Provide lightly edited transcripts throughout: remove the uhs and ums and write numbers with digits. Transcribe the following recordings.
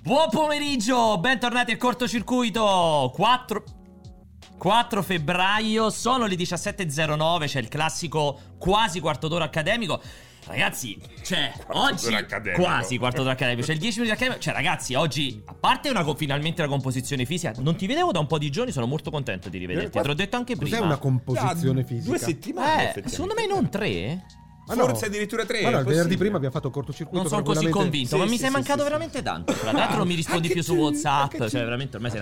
Buon pomeriggio, bentornati al cortocircuito. 4 febbraio, sono le 17.09, c'è il classico quasi quarto d'ora accademico. Ragazzi, cioè, oggi quasi quarto d'ora accademico, c'è il 10 minuti accademico. Cioè, ragazzi, oggi, a parte finalmente una composizione fisica, non ti vedevo da un po' di giorni, sono molto contento di rivederti. Te l'ho detto anche prima. Cos'è una composizione fisica? 2 settimane. Secondo me non 3. Forse addirittura 3. Guarda, il venerdì prima abbiamo fatto cortocircuito. Non sono così convinto, ma mi sei mancato veramente tanto. Tra l'altro non mi rispondi più su WhatsApp. Cioè, veramente ormai sei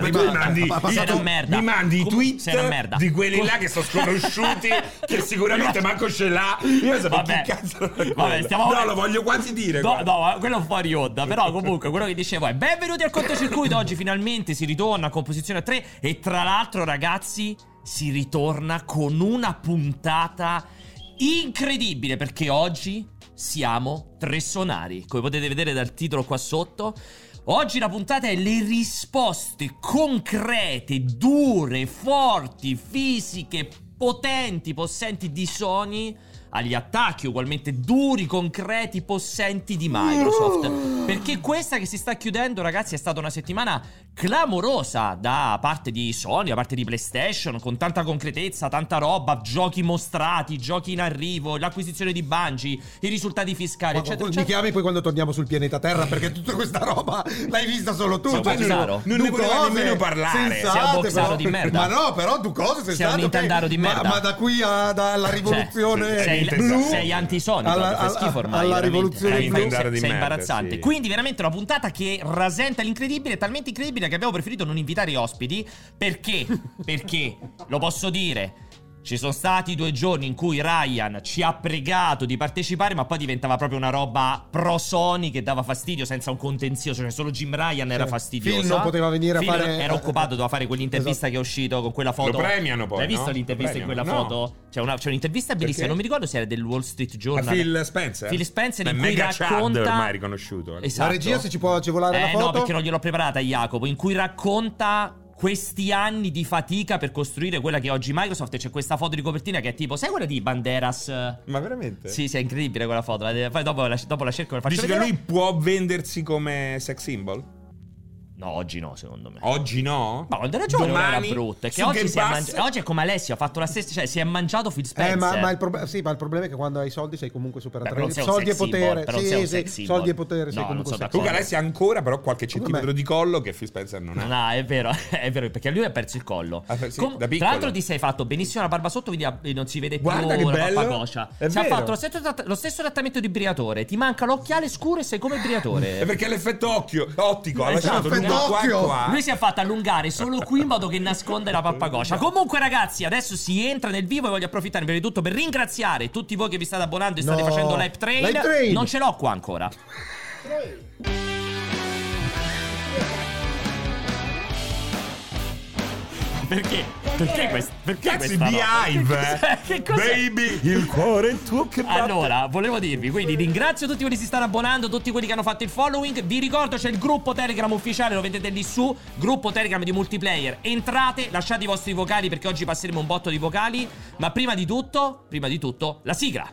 una merda. Mi mandi i tweet sei una merda di quelli là che sono sconosciuti, che sicuramente manco ce l'ha. Io so che cazzo. No, lo voglio quasi dire. No, quello è fuori onda. Però comunque quello che dicevo è: benvenuti al cortocircuito. Oggi finalmente si ritorna a composizione a 3. E tra l'altro, ragazzi, si ritorna con una puntata incredibile, perché oggi siamo 3 sonari, come potete vedere dal titolo qua sotto. Oggi la puntata è le risposte concrete, dure, forti, fisiche, potenti, possenti di Sony agli attacchi ugualmente duri, concreti, possenti di Microsoft. Perché questa che si sta chiudendo, ragazzi, è stata una settimana clamorosa da parte di Sony, da parte di PlayStation, con tanta concretezza, tanta roba, giochi mostrati, giochi in arrivo, l'acquisizione di Bungie, i risultati fiscali, eccetera. Mi chiami poi quando torniamo sul pianeta Terra, perché tutta questa roba l'hai vista solo tu. Non ne voleva nemmeno parlare. Sei un boxaro di merda. Ma no, però tu cosa sei stato? Sei un nintendaro di merda. Ma da qui alla rivoluzione sei anti-Sony, fai schifo ormai. Alla rivoluzione sei imbarazzante. Sì. Quindi veramente una puntata che rasenta l'incredibile, talmente incredibile che abbiamo preferito non invitare ospiti. Perché? Perché, lo posso dire, ci sono stati 2 giorni in cui Ryan ci ha pregato di partecipare, ma poi diventava proprio una roba pro Sony che dava fastidio senza un contenzioso. Cioè solo Jim Ryan era fastidioso. Phil non poteva venire Phil a fare. Era occupato, doveva fare quell'intervista che è uscito con quella foto. Lo premiano poi. L'hai visto l'intervista in quella foto? C'è un'intervista bellissima, non mi ricordo se era del Wall Street Journal. A Phil Spencer. Phil Spencer in cui racconta ormai riconosciuto. Esatto. La regia, se ci può agevolare la foto. No, perché non gliel'ho preparata, Jacopo. In cui racconta questi anni di fatica per costruire quella che è oggi Microsoft. E c'è questa foto di copertina che è tipo, sai quella di Banderas? Ma veramente? Sì, è incredibile quella foto. Poi dopo la cerco e la faccio vedere. Dici che lui può vendersi come sex symbol? No, oggi no, secondo me. Oggi no? Ma quando era giovane non era brutta. È che oggi è come Alessio, ha fatto la stessa. Cioè, si è mangiato Phil Spencer. Ma il problema è che quando hai soldi sei comunque superato. Soldi e potere. Soldi e potere sei comunque. Comunque Alessio ha ancora però qualche centimetro di collo che Phil Spencer non ha. No, è vero, perché lui ha perso il collo. Da piccolo. Tra l'altro ti sei fatto benissimo la barba sotto, quindi non si vede più la pappagoscia. Si è fatto lo stesso trattamento di Briatore. Ti manca l'occhiale scuro e sei come Briatore. È perché l'effetto ottico ha lasciato occhio. Lui si è fatto allungare solo qui in modo che nasconde la pappagoscia. Comunque ragazzi, adesso si entra nel vivo e voglio approfittare prima di tutto per ringraziare tutti voi che vi state abbonando e state facendo Live Train. Non ce l'ho qua ancora. Perché? Perché questa Beehive? Che cos'è? Baby, il cuore è tuo che batte. Allora, volevo dirvi, quindi ringrazio tutti quelli che si stanno abbonando, tutti quelli che hanno fatto il following. Vi ricordo c'è il gruppo Telegram ufficiale, lo vedete lì su, gruppo Telegram di multiplayer. Entrate, lasciate i vostri vocali perché oggi passeremo un botto di vocali. Ma prima di tutto, la sigla.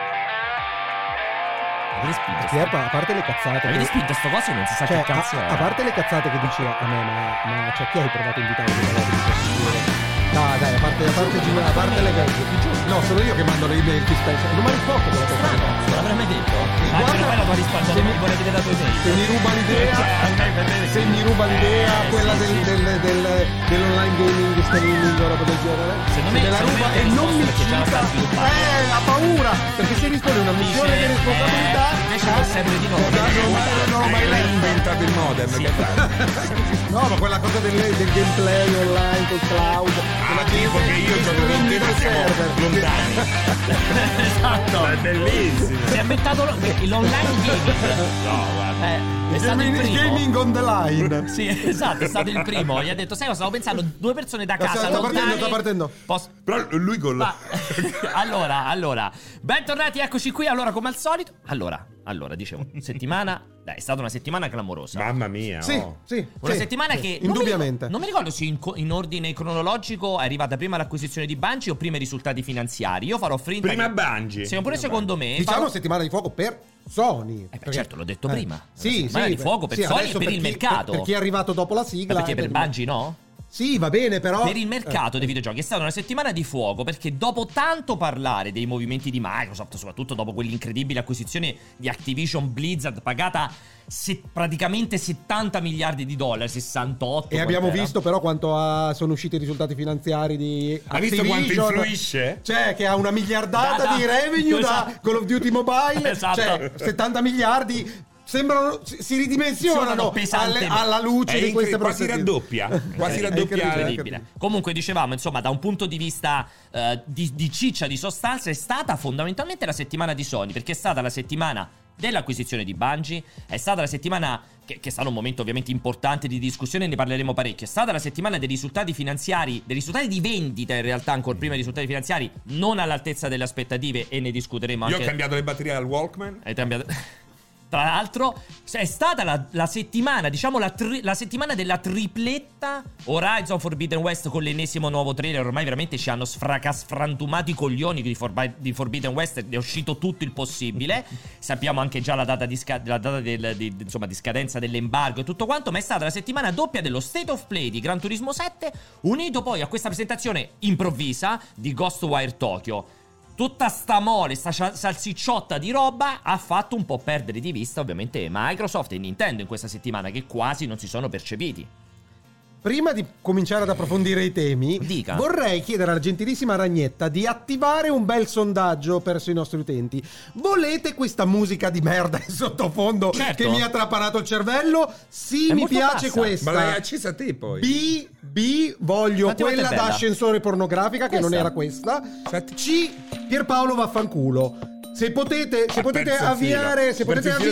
Perché a parte le cazzate. Avete spinto sto coso e non si sa che cazzo è. A parte le cazzate che dici a me, ma c'è chi hai provato a invitare? Dai, a parte le vecchie. No, sono io che mando le email Phil Spencer. Non mi risposto quella cosa. Strano, non l'avrei mai detto. Anche poi la tua risposta non mi vorrei dire la tua idea. Se mi ruba l'idea quella dell'online gaming, streaming o roba del genere. Secondo me la ruba e non mi cita. Ha paura, perché se risponde una missione di responsabilità invece può sempre di nuovo. Non ho mai inventato il modem. No, ma quella cosa del gameplay online col cloud. Tipo che io gioco con te ma siamo lontani. Esatto. È bellissimo. Si è inventato l'online gaming. No, guarda. È stato il primo. Gaming on the line. Sì, esatto, è stato il primo. Gli ha detto, sai cosa stavo pensando? 2 persone da casa lontane. Sta partendo. Però lui con Allora, bentornati, eccoci qui. Allora, come al solito. Allora, dicevo, settimana. Dai, è stata una settimana clamorosa. Mamma mia. Sì. Una settimana che indubbiamente. Non mi ricordo se in ordine cronologico è arrivata prima l'acquisizione di Bungie o prima i risultati finanziari. Io farò prima Bungie. Sì, oppure secondo me. Diciamo settimana di fuoco per Sony. Certo, l'ho detto prima. Sì, di fuoco per Sony e per il mercato. Per chi è arrivato dopo la sigla. Perché per Bungie no? Sì, va bene, però per il mercato dei videogiochi è stata una settimana di fuoco, perché dopo tanto parlare dei movimenti di Microsoft, soprattutto dopo quell'incredibile acquisizione di Activision Blizzard pagata praticamente 70 miliardi di dollari, 68. E abbiamo visto però quanto sono usciti i risultati finanziari di Hai visto quanto influisce? Cioè che ha una miliardata di revenue da Call of Duty Mobile. Esatto. Cioè 70 miliardi sembrano, si ridimensionano alla luce di queste quasi raddoppia. Quasi raddoppia. Incredibile. Comunque dicevamo, insomma, da un punto di vista di ciccia, di sostanza, è stata fondamentalmente la settimana di Sony, perché è stata la settimana dell'acquisizione di Bungie, è stata la settimana che è stato un momento ovviamente importante di discussione, ne parleremo parecchio, è stata la settimana dei risultati finanziari, dei risultati di vendita in realtà, ancora prima dei risultati finanziari non all'altezza delle aspettative, e ne discuteremo anche. Io ho cambiato le batterie al Walkman. Hai cambiato. Tra l'altro è stata la settimana, diciamo la settimana della tripletta Horizon Forbidden West con l'ennesimo nuovo trailer. Ormai veramente ci hanno sfrantumato i coglioni di Forbidden West, è uscito tutto il possibile. Sappiamo anche già la data di scadenza dell'embargo e tutto quanto, ma è stata la settimana doppia dello State of Play di Gran Turismo 7, unito poi a questa presentazione improvvisa di Ghostwire Tokyo. Tutta sta mole, sta salsicciotta di roba ha fatto un po' perdere di vista ovviamente Microsoft e Nintendo in questa settimana, che quasi non si sono percepiti. Prima di cominciare ad approfondire i temi, vorrei chiedere alla gentilissima Ragnetta di attivare un bel sondaggio verso i nostri utenti. Volete questa musica di merda in sottofondo che mi ha trapanato il cervello? Sì, mi piace questa. Ma l'hai accesa a te poi? B, voglio quella da ascensore pornografica, che non era questa. C, Pierpaolo vaffanculo. Se potete avviare il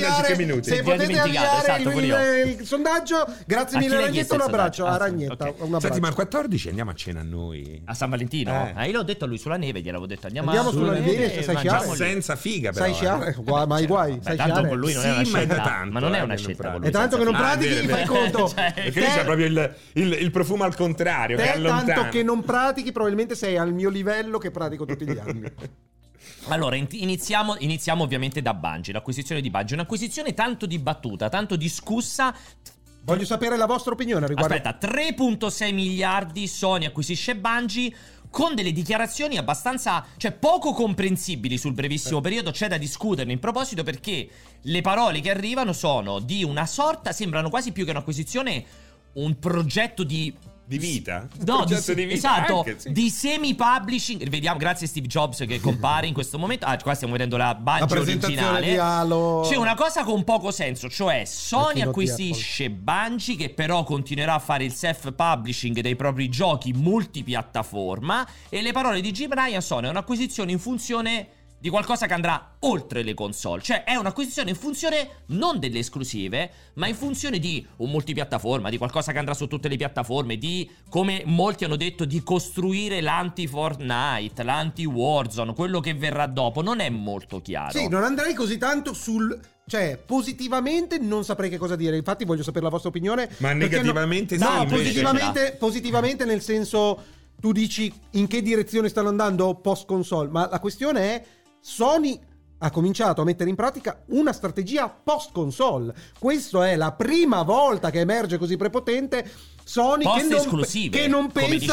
sondaggio, grazie mille Ragnetta, un abbraccio a Ragnetta. Okay. Senti, ma il 14 andiamo a cena a noi a San Valentino? Io l'ho detto a lui sulla neve, gliel'avevo detto andiamo sulla neve, sai sciare? Senza figa però. Sai sciare? Ma i guai, sai tanto sciare? con lui non è una scelta, ma non è una scelta con lui. È tanto che non pratichi, fai conto. Perché lui c'ha proprio il profumo al contrario, che allontana. Tanto che non pratichi, probabilmente sei al mio livello che pratico tutti gli anni. Allora, iniziamo ovviamente da Bungie, l'acquisizione di Bungie, un'acquisizione tanto dibattuta, tanto discussa. Voglio sapere la vostra opinione riguardo. Aspetta, 3.6 miliardi Sony acquisisce Bungie, con delle dichiarazioni abbastanza, cioè poco comprensibili sul brevissimo periodo. C'è da discuterne in proposito, perché le parole che arrivano sono di una sorta, sembrano quasi più che un'acquisizione, un progetto di vita? No, di vita, esatto, anche, sì. Di semi-publishing. Vediamo, grazie a Steve Jobs che compare in questo momento. Qua stiamo vedendo la Bungie originale. Di Halo. C'è una cosa con poco senso, cioè Sony acquisisce Bungie, che però continuerà a fare il self-publishing dei propri giochi multipiattaforma, e le parole di Jim Ryan sono: è un'acquisizione in funzione di qualcosa che andrà oltre le console. Cioè è un'acquisizione in funzione non delle esclusive, ma in funzione di un multipiattaforma, di qualcosa che andrà su tutte le piattaforme, di, come molti hanno detto, di costruire l'anti-Fortnite, l'anti-Warzone, quello che verrà dopo. Non è molto chiaro. Sì, non andrei così tanto cioè, positivamente non saprei che cosa dire. Infatti voglio sapere la vostra opinione. Ma negativamente no, positivamente nel senso, tu dici in che direzione stanno andando post console, ma la questione è: Sony ha cominciato a mettere in pratica una strategia post console. Questa è la prima volta che emerge così prepotente Sony, che non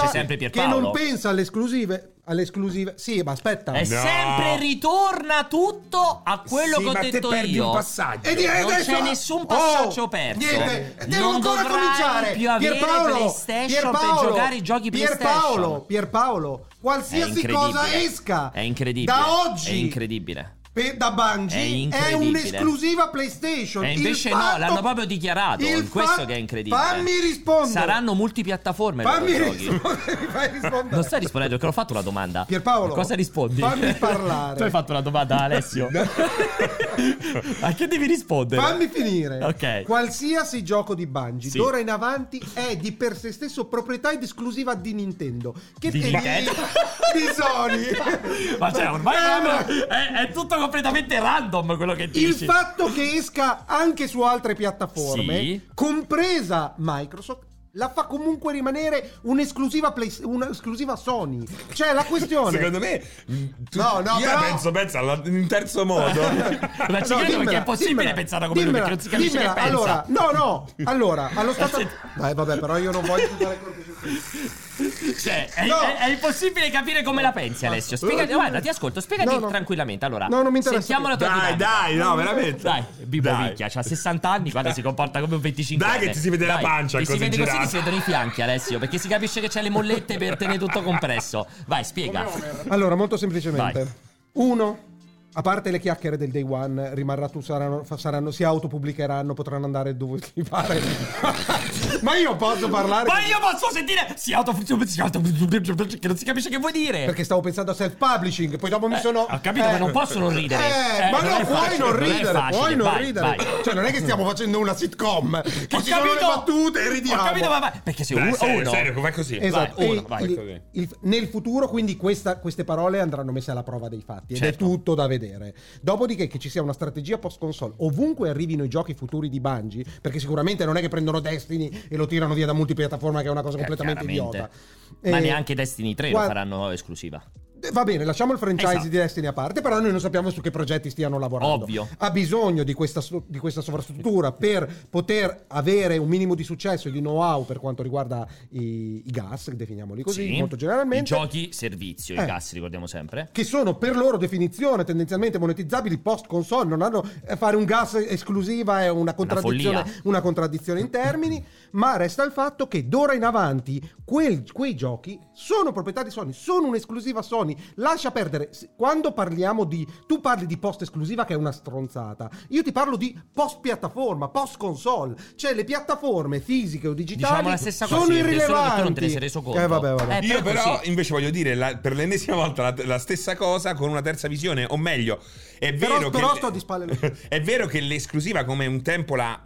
pensa alle esclusive. Sì, ma aspetta, sempre ritorna tutto a quello che ho detto io. Un passaggio. Non c'è nessun passaggio perso. Niente, non ancora cominciare. Più avere PlayStation per giocare i giochi PlayStation. Pierpaolo, qualsiasi cosa esca è incredibile. Da oggi è incredibile. Da Bungie è un'esclusiva PlayStation. E invece l'hanno proprio dichiarato. Questo che è incredibile. Fammi rispondere. Saranno multipiattaforme. Fammi rispondere. Non stai rispondendo, perché ho fatto una domanda. Pierpaolo, cosa rispondi? Fammi parlare. Tu hai fatto una domanda, Alessio. A che devi rispondere? Fammi finire. Ok. Qualsiasi gioco di Bungie d'ora in avanti è di per sé stesso proprietà ed esclusiva di Nintendo. Di Sony. Ma cioè, ormai è tutto completamente random quello che dici. Il fatto che esca anche su altre piattaforme, compresa Microsoft, la fa comunque rimanere un'esclusiva un'esclusiva Sony. Cioè la questione, secondo me io però... penso in terzo modo. Ma ci credo, perché è possibile pensare come lui, perché non si capisce che pensa. Allora allo stato vabbè, però io non voglio fare cioè è impossibile capire come la pensi, Alessio. Spiegati, guarda, ti ascolto, spiegati tranquillamente. Allora, non mi interessa. sentiamo la tua dinamica. Dai, no, veramente. Dai, Bibo Micchia, c'ha 60 anni, guarda, si comporta come un 25. Dai, che ti si vede la pancia, si vede così, si vedono i fianchi, Alessio, perché si capisce che c'è le mollette per tenere tutto compresso. Vai, spiega. Allora, molto semplicemente. Vai. 1. A parte le chiacchiere del day one, saranno si autopubblicheranno, potranno andare dove ti pare. Ma io posso parlare. Ma io posso sentire. Che non si capisce che vuoi dire. Perché stavo pensando a self-publishing, poi dopo mi sono. Ho capito, ma non posso non ridere. Ma no, puoi non ridere, puoi non ridere. Vai. Cioè, non è che stiamo facendo una sitcom che ci sono le battute e ridiamo. Ho capito, ma perché sei uno. Serio, com'è così? Esatto. Vai. Nel futuro, quindi, queste parole andranno messe alla prova dei fatti. Ed è tutto da vedere. Dopodiché che ci sia una strategia post console ovunque arrivino i giochi futuri di Bungie, perché sicuramente non è che prendono Destiny e lo tirano via da multipiattaforma, che è una cosa completamente idiota. Ma neanche Destiny 3 lo faranno esclusiva. Va bene, lasciamo il franchise di Destiny a parte, però noi non sappiamo su che progetti stiano lavorando. Ovvio. Ha bisogno di questa sovrastruttura per poter avere un minimo di successo e di know-how per quanto riguarda i gas, definiamoli così, molto generalmente. I giochi servizio, i gas, ricordiamo sempre. Che sono per loro definizione tendenzialmente monetizzabili post console, non hanno fare un gas esclusiva è una contraddizione in termini, ma resta il fatto che d'ora in avanti quei giochi sono proprietà di Sony, sono un'esclusiva Sony. Lascia perdere, quando parliamo tu parli di post esclusiva, che è una stronzata. Io ti parlo di post piattaforma, post console, cioè le piattaforme fisiche o digitali sono irrilevanti. Non te ne sei reso conto. Vabbè. Io però invece voglio dire per l'ennesima volta la stessa cosa con una terza visione, o meglio, è vero però sto di spalle. È vero che l'esclusiva, come un tempo la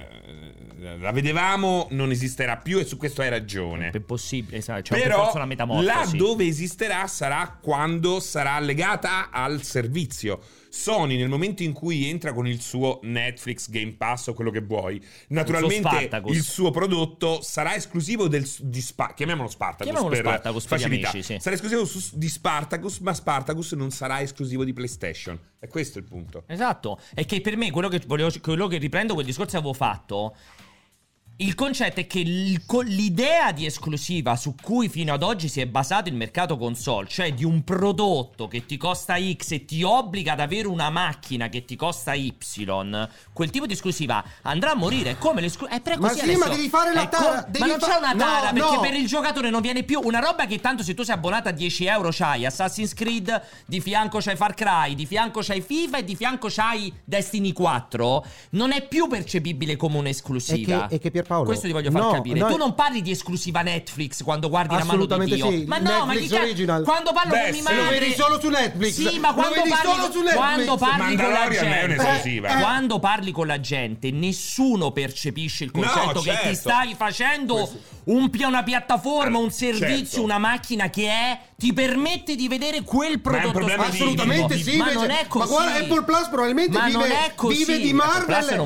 vedevamo, non esisterà più, e su questo hai ragione. È possibile, c'è però forse una metamorfosi. Là dove esisterà sarà quando sarà legata al servizio. Sony, nel momento in cui entra con il suo Netflix, Game Pass o quello che vuoi, naturalmente il suo prodotto sarà esclusivo chiamiamolo Spartacus per facilità. Amici, sì. Sarà esclusivo di Spartacus, ma Spartacus non sarà esclusivo di PlayStation. E questo è il punto. Esatto. E che per me quello che riprendo quel discorso che avevo fatto. Il concetto è che l'idea di esclusiva su cui fino ad oggi si è basato il mercato console, cioè di un prodotto che ti costa X e ti obbliga ad avere una macchina che ti costa Y, quel tipo di esclusiva andrà a morire. Come l'esclusiva? Ma sì, ma devi fare la tara. Ma non c'è una tara, perché per il giocatore non viene più una roba che tanto, se tu sei abbonato a 10 euro c'hai Assassin's Creed, di fianco c'hai Far Cry, di fianco c'hai FIFA e di fianco c'hai Destiny 4, non è più percepibile come un'esclusiva. E che Pierpaolo, questo ti voglio far capire. Tu non parli di esclusiva Netflix quando guardi La mano di Dio. Sì. Ma no, Netflix ma original. Quando parlo con mia madre, lo vedi solo su Netflix. Sì, ma quando parli con la gente, quando parli con la gente, nessuno percepisce il concetto che ti stai facendo una piattaforma, un servizio, una macchina che ti permette di vedere quel prodotto. Assolutamente sì, ma non è così. Ma guarda, Apple Plus probabilmente vive di Marvel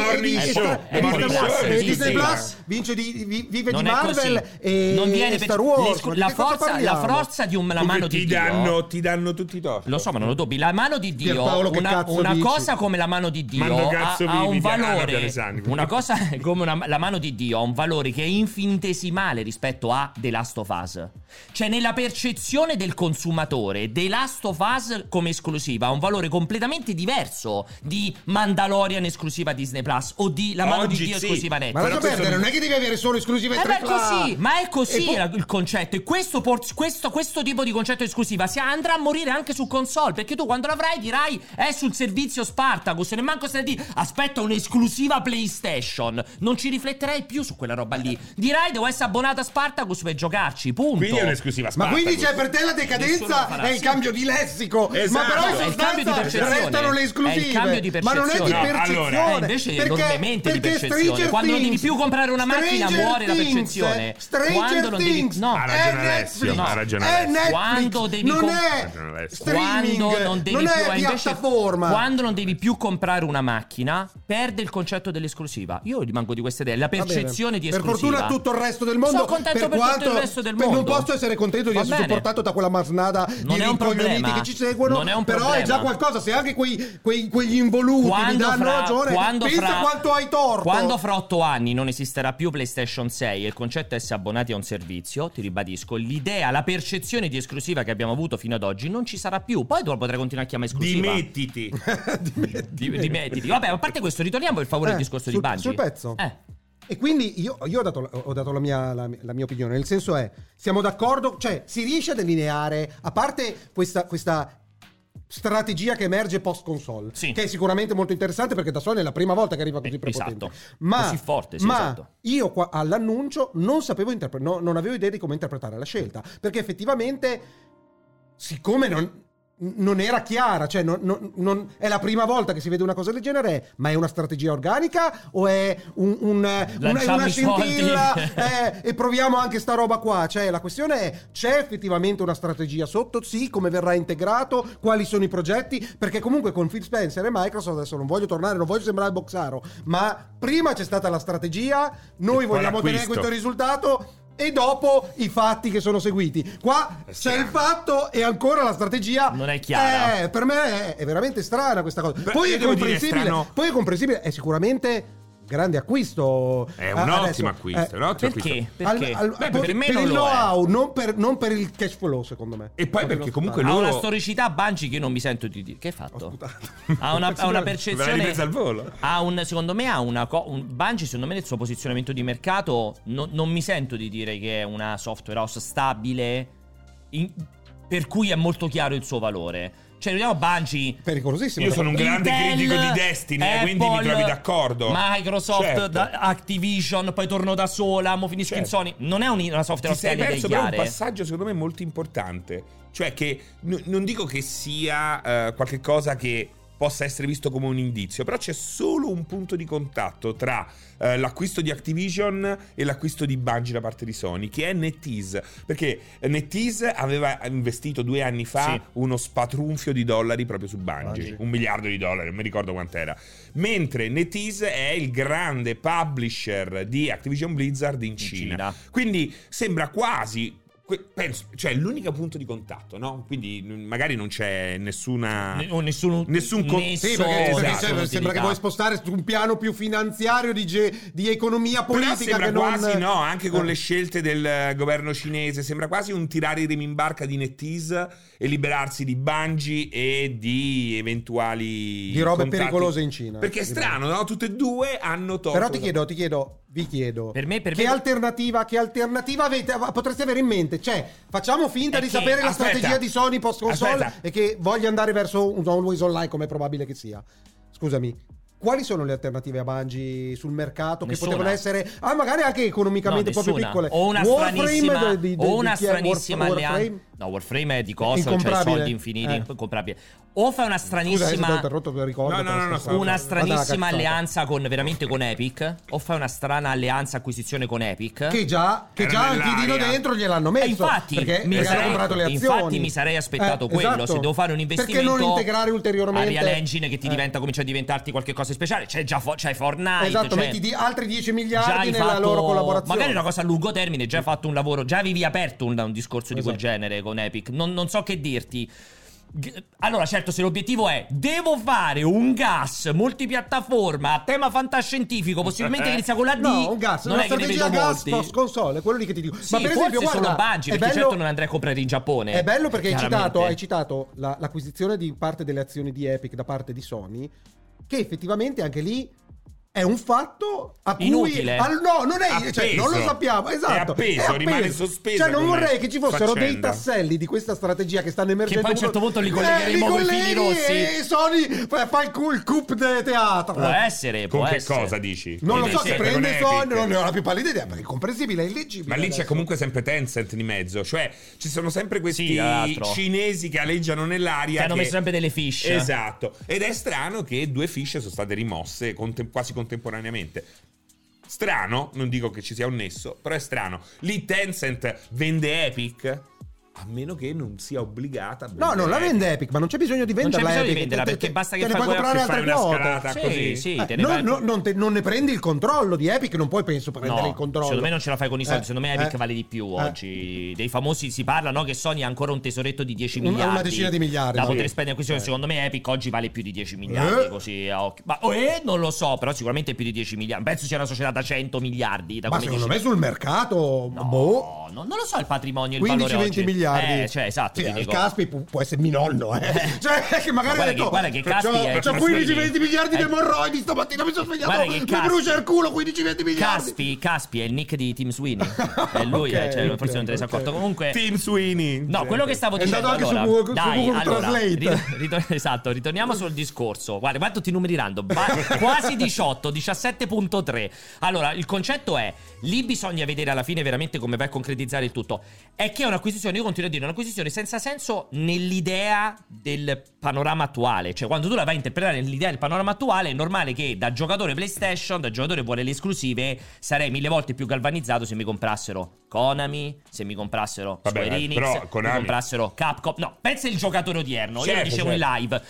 e Disney Plus vive di Marvel e Star Wars. La forza di la mano di Dio ti danno tutti i torti. Lo so, ma non lo dubbi. La mano di Dio, una cosa come la mano di Dio ha un valore. Una cosa come la mano di Dio ha un valore che è infinitesimale rispetto a The Last of Us. Cioè, nella percezione del consumatore, The Last of Us come esclusiva ha un valore completamente diverso di Mandalorian esclusiva Disney Plus o di La mano di Dio esclusiva Netflix. Ma lascia perdere, non è che devi avere solo esclusive ma è così il concetto. E questo tipo di concetto esclusiva andrà a morire anche su console, perché tu quando l'avrai dirai è sul servizio Spartacus, ne manco stai a dire aspetta un'esclusiva PlayStation. Non ci rifletterai più su quella roba lì. Dirai devo essere abbonato a Spartacus per giocarci, punto. Quindi è un'esclusiva Ma quindi Spartacus. per te la decadenza è il cambio di lessico, Esatto. ma però in È il cambio di sostanza percezione. restano le esclusive. È il cambio di ma non è di percezione. percezione. Allora, invece è enormemente di percezione. Stranger Quando non devi Things- più comprare una macchina, Stranger muore la Things, percezione. Stranger Quando non devi Things no, Ha è ragione Netflix, Alessio, ha ragione è Alessio. Netflix, Quando devi non comp- è streaming, quando non devi non più è invece, piattaforma. quando non devi più comprare una macchina, perde il concetto dell'esclusiva. Io rimango di questa idea, la Va bene. percezione di Per esclusiva. fortuna tutto il resto del mondo. Sono contento per tutto il resto del mondo. Non posso essere contento di Va essere bene. supportato da quella masnada Non di è un rincoglioniti problema. che ci seguono. Non è un però problema. è già qualcosa. Se anche quegli involuti mi danno ragione, pensa quanto hai torto. Quando fra 8 anni non esisterà più PlayStation 6 e il concetto è essere abbonati a un servizio, ti ribadisco, l'idea, la percezione di esclusiva che abbiamo avuto fino ad oggi non ci sarà più. Poi tu potrai continuare a chiamare esclusiva. Dimettiti. Dimettiti. Vabbè, a parte questo, ritorniamo per favore al discorso di Bungie. sul pezzo. E quindi io ho dato la mia opinione. Nel senso siamo d'accordo, cioè si riesce a delineare, a parte questa strategia che emerge post console, Sì. che è sicuramente molto interessante perché da Sony è la prima volta che arriva così prepotente. Esatto. Ma, Così forte, sì, ma esatto. io all'annuncio non sapevo non avevo idea di come interpretare la scelta, perché effettivamente siccome non era chiara, cioè non è la prima volta che si vede una cosa del genere, ma è una strategia organica o è una scintilla e proviamo anche sta roba qua? Cioè la questione è, c'è effettivamente una strategia sotto? Sì, come verrà integrato, quali sono i progetti, perché comunque con Phil Spencer e Microsoft, adesso non voglio sembrare boxaro, ma prima c'è stata la strategia, noi vogliamo ottenere questo risultato e dopo i fatti che sono seguiti. Qua c'è il fatto e ancora la strategia non è chiara. Per me è veramente strana questa cosa. Beh, Poi io è devo dire comprensibile. Poi è comprensibile. È sicuramente grande acquisto. È un ottimo acquisto. Un ottimo Perché? acquisto. Perché? Per me per non il lo è. know-how, non per il cash flow, secondo me. E poi perché comunque Ha loro... una storicità Bungie che io non mi sento di dire. Che hai fatto? Ha una Ve l'hai percezione. ripresa al volo. Secondo me Bungie, secondo me, nel suo posizionamento di mercato, non mi sento di dire che è una software house stabile, per cui è molto chiaro il suo valore. Cioè, vediamo Bungie. Pericolosissimo. Io sono un grande Intel, critico di Destiny, Apple, quindi mi trovi d'accordo. Microsoft, Certo. Activision, poi torno da sola, mo finisco in Sony. Non è una software Ti sei house perso però un chiare. passaggio secondo me molto importante. Cioè che non dico che sia qualche cosa che possa essere visto come un indizio, però c'è solo un punto di contatto tra l'acquisto di Activision e l'acquisto di Bungie da parte di Sony, che è NetEase, perché NetEase aveva investito 2 anni fa uno spatrunfio di dollari proprio su Bungie. $1 miliardo, non mi ricordo quant'era, mentre NetEase è il grande publisher di Activision Blizzard in Cina. Quindi sembra quasi, penso, cioè l'unico punto di contatto, no? Quindi magari non c'è nessun Sì, perché sembra che vuoi spostare su un piano più finanziario di economia politica. Però sembra che non... anche con le scelte del governo cinese, sembra quasi un tirare i remi in barca di NetEase e liberarsi di Bungie e di eventuali di robe contatti. pericolose in Cina. Perché è strano, no? Tutte e due hanno torto. Però vi chiedo, per me che alternativa potreste avere in mente? Cioè, facciamo finta di sapere la strategia di Sony post console e che voglia andare verso un always online, come è probabile che sia. Scusami, quali sono le alternative a Bungie sul mercato? Nessuna. Che potevano essere magari anche economicamente un po' più piccole? O una stranissima alleanza. No, Warframe è di costo, cioè soldi infiniti, incomprabile. O fai una stranissima una stranissima alleanza con Epic, o fai una strana alleanza acquisizione con Epic, che già un chidino dentro gliel'hanno messo, infatti perché hanno comprato le azioni. Infatti mi sarei aspettato quello, esatto. Se devo fare un investimento, perché non integrare ulteriormente Unreal Engine che comincia a diventarti qualche cosa speciale. C'è Fortnite, esatto, metti altri 10 miliardi nella loro collaborazione, magari una cosa a lungo termine. Già hai fatto un lavoro, già avevi aperto un discorso di quel genere con Epic. Non so che dirti. Allora, certo, se l'obiettivo è devo fare un gas multipiattaforma a tema fantascientifico, possibilmente che inizia con la D, no, un gas, non una è che ne strategia vedo gas molti. post console, è quello lì che ti dico. Sì, ma per esempio, forse guarda, solo Bungie, perché certo non andrei a comprare in Giappone. È bello perché hai citato l'acquisizione di parte delle azioni di Epic da parte di Sony, che effettivamente anche lì è un fatto a cui inutile. No, non è, cioè, non lo sappiamo, esatto. È appeso, rimane sospeso. Cioè non vorrei che ci fossero dei faccenda. tasselli di questa strategia che stanno emergendo. Che poi a un certo punto li collegheremo con i fili rossi. E Sony fa il coup de teatro. Può essere, Con può che essere. cosa dici? Non lo so, Invece se prende con Sony, Epic. non ne ho la più pallida idea, perché è incomprensibile, è illeggibile. Ma lì c'è adesso. comunque sempre Tencent di mezzo. Cioè, ci sono sempre questi Sì, tra l'altro. cinesi che aleggiano nell'aria. Che hanno messo sempre delle fish. Esatto. Ed è strano che 2 fish sono state rimosse quasi contemporaneamente. Strano, non dico che ci sia un nesso, però è strano. Lì Tencent vende Epic, a meno che non sia obbligata a No, vendere non la Epic. vende Epic, ma non c'è bisogno di venderla. Non c'è bisogno di Epic. venderla, perché basta che te ne fai puoi quella- comprare che fai altre una quote. scalata così. Sì, te ne vai. Non ne prendi il controllo di Epic, non puoi penso prendere il controllo. Secondo me non ce la fai con i soldi. Secondo me Epic vale di più eh. oggi. Dei famosi si parla, no? Che Sony ha ancora un tesoretto di 10 miliardi. Una decina di miliardi, da sì. poter spendere in questione. Secondo me Epic oggi vale più di 10 miliardi. Così a occhio. Ma non lo so, però sicuramente più di 10 miliardi. Penso sia una società da 100 miliardi. Da Ma come secondo dici. me sul mercato, boh. No, non lo so il patrimonio, il valore 15-20 oggi. miliardi. Cioè, esatto. Sì, ti il dico. Caspi può essere mio nonno, Cioè, che magari Ma ha detto, guarda che Caspi è- c'ho 15-20 miliardi di Eh. emorroidi stamattina, mi sono svegliato, Guarda che mi Caspi- brucia il culo, 15-20 miliardi. Caspi è il nick di Tim Sweeney. È lui, Ok, cioè, ok, forse non te ne sei accorto. ok. Comunque. Team Sweeney. No, quello che stavo È dicendo andato anche allora, su dai, Google allora, Translate. esatto, ritorniamo sul discorso. Guarda, quanto ti numeri random? Quasi 18, 17.3. Allora, il concetto è, lì bisogna vedere alla fine veramente come vai a concretizzare il tutto. È che è un'acquisizione, io continuo a dire, un'acquisizione senza senso nell'idea del panorama attuale. Cioè, quando tu la vai a interpretare nell'idea del panorama attuale, è normale che da giocatore PlayStation, da giocatore che vuole le esclusive, sarei 1000 volte più galvanizzato se mi comprassero Konami, se mi comprassero Vabbè, Square Enix, però se Konami- mi comprassero Capcom. No, pensa il giocatore odierno. Io lo Certo, dicevo in certo. live.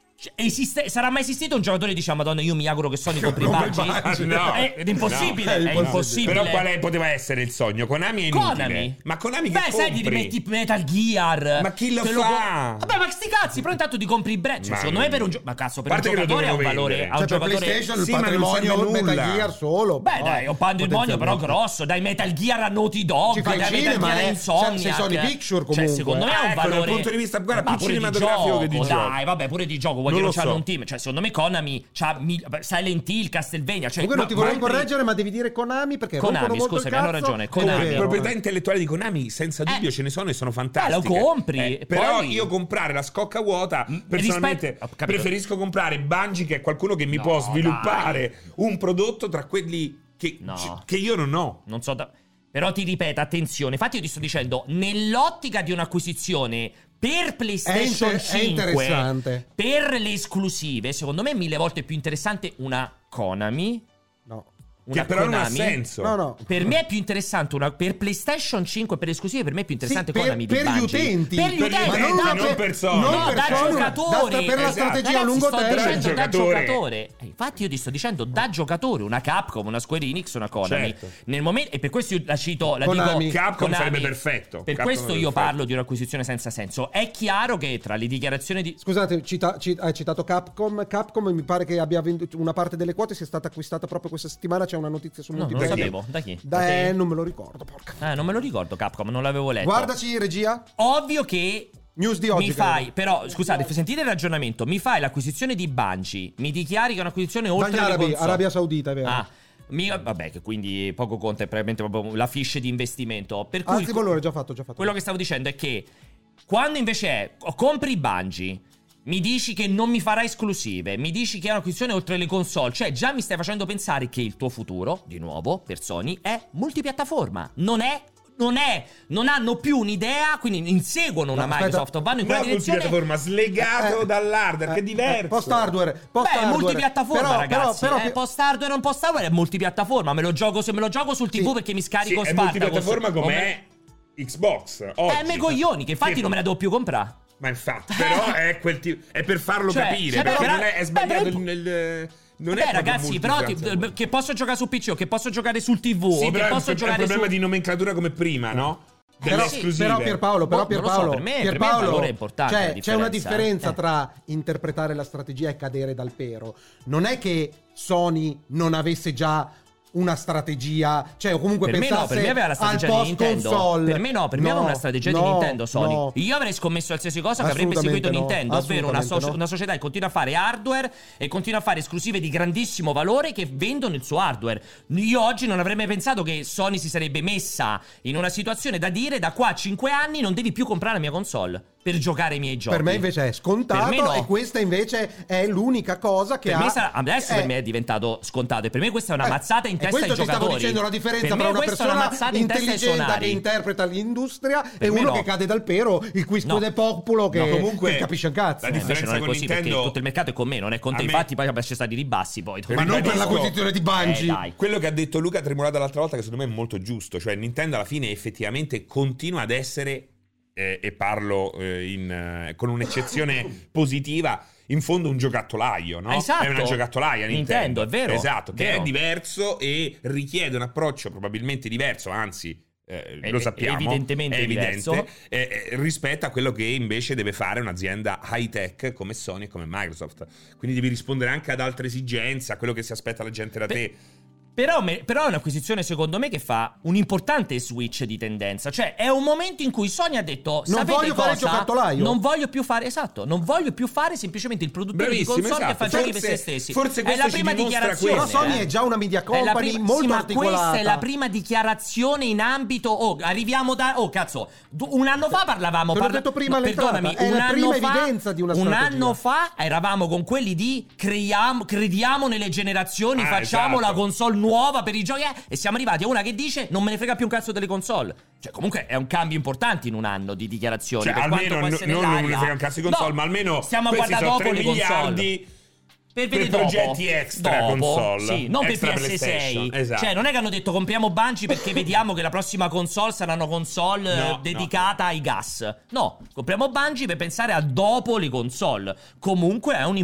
Sarà mai esistito un giocatore che dice Madonna, io mi auguro che Sony compri Bungie? No. È impossibile, No, è impossibile. Però quale poteva essere il sogno? Konami è inutile. Konami? Ma Konami che Beh, sai, ti compri? rimetti Metal Gear. Ma chi lo te fa? Vabbè, ma sti cazzi, però intanto ti compri il brand. Cioè, Ma secondo me non- per un ma cazzo, per un Parte che lo giocatore ha un devono valore. vendere. Ha un Cioè, per giocatore. PlayStation il Sì, ma non patrimonio serve Metal nulla. Gear solo. Beh, dai, un patrimonio però potenzialmente. grosso. Dai, Metal Gear a Naughty Dog. Ci fai dai, il Metal cinema, Gear a Insomniac. sei Sony Picture comunque. Cioè, secondo me ha un Ecco, dal valore. punto di vista, guarda, Ma più pure cinematografico che di gioco. Dai, vabbè, pure di gioco. Vuoi Non che lo non c'hanno so. un team? Cioè, secondo me Konami c'ha Silent Hill, Castlevania. Cioè, Comunque non ti vorrei ma- correggere, ma devi dire Konami perché Konami, rompono molto scusami, il cazzo. hanno ragione, È Konami. vero. Proprietà intellettuali di Konami senza dubbio ce ne sono e sono fantastiche. lo compri, però poi- io comprare la scocca vuota personalmente Ho capito. preferisco comprare Bungie, che è qualcuno che mi No, può sviluppare un prodotto tra quelli che, No. che io non ho. Non so Però ti ripeto, attenzione. Infatti io ti sto dicendo, nell'ottica di un'acquisizione per PlayStation È 5, interessante. per le esclusive, secondo me è 1000 volte più interessante una Konami. No. Una Che però non ha Konami. senso. No. Per me è più interessante per PlayStation 5 per esclusive, per me è più interessante Sì, Konami di per gli Bungie. utenti. Per gli Per gli utenti, utenti, da- non per Sony. non No, per da Sony, giocatori. per la Esatto. strategia a Ragazzi, lungo sto termine. dicendo da Giocatore. giocatore. Infatti io ti sto dicendo da giocatore, una Capcom, una Square Enix, una Konami. Certo. Nel momento, e per questo io la cito, la Konami. dico Capcom Konami. sarebbe perfetto. Per Capcom questo sarebbe io perfetto. parlo di un'acquisizione senza senso. È chiaro che tra le dichiarazioni di Scusate, hai citato Capcom. Capcom mi pare che abbia venduto una parte delle quote sia stata acquistata proprio questa settimana. C'è una notizia su No, non lo Multiplayer. sapevo. Da chi? Non me lo ricordo, porca. Non me lo ricordo Capcom, non l'avevo letto. Guardaci, regia. Ovvio che News di oggi. mi fai, però scusate, sentite il ragionamento. Mi fai l'acquisizione di Bungie, mi dichiari che è un'acquisizione oltre Dagli le arabi, console. Arabia Saudita, è vero. Vabbè, che quindi poco conta, è probabilmente proprio la fiche di investimento. Per cui Anzi, valore, già fatto. quello che stavo dicendo è che quando invece compri Bungie, mi dici che non mi farà esclusive, mi dici che è un'acquisizione oltre le console, cioè già mi stai facendo pensare che il tuo futuro, di nuovo, per Sony, è multipiattaforma. Non hanno più un'idea, quindi inseguono una No, aspetta. Microsoft o vanno in No, quella direzione. multipiattaforma slegato dall'hardware, che è diverso. Post hardware. Beh, è multipiattaforma, ragazzi. Però, post hardware o non post hardware è multipiattaforma. Me lo gioco sul TV Sì. perché mi Sì, scarico è Spartacus. multipiattaforma come Xbox oggi. Me coglioni, che infatti non me la devo più comprare. Ma infatti, però è quel tipo, è per farlo Cioè, capire, però- perché non è sbagliato però- nel non Beh, è proprio ragazzi, però multipiattaforma. che posso giocare su PC o che posso giocare sul TV Sì, o che però posso è un giocare problema su di nomenclatura come prima, no? Delle Però, esclusive. però Pierpaolo, Non lo so, per me il valore è importante, la c'è una differenza, differenza tra interpretare la strategia e cadere dal pero. Non è che Sony non avesse già una strategia, cioè o comunque per me no, per me aveva la strategia di Nintendo. Per me no, per me aveva una strategia di Nintendo Sony. Io avrei scommesso qualsiasi cosa che avrebbe seguito Nintendo, ovvero una società che continua a fare hardware e continua a fare esclusive di grandissimo valore che vendono il suo hardware. Io oggi non avrei mai pensato che Sony si sarebbe messa in una situazione da dire da qua a 5 anni non devi più comprare la mia console per giocare ai miei giochi. Per me invece è scontato, no. E questa invece è l'unica cosa che adesso per me è diventato scontato, e per me questa è una mazzata in testa ai giocatori. Questo ti stavo dicendo la differenza tra una persona intelligente che interpreta l'industria e uno che cade dal pero, il quisco del popolo che capisce un cazzo. La differenza non è con così, Nintendo, perché tutto il mercato è con me, non è con te. Infatti poi c'è stati ribassi poi. Ma non per l'acquisizione di Bungie. Quello che ha detto Luca Tremolata l'altra volta, che secondo me è molto giusto, cioè Nintendo alla fine effettivamente continua ad essere, e parlo con un'eccezione positiva, in fondo un giocattolaio, no? Esatto. È una giocattolaia Nintendo, è vero. Esatto, che vero. è diverso e richiede un approccio probabilmente diverso, anzi lo sappiamo, evidentemente è evidente, diverso rispetto a quello che invece deve fare un'azienda high tech come Sony e come Microsoft. Quindi devi rispondere anche ad altre esigenze, a quello che si aspetta la gente da te. Però è un'acquisizione secondo me che fa un importante switch di tendenza. Cioè è un momento in cui Sony ha detto non voglio fare il giocattolaio, non voglio più fare semplicemente il produttore di console che fa giochi per se stessi. Forse è la prima dichiarazione. Però Sony è già una media company molto articolata. Ma questa è la prima dichiarazione in ambito arriviamo da cazzo, un anno fa parlavamo, te l'ho detto prima perdonami, è la prima evidenza di una strategia. Un anno fa eravamo con quelli di crediamo nelle generazioni, facciamo la console nuova per i giochi, e siamo arrivati a una che dice non me ne frega più un cazzo delle console. Cioè comunque è un cambio importante in un anno di dichiarazioni, cioè, per almeno non me ne frega un cazzo di console, ma almeno stiamo a guardare dopo 3 le miliardi per progetti extra console, sì, non extra per PS6. Esatto. Cioè non è che hanno detto compriamo Bungie perché vediamo che la prossima console sarà una console dedicata ai gas. No, compriamo Bungie per pensare a dopo le console. Comunque è un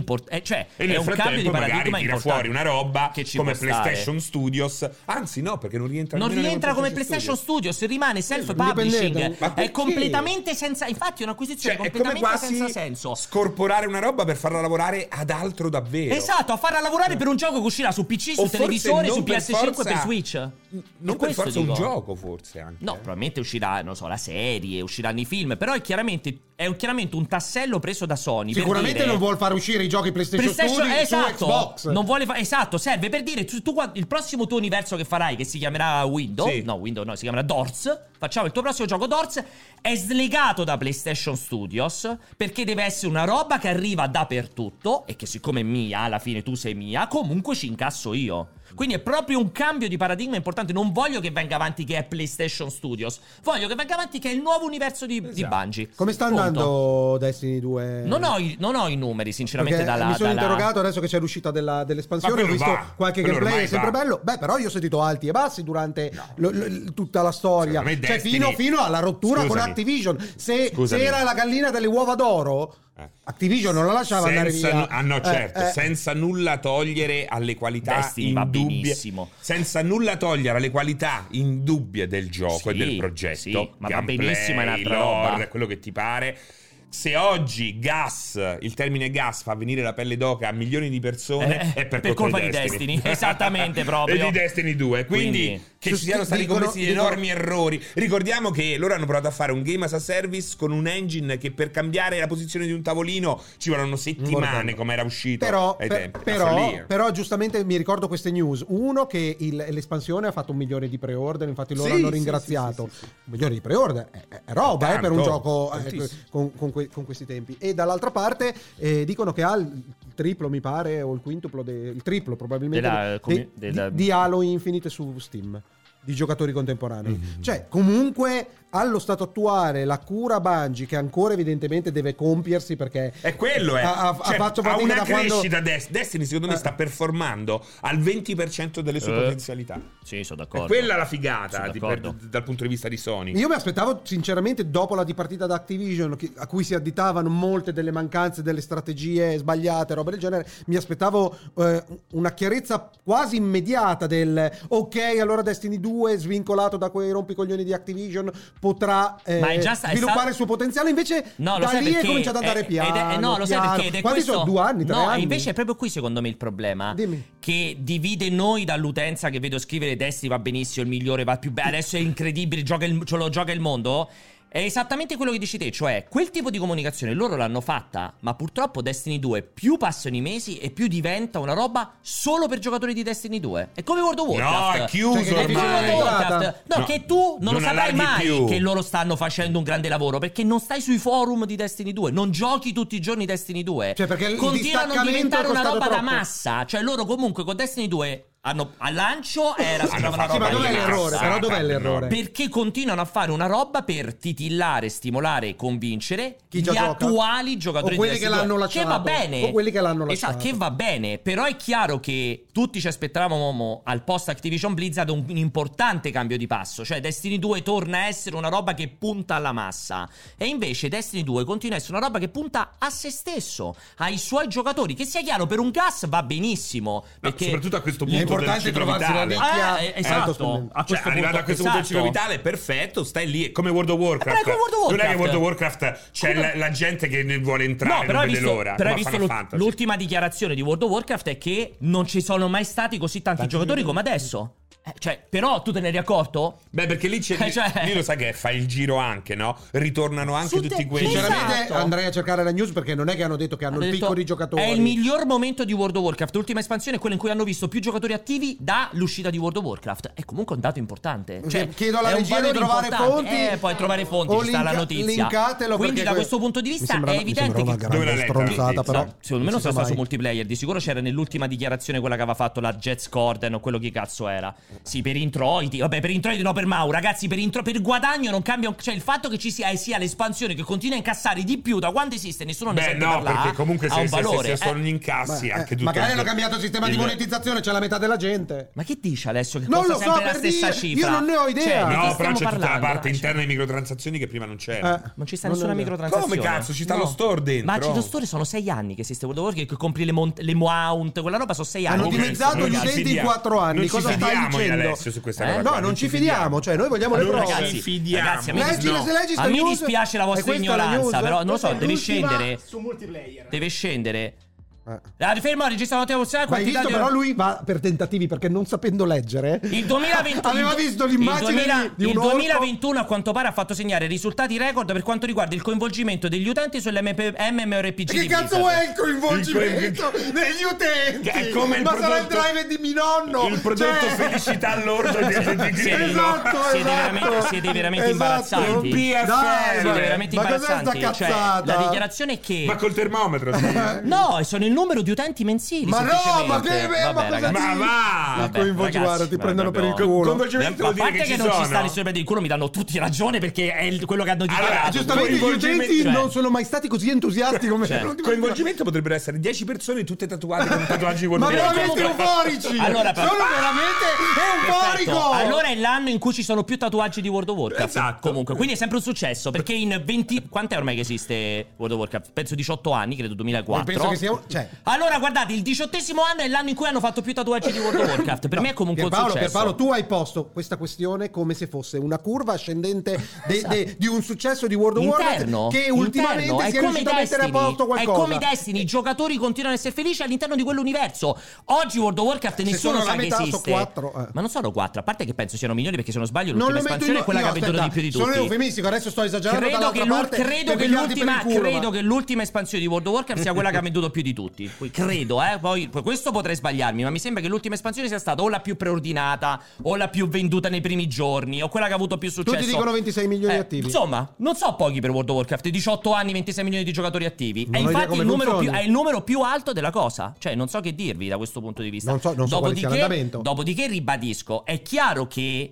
è un cambio di paradigma tira fuori una roba che ci come può PlayStation Studios. Anzi no, perché non rientra come PlayStation Studios, rimane self-publishing. È completamente senza, infatti è un'acquisizione completamente senza senso. Scorporare una roba per farla lavorare ad altro davvero. Esatto, a farla lavorare per un gioco che uscirà su PC, su televisore, su PS5 e per Switch. Non per forza un gioco, forse anche. No, probabilmente uscirà, non so, la serie, usciranno i film, però è chiaramente un tassello preso da Sony. Sicuramente per dire, non vuol far uscire i giochi PlayStation Studios su Xbox. Non vuole esatto, serve per dire tu il prossimo tuo universo che farai, che si chiamerà Windows, si chiamerà Doors. Facciamo il tuo prossimo gioco Doors, è slegato da PlayStation Studios perché deve essere una roba che arriva dappertutto e che siccome è mia, alla fine tu sei mia, comunque ci incasso io. Quindi è proprio un cambio di paradigma importante. Non voglio che venga avanti che è PlayStation Studios, voglio che venga avanti che è il nuovo universo di Bungie. Come sta andando Destiny 2? Non ho i numeri sinceramente. Mi sono interrogato adesso che c'è l'uscita dell'espansione, ho visto qualche gameplay, è sempre bello. Beh, però io ho sentito alti e bassi durante tutta la storia, cioè fino alla rottura con Activision. Se era la gallina delle uova d'oro, Activision non la lasciava andare via. Senza nulla togliere alle qualità Destiny indubbie, senza nulla togliere alle qualità indubbie del gioco e del progetto. Ma va benissimo, è un'altra roba. Quello che ti pare. Se oggi il termine gas fa venire la pelle d'oca a milioni di persone, è per colpa di Destiny. Esattamente, proprio. E di Destiny 2. Quindi che ci siano stati commessi enormi errori. Ricordiamo che loro hanno provato a fare un game as a service con un engine che per cambiare la posizione di un tavolino ci vogliono settimane, come era uscito ai tempi. Però giustamente mi ricordo queste news. Uno, che l'espansione ha fatto 1 milione di pre-order, infatti loro hanno ringraziato. 1 milione di pre-order è roba, per un gioco con questi tempi. E dall'altra parte dicono che ha il triplo, mi pare, o il quintuplo, il triplo probabilmente di Halo Infinite su Steam, di giocatori contemporanei. Cioè comunque allo stato attuale la cura Bungie, che ancora evidentemente deve compiersi, perché è quello ha fatto fatica una da crescita quando... Destiny secondo me sta performando al 20% delle sue potenzialità. Sì, sono d'accordo. È quella la figata dal punto di vista di Sony. Io mi aspettavo sinceramente, dopo la dipartita da Activision, a cui si additavano molte delle mancanze, delle strategie sbagliate, roba del genere, mi aspettavo una chiarezza quasi immediata del ok, allora Destiny 2 2 svincolato da quei rompicoglioni di Activision potrà sviluppare il suo potenziale, invece da lì è cominciato ad andare piano. Lo sai perché? Ed è quanti sono? 2 anni, 3 anni? Invece è proprio qui secondo me il problema. Dimmi. Che divide noi dall'utenza che vedo scrivere Destiny va benissimo, il migliore va più bene, adesso è incredibile, ce lo gioca il mondo. È esattamente quello che dici te, cioè quel tipo di comunicazione loro l'hanno fatta, ma purtroppo Destiny 2 più passano i mesi e più diventa una roba solo per giocatori di Destiny 2. È come World of Warcraft. No, è chiuso ormai. Che tu non saprai mai più che loro stanno facendo un grande lavoro, perché non stai sui forum di Destiny 2, non giochi tutti i giorni Destiny 2. Cioè, perché continuano a diventare una roba troppo da massa. Cioè loro comunque con Destiny 2 al lancio sembrava una roba. Ma dov'è l'errore? Però dov'è l'errore? Perché continuano a fare una roba per titillare, stimolare e convincere gli attuali giocatori o quelli che l'hanno lasciato, che va bene. O quelli che l'hanno lasciato. Esatto, che va bene. Però è chiaro che tutti ci aspettavamo al post Activision Blizzard un importante cambio di passo. Cioè Destiny 2 torna a essere una roba che punta alla massa. E invece Destiny 2 continua a essere una roba che punta a se stesso, ai suoi giocatori. Che sia chiaro, per un gas va benissimo. Perché soprattutto a questo punto importante trovarsi una nicchia. Esatto. Arrivato a questo punto del ciclo vitale, perfetto, stai lì, come World of Warcraft. Non è che World of Warcraft c'è la gente che ne vuole entrare, non vede l'ora. Però hai visto l'ultima dichiarazione di World of Warcraft è che non ci sono mai stati così tanti giocatori come adesso. Cioè, però tu te ne eri accorto? Beh, perché lì lì lo sai che fa il giro anche, no? Ritornano anche tutti quelli. Sinceramente andrei a cercare la news, perché non è che hanno detto che hanno il picco di giocatori. È il miglior momento di World of Warcraft. L'ultima espansione è quella in cui hanno visto più giocatori attivi dall'uscita di World of Warcraft. È comunque un dato importante. Cioè, chiedo alla regia di trovare fonti. Puoi trovare fonti, ci sta la notizia. Linkatelo. Quindi da questo punto di vista è evidente che dove l'hai letta? Però secondo me non sta su multiplayer. Di sicuro c'era nell'ultima dichiarazione quella che aveva fatto la Jets Corden o quello che cazzo era. Sì, per introiti. Vabbè, per introiti no, per Mau, ragazzi, per guadagno non cambia. Cioè il fatto che ci sia l'espansione che continua a incassare di più da quando esiste, nessuno ne sente parlare. Perché comunque ha un valore. Se sono gli incassi anche tutto. Magari hanno cambiato il sistema di monetizzazione, c'è la metà della gente. Ma che dici Alessio? Che non costa lo so, sempre la per stessa dire, cifra? io non ne ho idea. No, però c'è tutta la parte interna di microtransazioni che prima non c'era. Non ci sta nessuna microtransazione. Come cazzo? Ci sta lo store dentro. Ma lo store sono 6 anni che esiste World of Warcraft, che compri le mount, quella roba sono 6 anni. Hanno dimezzato gli utenti in 4 anni. Cosa stai dicendo? Alessio su questa roba? No, non ci fidiamo, cioè noi vogliamo le prove. Ragazzi, a me dispiace la vostra ignoranza, però non lo so, deve scendere. Su multiplayer. Deve scendere. Fermo, registrato ma hai visto, però lui va per tentativi, perché non sapendo leggere il 2021 aveva visto l'immagine di un il 2021 a quanto pare ha fatto segnare risultati record per quanto riguarda il coinvolgimento degli utenti sull'MMORPG. Che cazzo vuoi il coinvolgimento degli utenti? È come il sarà il driver di mio nonno, il prodotto felicità all'ordo di siete veramente imbarazzanti. Siete veramente imbarazzanti. Cioè, la dichiarazione è che ma col termometro no, sono il numero di utenti mensili. Ma no, ma che ma va! Guarda, ti prendono per il culo. A parte che non ci sta nessuno per il culo, mi danno tutti ragione, perché è quello che hanno dichiarato. Giustamente gli utenti non sono mai stati così entusiasti come coinvolgimento potrebbero essere 10 persone tutte tatuate con tatuaggi World of Warcraft. Ma veramente euforici! Allora, sono veramente euforico! Allora è l'anno in cui ci sono più tatuaggi di World of Warcraft. Esatto. Comunque, quindi è sempre un successo, perché in 20 quant'è ormai che esiste World of Warcraft? Penso 18 anni, credo 2004. Penso che sia allora guardate, il 18° anno è l'anno in cui hanno fatto più tatuaggi di World of Warcraft. Per me è comunque un successo. Pierpaolo, tu hai posto questa questione come se fosse una curva ascendente di un successo di World of Warcraft che ultimamente si è riuscito a mettere a posto qualcosa. È come Destiny, i giocatori continuano ad essere felici all'interno di quell'universo. Oggi World of Warcraft nessuno sa che esiste. 4, Ma non sono 4, a parte che penso siano milioni, perché se non sbaglio l'ultima espansione è quella che ha venduto di più di tutti. Sono eufemistico, adesso sto esagerando. Credo che l'ultima espansione di World of Warcraft sia quella che ha venduto più di tutti. Credo, poi questo potrei sbagliarmi, ma mi sembra che l'ultima espansione sia stata o la più preordinata o la più venduta nei primi giorni o quella che ha avuto più successo. Tutti dicono 26 milioni di attivi. Insomma, non so pochi per World of Warcraft, 18 anni, 26 milioni di giocatori attivi. E infatti è il numero più alto della cosa. Cioè, non so che dirvi da questo punto di vista. Non so quale sia l'andamento. Dopodiché ribadisco, è chiaro che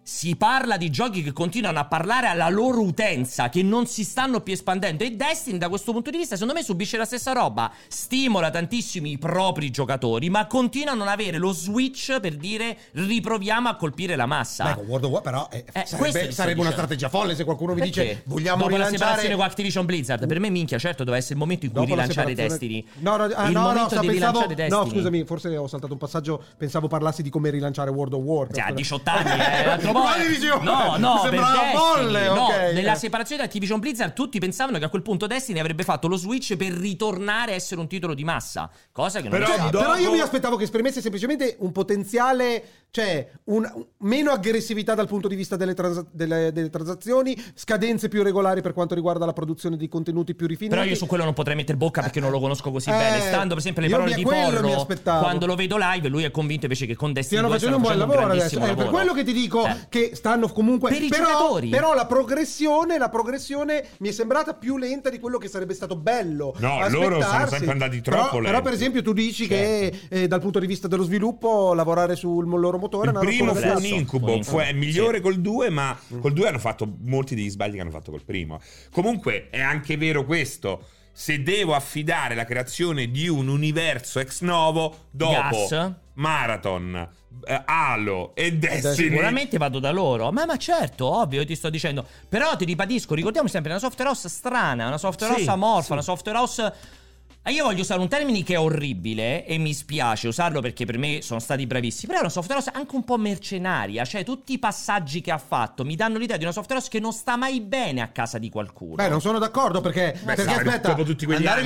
si parla di giochi che continuano a parlare alla loro utenza, che non si stanno più espandendo, e Destiny da questo punto di vista secondo me subisce la stessa roba. Stimola tantissimi i propri giocatori, ma continua a non avere lo switch per dire riproviamo a colpire la massa. Con World of War però sarebbe una strategia folle se qualcuno mi Perché? dice vogliamo dopo rilanciare... la separazione con Activision Blizzard, per me minchia, certo doveva essere il momento in cui Dopo la rilanciare separazione- Destiny. Rilanciare Destiny. No, scusami, forse ho saltato un passaggio, pensavo parlassi di come rilanciare World of War. Cioè, a 18 anni, l'altro po'. No, No, mi per sembrava Destiny. folle, No, ok. nella separazione da Activision Blizzard tutti pensavano che a quel punto Destiny avrebbe fatto lo switch per ritornare a essere un titolo di massa, cosa che non Però è stata. Però io mi aspettavo che esprimesse semplicemente un potenziale, cioè meno aggressività dal punto di vista delle transazioni, scadenze più regolari per quanto riguarda la produzione di contenuti più rifinati. Però io su quello non potrei mettere bocca perché non lo conosco così bene. Stando per esempio le parole di Porro, quando lo vedo live, lui è convinto invece che con Destiny stiano facendo un buon lavoro adesso. lavoro. Per quello che ti dico che stanno comunque per i giocatori. Però la progressione mi è sembrata più lenta di quello che sarebbe stato bello. No, loro sono sempre andati troppo lenti. Però per esempio tu dici che dal punto di vista dello sviluppo lavorare sul loro motore il primo fu un incubo, è migliore col 2, ma col 2 hanno fatto molti degli sbagli che hanno fatto col primo. Comunque è anche vero questo: se devo affidare la creazione di un universo ex novo dopo Marathon, Halo e Destiny, sicuramente vado da loro. Ma certo, ovvio, io ti sto dicendo. Però ti ribadisco, ricordiamo sempre una software house strana, una software house amorfa, una software house... Io voglio usare un termine che è orribile e mi spiace usarlo perché per me sono stati bravissimi, però è una software house anche un po' mercenaria, cioè tutti i passaggi che ha fatto mi danno l'idea di una software house che non sta mai bene a casa di qualcuno. Non sono d'accordo perché aspetta, dopo tutti quegli anni,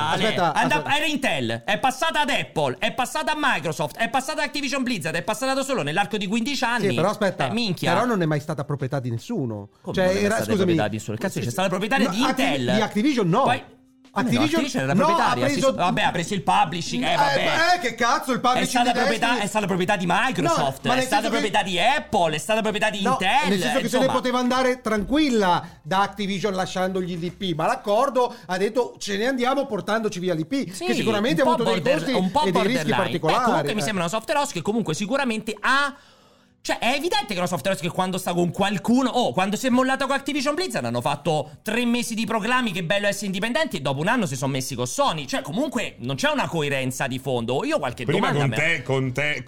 era Intel, è passata ad Apple, è passata a Microsoft, è passata ad Activision Blizzard, è passata solo nell'arco di 15 anni. Sì, però aspetta, minchia. però non è mai stata proprietà di nessuno. Come non è stata proprietà di nessuno? Cazzo, c'è stata proprietaria di Intel. Di Activision no. Poi, Activision era proprietaria. Ha preso il publishing. Che cazzo, il publishing è stata proprietà di Microsoft, è stata proprietà di Apple, è stata proprietà di Intel. Nel senso che se ne poteva andare tranquilla da Activision lasciandogli l'IP, ma l'accordo ha detto ce ne andiamo portandoci via l'IP, che sicuramente ha avuto dei costi e dei rischi particolari. Comunque mi sembra una software house che comunque sicuramente ha... Cioè è evidente che è una software house che quando sta con qualcuno, quando si è mollata con Activision Blizzard hanno fatto 3 mesi di proclami che bello essere indipendenti e dopo un anno si sono messi con Sony. Cioè comunque non c'è una coerenza di fondo. Io qualche prima domanda con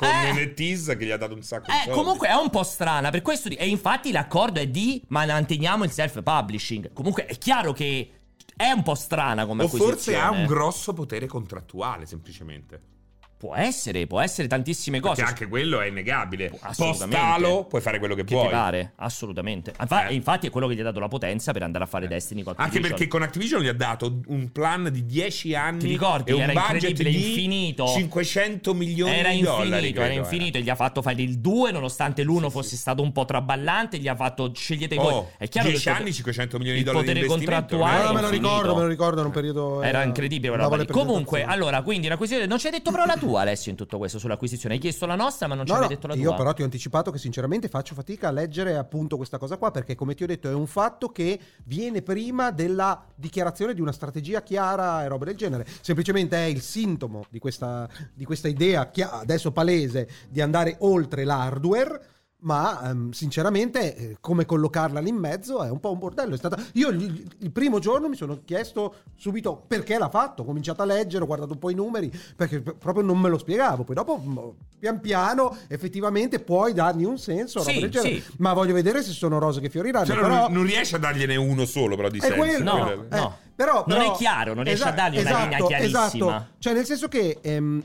NetEase che gli ha dato un sacco di soldi. Comunque è un po' strana per questo e infatti l'accordo è ma manteniamo il self-publishing. Comunque è chiaro che è un po' strana come acquisizione. O forse ha un grosso potere contrattuale semplicemente. Può essere tantissime cose. Perché anche quello è innegabile. Assolutamente. Post-Halo puoi fare quello che vuoi. Ti pare, assolutamente. Infatti è quello che gli ha dato la potenza per andare a fare Destiny con Activision. Anche perché con Activision gli ha dato un plan di 10 anni. Ti ricordi? E un era budget incredibile, di $500 milioni era di dollari. Era infinito. E gli ha fatto fare il 2, nonostante l'1 fosse stato un po' traballante. Gli ha fatto scegliete voi. È chiaro 10 anni, $500 milioni di dollari. Il potere contrattuale. Me lo ricordo. In un periodo. Era incredibile. Comunque, allora, quindi una questione. Non ci hai detto però la tua, Alessio, in tutto questo. Sull'acquisizione hai chiesto la nostra ma non ci hai detto la tua. Io però ti ho anticipato che sinceramente faccio fatica a leggere appunto questa cosa qua, perché come ti ho detto è un fatto che viene prima della dichiarazione di una strategia chiara e roba del genere. Semplicemente è il sintomo di questa idea adesso palese di andare oltre l'hardware. Ma sinceramente come collocarla lì in mezzo è un po' un bordello. Io il primo giorno mi sono chiesto subito perché l'ha fatto, ho cominciato a leggere, ho guardato un po' i numeri perché proprio non me lo spiegavo. Poi dopo pian piano effettivamente puoi dargli un senso, roba del genere. Sì. Ma voglio vedere se sono rose che fioriranno. Cioè, però non riesce a dargliene uno solo però di senso. No. Però non è chiaro, non riesce a dargli una linea chiarissima. Esatto. Cioè nel senso che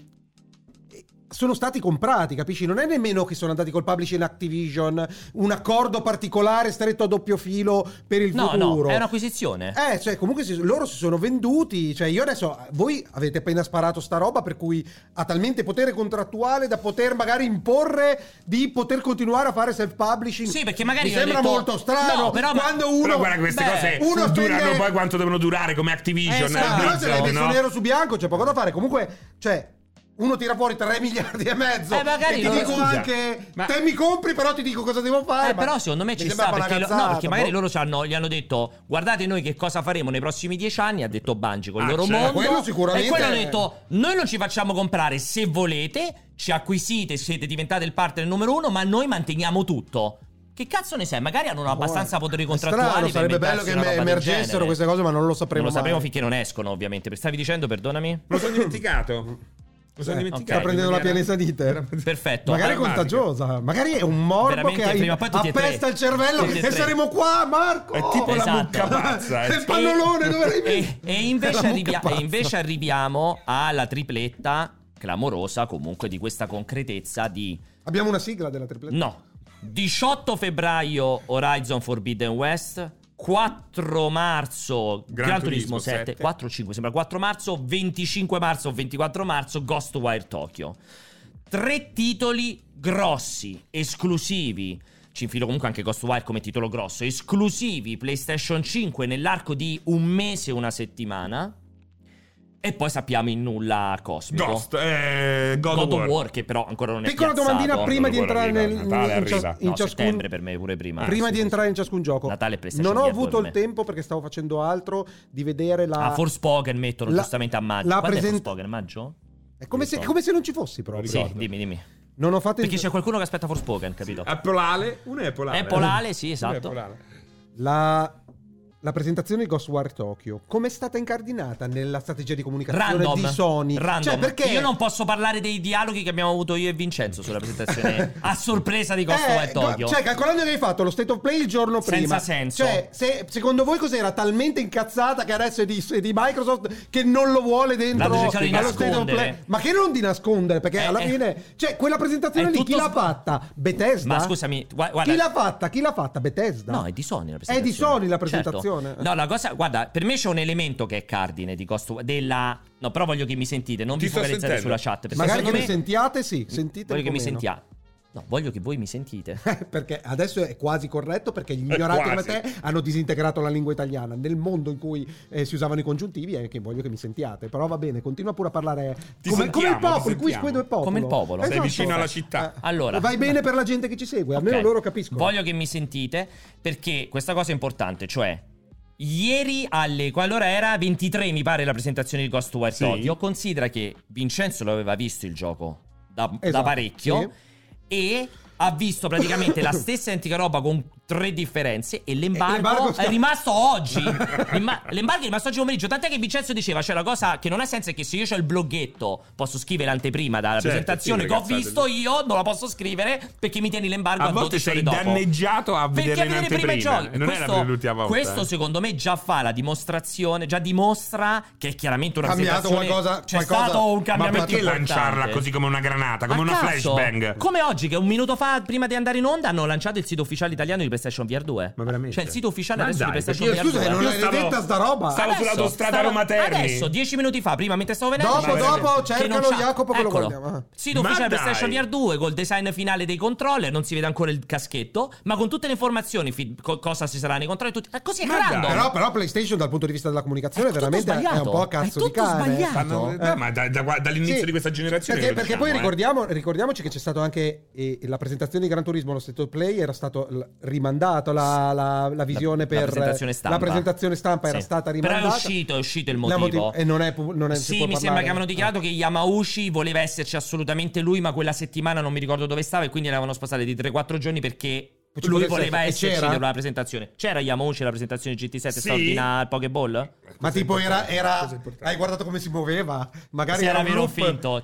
sono stati comprati, capisci? Non è nemmeno che sono andati col publishing Activision, un accordo particolare stretto a doppio filo per il futuro. No, è un'acquisizione. Cioè comunque loro si sono venduti. Cioè io adesso, voi avete appena sparato sta roba per cui ha talmente potere contrattuale da poter magari imporre di poter continuare a fare self-publishing. Sì, perché magari mi sembra molto strano. Però guarda, queste cose durano poi quanto devono durare, come Activision. Però se l'hai messo nero su bianco c'è poco da fare. Comunque, cioè uno tira fuori 3 miliardi e mezzo e ti dico anche te mi compri, però ti dico cosa devo fare. Però secondo me ci sta perché magari loro gli hanno detto guardate noi che cosa faremo nei prossimi 10 anni, ha detto Bungie con il loro mondo, quello sicuramente. E quello hanno detto noi non ci facciamo comprare, se volete ci acquisite, siete diventate il partner numero 1, ma noi manteniamo tutto. Che cazzo ne sai? Magari hanno abbastanza poteri È contrattuali. strano, per sarebbe bello che inventarsi una roba del emergessero genere. queste cose, ma non lo sapremo Non lo sapremo mai. finché non escono, ovviamente. Stavi dicendo, perdonami? Me lo sono dimenticato. Sta prendendo la pianesadite. Perfetto. Magari è Allora, contagiosa. Magari è un morbo Veramente, che prima o poi tutti e tre. appesta il cervello Tutti e e tre. saremo qua, Marco. È tipo la Esatto. mucca pazza. Il pannolone dove l'hai messo? E invece, La mucca pazza. arriviamo alla tripletta clamorosa comunque di questa concretezza di... Abbiamo una sigla della tripletta? No. 18 febbraio Horizon Forbidden West, 4 marzo Gran Turismo 7, 4-5 sembra 4 marzo, 25 marzo o 24 marzo Ghostwire Tokyo. 3 titoli grossi, esclusivi. Ci infilo comunque anche Ghostwire come titolo grosso. Esclusivi PlayStation 5 nell'arco di un mese, una settimana. E poi sappiamo il nulla cosmico. God of War. Che però ancora non è Piccola piazzato. domandina prima di God of War entrare arriva, Natale arriva. in No, ciascun... settembre per me pure prima. Prima Sì, di sì, entrare sì. in ciascun gioco. Natale e PlayStation Non ho 4 avuto per il me. tempo perché stavo facendo altro di vedere la... Forspoken mettono la- giustamente a maggio. la Quando è present- Forspoken? Maggio? È come se non ci fossi proprio. Sì, dimmi. Non ho fatto Perché c'è qualcuno che aspetta Forspoken, capito? È polale, uno è polale. È polare, sì, Uno è esatto. polale. La presentazione di Ghostwire Tokyo come è stata incardinata nella strategia di comunicazione Random. di Sony? Random. Cioè, perché Io non posso parlare dei dialoghi che abbiamo avuto io e Vincenzo sulla presentazione a sorpresa di Ghostwire Tokyo. Cioè, calcolando che hai fatto lo State of Play il giorno Senza prima. senso. Cioè, secondo voi cos'era? Talmente incazzata che adesso è di Microsoft che non lo vuole dentro L'hanno cercato di allo State of nascondere. Play. Ma che non di nascondere? Perché alla fine, cioè, quella presentazione è lì tutto chi l'ha fatta? Bethesda? Ma scusami, guarda. Chi l'ha fatta? Chi l'ha fatta? Bethesda? No, è di Sony la È presentazione. di Sony la Certo. presentazione. No, la cosa, guarda, per me c'è un elemento che è cardine di Ghostwire no, però voglio che mi sentite, non Ti vi sto focalizzate sentendo. sulla chat, perché Magari che secondo mi me sentiate, sì, sentite voglio che un mi po' meno. sentiate. No, voglio che voi mi sentite. Perché adesso è quasi corretto perché gli ignoranti come quasi. te hanno disintegrato la lingua italiana. Nel mondo in cui si usavano i congiuntivi è che voglio che mi sentiate. Però va bene, continua pure a parlare come il popolo, il quiz sentiamo. come il popolo. Come il popolo. Sei Esatto. vicino alla città. Allora, Vai bene per la gente che ci segue, almeno ok. loro capiscono. Voglio che mi sentite perché questa cosa è importante, cioè ieri allora era 23 mi pare la presentazione di Ghostwire Sì. Tokyo. Considera che Vincenzo lo aveva visto il gioco da Esatto, parecchio sì. e ha visto praticamente la stessa identica roba con 3 differenze e l'embargo sta- è rimasto oggi. L'embargo è rimasto oggi pomeriggio. Tant'è che Vincenzo diceva, cioè la cosa che non ha senso è che se io ho il bloghetto posso scrivere l'anteprima dalla Certo, presentazione sì, che ho ragazzate. visto io, non la posso scrivere perché mi tieni l'embargo A a volte 12 sei ore dopo. danneggiato a Perché vedere in vedere prima i anteprima. giochi. Non era l'ultima volta. Questo secondo me già fa la dimostrazione, già dimostra che è chiaramente una Cambiato presentazione. qualcosa- C'è qualcosa- stato un Ma cambiamento perché importante. lanciarla così come una granata, come A una caso, flashbang? Come oggi che un minuto fa prima di andare in onda hanno lanciato il sito ufficiale italiano di PlayStation VR 2. Ma veramente? Cioè il sito ufficiale Ma adesso dai, di PlayStation perché VR 2. Scusa, non Io l'hai stavo- detta sta roba? stavo Adesso, sull'autostrada Roma Terni. Adesso 10 minuti fa, prima mentre stavo venendo. Dopo, c'è- dopo, che cercalo, non c'ha- Jacopo, che lo Eccolo. guardiamo. Sito Ma ufficiale dai. PlayStation VR 2 col design finale dei controller, non si vede ancora il caschetto, ma con tutte le informazioni, cosa si sarà nei controlli, tutti. Così è Ma random. dai. Però PlayStation dal punto di vista della comunicazione È tutto veramente è un sbagliato. po' a cazzo È di tutto cane. sbagliato. No, ma dall'inizio Sì, di questa generazione perché, lo perché poi diciamo, ricordiamoci che c'è stato anche la presentazione di Gran Turismo allo State of Play era stato rimandato la visione La per presentazione stampa. la presentazione stampa era Sì. stata Però rimandata. è uscito il La motivo. e non è si Sì, può mi parlare. sembra che avevano dichiarato che Yamauchi voleva esserci assolutamente lui, ma quella settimana non mi ricordo dove stava e quindi l'avevano spostato di 3-4 giorni perché Ci lui potesse voleva essere. E esserci c'era? nella presentazione. C'era Yamauchi alla presentazione GT7 Sì. straordinaria al Pokéball? Ma tipo cosa era importante. hai guardato come si muoveva? Magari Se era un vero o loop. finto.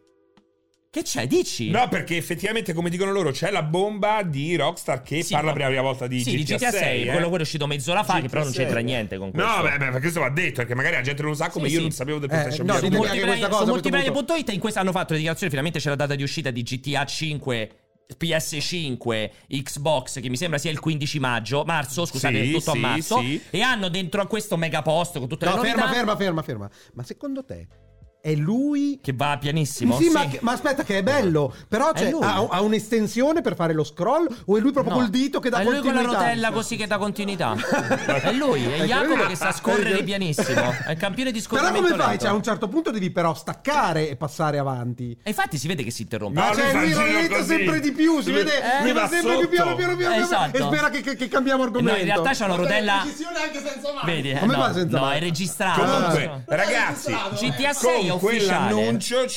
Che c'è? Dici? No, perché effettivamente, come dicono loro, c'è la bomba di Rockstar che Sì, parla ma- per la prima volta di Sì, di GTA 6, quello è uscito mezz'ora fa, che però non GTA 6. c'entra niente con questo. No, beh, perché questo va detto, perché magari la gente non lo sa come Sì, io sì. non sapevo del no, PlayStation ditemi VR. anche questa cosa, Su a questo multiplayer.it in questo hanno fatto le dichiarazioni, finalmente c'è la data di uscita di GTA 5, PS5, Xbox, che mi sembra sia il 15 marzo, scusate, Sì, tutto a sì, marzo, sì. e hanno dentro a questo mega post con tutte le No, novità ferma. Ma secondo te è lui che va pianissimo. Sì, ma aspetta che è bello. Però È lui. ha un'estensione per fare lo scroll o è lui proprio No, col dito che dà è lui con continuità? la rotella così che dà continuità. È lui, è Jacopo che sa scorrere pianissimo. È il campione di Però scorrimento come fai? lento. Cioè, a un certo punto devi però staccare e passare avanti. E infatti si vede che si interrompe. No, Cioè, lui fa lui il giro rallenta così. sempre di più, si Lui- vede lui va va sempre più sotto. piano Esatto. e spera che cambiamo argomento. No, in realtà c'è una rotella. Decisione anche senza mano. Vedi, Come no, fa senza no, mano? è registrato. Comunque, ragazzi, GTA 6 è quell'annuncio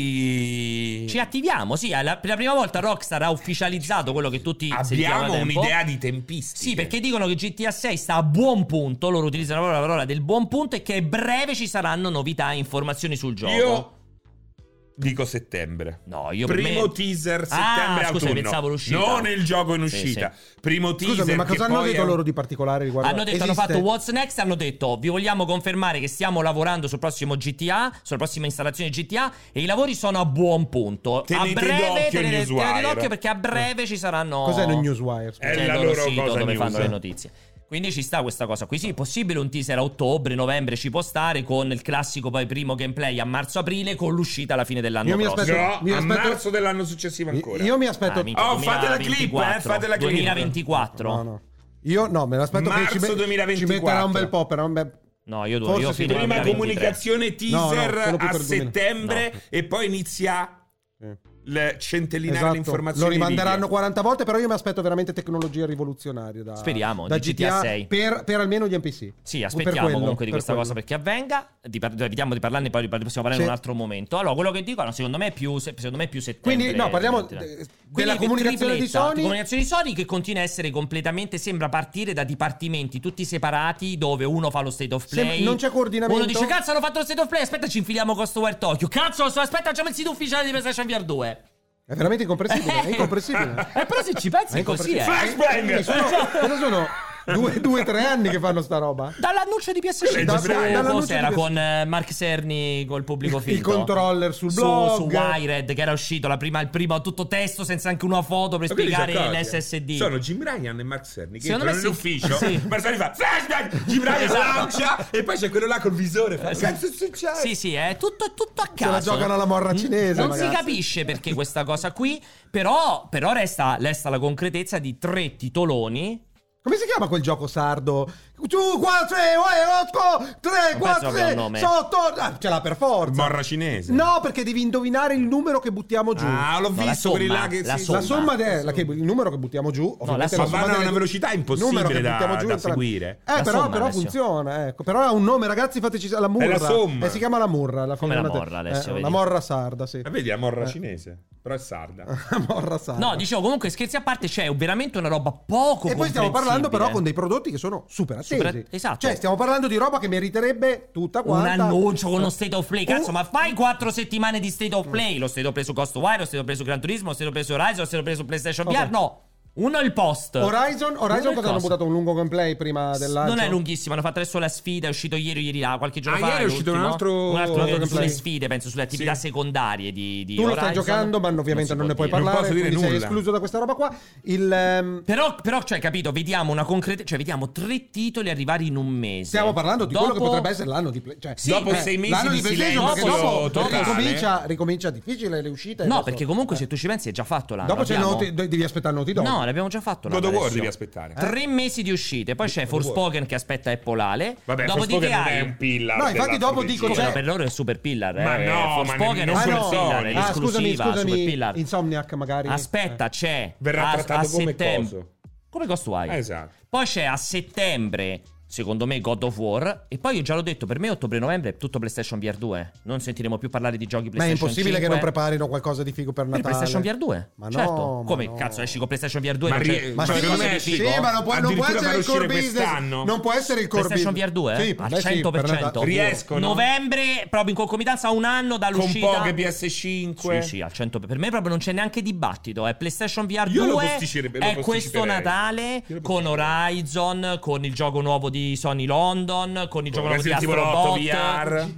ci attiviamo. Sì, per la prima volta Rockstar ha ufficializzato quello che tutti abbiamo un'idea di tempistiche. Sì, perché dicono che GTA 6 sta a buon punto. Loro utilizzano proprio la parola del buon punto, e che a breve ci saranno novità e informazioni sul gioco. Io dico settembre. No, io primo teaser settembre scusa, autunno. pensavo l'uscita. Non il gioco in uscita. Primo teaser. Scusami, ma cosa hanno detto loro di particolare riguardo? Hanno fatto What's Next, hanno detto vi vogliamo confermare che stiamo lavorando sul prossimo GTA, sulla prossima installazione GTA, e i lavori sono a buon punto. Tenete a breve tenete d'occhio, perché a breve ci saranno. Cos'è il Newswire? È la loro sito cosa dove news. fanno le notizie. Quindi ci sta questa cosa qui. Sì, possibile un teaser a ottobre, novembre ci può stare, con il classico poi primo gameplay a marzo-aprile, con l'uscita alla fine dell'anno prossimo. No, a marzo dell'anno successivo ancora. Io mi aspetto... fate la clip, fate la clip. 2024. No. Io no, me l'aspetto marzo che 2024. ci metterà un bel po', però un bel... No, io Forse fino al Prima 2023. comunicazione teaser più a per 2000. settembre e poi inizia centellinare Esatto. le informazioni. Lo rimanderanno 40 volte, però io mi aspetto veramente tecnologia rivoluzionaria da, Speriamo, da di GTA 6. per almeno gli NPC. Sì, aspettiamo comunque di questa cosa perché avvenga. Evitiamo di parlarne, poi possiamo parlare in un altro momento. Allora, quello che dicono secondo me è più settembre. Quindi no, parliamo della comunicazione di Sony. Comunicazione di Sony che continua a essere completamente, sembra partire da dipartimenti tutti separati, dove uno fa lo state of play. Non c'è coordinamento. Uno dice cazzo hanno fatto lo state of play, aspetta ci infiliamo Ghostwire Tokyo. Cazzo, aspetta facciamo il sito ufficiale di PlayStation VR 2. È veramente incomprensibile, è incomprensibile. Però se ci pensi è così, Flashbang! Sono 2-3 anni che fanno sta roba. Dall'annuncio di PS5 cos'era con Mark Cerny col pubblico finto, il controller sul blog su Wired, che era uscito il primo tutto testo senza anche una foto per spiegare l'SSD. Sono Jim Ryan e Mark Cerny che Secondo entrano me nell'ufficio. sì. Mark Cerny fa flashbang, Jim Ryan lancia e poi c'è quello là col visore. Fa, cazzo succede? Sì, è tutto a caso. Se la giocano alla morra cinese. Non ragazzi. si capisce perché questa cosa qui, però resta la concretezza di 3 titoloni. Come si chiama quel gioco sardo? 2, 4, 3, 4, 3, sotto. Ce l'ha per forza. Morra cinese. No, perché devi indovinare il numero che buttiamo giù. Ah, l'ho visto quelli là che la somma è il numero che buttiamo giù. Ma vanno a una velocità impossibile da seguire. Però funziona. Ecco. Però ha un nome, ragazzi, fateci la murra. È la somma. Si chiama la murra. Come la morra, Alessio. La morra sarda, sì. Vedi, la morra cinese. Però è sarda. Morra sarda. No, dicevo, comunque, scherzi a parte, c'è veramente una roba poco. E poi stiamo parlando, però, con dei prodotti che sono super attesi. Esatto. Cioè, stiamo parlando di roba che meriterebbe tutta quanta. Un annuncio con uno state of play. Cazzo, ma fai 4 settimane di state of play. Lo state of play su Ghostwire, lo state of play su Gran Turismo, lo state of play su Horizon, lo state of play su PlayStation VR. No. Uno è il post. Horizon cosa hanno buttato un lungo gameplay prima del lancio? Non è lunghissimo, hanno fatto adesso la sfida, è uscito ieri là, qualche giorno fa. Ieri è uscito un altro gameplay sulle sfide, penso sulle attività secondarie di tu Horizon. Lo stai giocando, ma ovviamente non ne puoi parlare, non posso dire nulla. Sei escluso da questa roba qua. Però cioè, capito, vediamo una concreta, cioè vediamo 3 titoli arrivare in un mese. Stiamo parlando di quello che potrebbe essere l'anno di play, cioè, dopo 6 mesi di silenzio dopo ricomincia difficile le uscite. No, perché comunque se tu ci pensi è già fatto l'anno. Dopo devi aspettare Naughty Dog. No, l'abbiamo già fatto l'anno. God of War devi aspettare 3 mesi di uscite. Poi c'è Forspoken che aspetta Apple Ale. Vabbè, Forspoken non è un pillar. No, infatti dopo dico per loro è super pillar. Ma no, Forspoken è un super pillar, è l'esclusiva, super pillar. Insomniac magari. Aspetta, c'è verrà trattato come settembre. Come Ghostwire. Esatto. Poi c'è a settembre, secondo me, God of War. E poi io già l'ho detto, per me ottobre-novembre è tutto PlayStation VR 2. Non sentiremo più parlare di giochi PlayStation 5. Ma è impossibile che non preparino qualcosa di figo per Natale. Per PlayStation VR 2? Ma certo. no, Come cazzo esci con PlayStation VR 2? Ma secondo me sì, ma non può essere il core business. Non può essere il core business. PlayStation VR 2? Sì, al 100%. Riescono. Novembre, proprio in concomitanza a un anno dall'uscita. Con poche PS5. Sì, al 100%. Per me proprio non c'è neanche dibattito. È PlayStation VR 2. Io lo posticiperei. È questo Natale con Horizon, con il gioco nuovo di Sony London, con il gioco nuovo di Astrobot VR,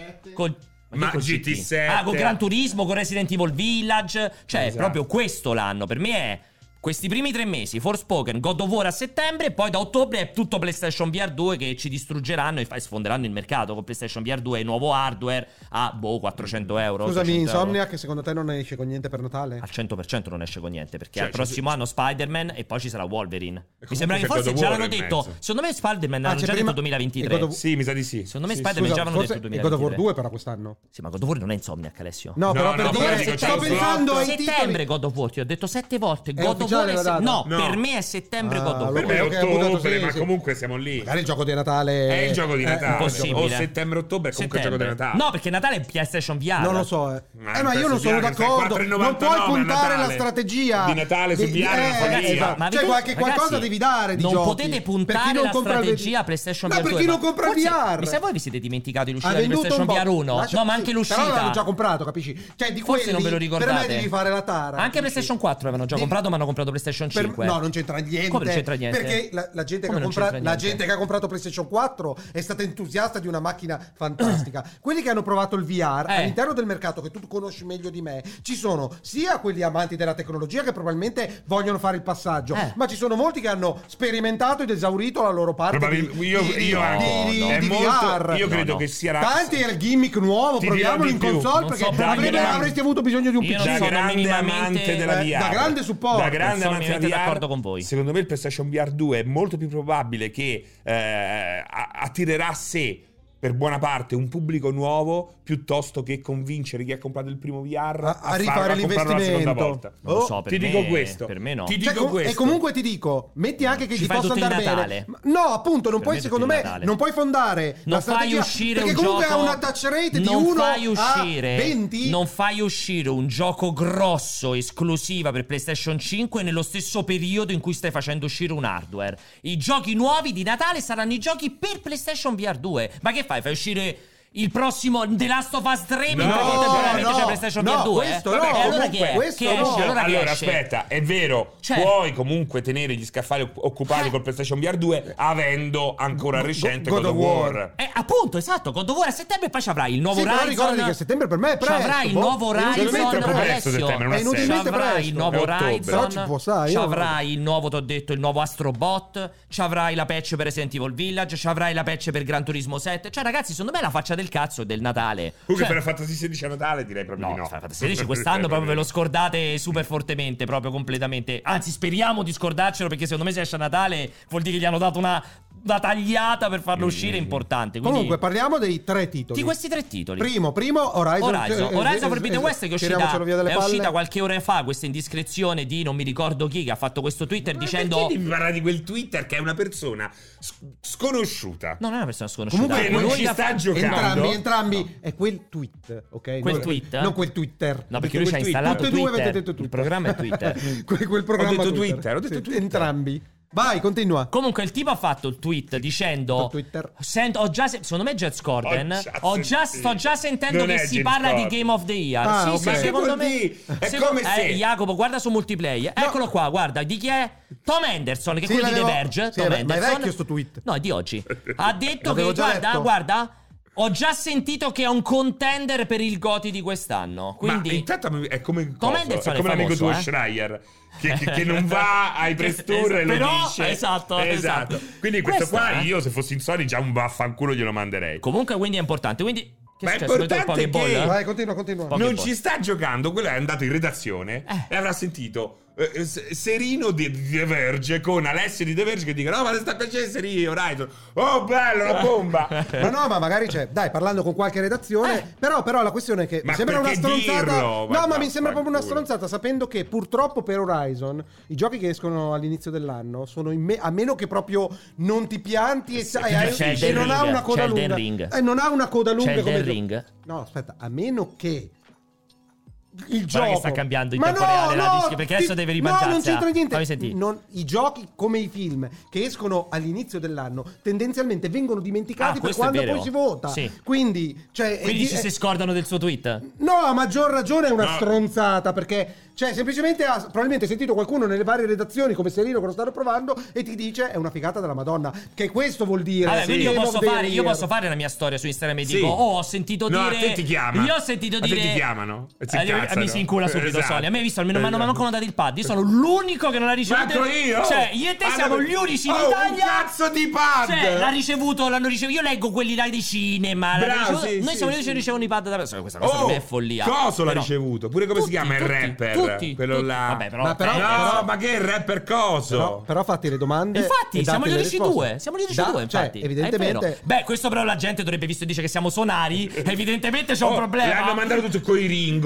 GT7, con Gran Turismo, con Resident Evil Village. Cioè, è proprio questo l'anno. Per me è questi primi 3 mesi, Forspoken, God of War a settembre, e poi da ottobre è tutto PlayStation VR 2 che ci distruggeranno e sfonderanno il mercato con PlayStation VR 2 e nuovo hardware a €400. Scusami, Insomniac, che secondo te non esce con niente per Natale? Al 100% non esce con niente, perché al prossimo anno Spider-Man e poi ci sarà Wolverine. Mi sembra che forse già l'hanno detto. Secondo me Spider-Man hanno già detto 2023. Sì, mi sa di sì. Secondo me Spider-Man già avevano detto 2023. God of War 2 però quest'anno. Sì, ma God of War non è Insomniac, Alessio. No, però per dire, sto pensando ai titoli. Settembre God of War, ti ho detto 7 volte God of ufficiale la data? No, No. per me è settembre God of Per War. me è Quello che ha votato, ottobre, sì, ma sì. comunque siamo lì. Magari il gioco di Natale È il gioco di Natale. impossibile. O settembre-ottobre è comunque il gioco di Natale. No, perché Natale è PlayStation VR. Non lo so, ma io non sono PlayStation d'accordo. VR, Non puoi 4,99 puntare a la Natale. strategia Di Natale su VR è una follia. esatto. Ma Cioè, avete- qualcosa ragazzi, devi dare di non giochi. potete Per chi puntare non la compra il strategia VR. PlayStation No, VR 2. per chi non compra il Forse- VR. Mi sa voi vi siete dimenticati l'uscita Ha di venduto PlayStation un VR po'. 1? Lascia- No, ma anche sì, l'uscita. Però l'hanno già comprato, capisci? Cioè, di Forse quelli, non ve lo ricordate. Per me devi fare la tara. Anche capisci? PlayStation 4 avevano già comprato, ma hanno comprato PlayStation 5. No, non c'entra niente. Come non c'entra niente? Perché la gente, Come che ha non c'entra la niente? gente che ha comprato PlayStation 4 è stata entusiasta di una macchina fantastica. Quelli che hanno provato il VR all'interno del mercato, che tu conosci meglio di me, ci sono sia quelli amanti della tecnologia che probabilmente vogliono fare il passaggio, ma ci sono molti che hanno sperimentato ed esaurito la loro parte Io anche. di È molto- VR. io credo che sia Tanti è il gimmick nuovo, Ti proviamolo dirò in di più. console Non perché so minimamente- avresti avuto bisogno di un Io non PC. da sono grande minimamente- amante della VR, da grande supporto. da grande sono amante della minimamente VR, d'accordo con voi. secondo me il PlayStation VR 2 è molto più probabile che attirerà a sé per buona parte un pubblico nuovo piuttosto che convincere chi ha comprato il primo VR a rifare a comprarlo la seconda l'investimento. volta. Non lo so, per ti me- dico questo. per me no. Ti Cioè, dico questo. e comunque ti dico, metti anche che Ci gli fai possa tutto il andare Natale. bene. No, appunto, non Per puoi, me secondo tutto il me, Natale. non puoi fondare Non la strategia, fai uscire perché un comunque gioco. ha una touch rate di non 1 fai a uscire 20. Non fai uscire un gioco grosso esclusiva per PlayStation 5 nello stesso periodo in cui stai facendo uscire un hardware. I giochi nuovi di Natale saranno i giochi per PlayStation VR 2. Ma che fai? Fai uscire il prossimo The Last of Us 3 mentre contemporaneamente c'è PlayStation VR 2? questo Vabbè, no, E allora comunque, che è? questo Che no. esce? Allora che esce? Aspetta, è vero, Cioè- puoi comunque tenere gli scaffali occupati col PlayStation VR 2 avendo ancora recente God of War. Appunto, esatto, God of War a settembre e poi ci avrai il nuovo Sì, però Horizon. ricordati che a settembre per me è presto. C'avrai il nuovo Inutilmente Horizon, Secondo me è troppo presto, Alessio. settembre, non È ha senso. inutilmente C'avrai presto. il nuovo È ottobre. Horizon. Però ci può stare, io- C'avrai il nuovo, t'ho detto, il nuovo Astrobot. C'avrai la patch per Resident Evil Village. C'avrai la patch per Gran Turismo 7. Cioè, ragazzi, secondo me la faccia del cazzo è del Natale. Comunque Cioè, per Fantasy 16 a Natale direi proprio di no, no. Final Fantasy 16 quest'anno proprio ve lo scordate super fortemente, proprio completamente. Anzi, speriamo di scordarcelo perché secondo me se esce a Natale vuol dire che gli hanno dato una tagliata per farlo uscire importante. Quindi, Comunque parliamo dei 3 titoli. di questi 3 titoli. Primo Horizon Forbidden West che tiriamocelo via dalle è palle. uscita qualche ora fa questa indiscrezione di non mi ricordo chi che ha fatto questo Twitter dicendo Perché devi parlare di quel Twitter che è una persona sconosciuta? no, non è una persona sconosciuta. Comunque non Lui ci ha sta fa- giocando. Entrambi è quel tweet, ok? Quel non, tweet? non quel Twitter. No, perché lui ci ha installato Tutte e due Twitter. avete detto Twitter. Il programma è Twitter. quel programma Ho detto Twitter. Sì, entrambi. Vai, continua. Comunque il tipo ha fatto il tweet dicendo Twitter. ho già secondo me Jez Corden sto sentito. già sentendo Non che è si James parla Corden. di Game of the Year. Ah, sì, ok. sì, Ma che secondo vuol me dire? È come se- Jacopo, guarda su multiplayer. Eccolo qua, guarda, di chi è? Tom Anderson, che è Sì, quello di The l'avevo- Verge. sì, Tom ma è Anderson. vecchio sto tweet. No, è di oggi. Ha detto L'avevo che già letto. guarda, ho già sentito che è un contender per il Goti di quest'anno. Quindi Ma intanto è come Tom coso, Anderson è è come l'amico famoso, tuo Schreier che non va ai press tour e lo Però, dice. esatto. Quindi questo Questa, qua io se fossi in Sony già un vaffanculo glielo manderei. Comunque quindi è importante. Quindi che Ma è è successo? Avete un importante Pokéball? che- Vai, continua. Poche Non bolle. ci sta giocando, quello è andato in redazione e avrà sentito Serino di The Verge con Alessio di The Verge che dicono: no, ma le sta piacendo Serino Horizon. Oh, bello, una bomba. Ma magari c'è, dai, parlando con qualche redazione, però la questione è che Ma mi sembra una perché stronzata. dirlo? No, ma Ma mi sembra proprio una vaffanculo. stronzata, sapendo che purtroppo per Horizon i giochi che escono all'inizio dell'anno sono a meno che proprio non ti pianti e C'è e non ha una coda Elden lunga. Ring. Non ha una coda lunga C'è come Elden Ring. No, aspetta, a meno che il Guarda gioco che sta cambiando in Ma tempo no, reale la no, dischi, perché adesso deve rimangiarsi. No, non c'entra niente. Fammi sentire. I giochi come i film che escono all'inizio dell'anno tendenzialmente vengono dimenticati per questo è quando vero. poi si vota. Sì. Quindi, cioè, Quindi ci si scordano del suo tweet. no, a maggior ragione è una No. stronzata perché, cioè, semplicemente ha probabilmente sentito qualcuno nelle varie redazioni come Serino che lo stanno provando e ti dice è una figata della Madonna. Che questo vuol dire. Vabbè, quindi Game of the io Year. posso fare la mia storia su Instagram e Sì. dico: oh, ho sentito No, dire. a te ti chiama. Io ho sentito A te dire. ti chiamano e si mi incazzano. si incula subito Esatto. Sony. A me hai visto almeno Esatto. manco dato il pad. Io sono l'unico che non ha ricevuto. Manco io. Cioè, io e te siamo gli unici in Oh, Italia. un cazzo di pad. Cioè, l'hanno ricevuto. Io leggo quelli là di cinema. l'hanno Bravo, ricevuto. sì, Noi sì, siamo gli unici sì. che ricevono i pad da persona. Questa cosa Oh, per me è follia. Coso l'ha Però- ricevuto. Pure come si tutti, chiama il tutti, rapper? tutti, Quello tutti. là. Vabbè, però. Ma però- No, ma che rapper coso? Però fatti le domande. Infatti, e siamo date gli le unici risposte. due. Siamo gli unici due, Cioè, infatti. È evidentemente. vero. Beh, questo però la gente dovrebbe, visto che dice che siamo sonari, evidentemente c'è un problema. L'hanno mandato tutto coi Ringo. E Tutti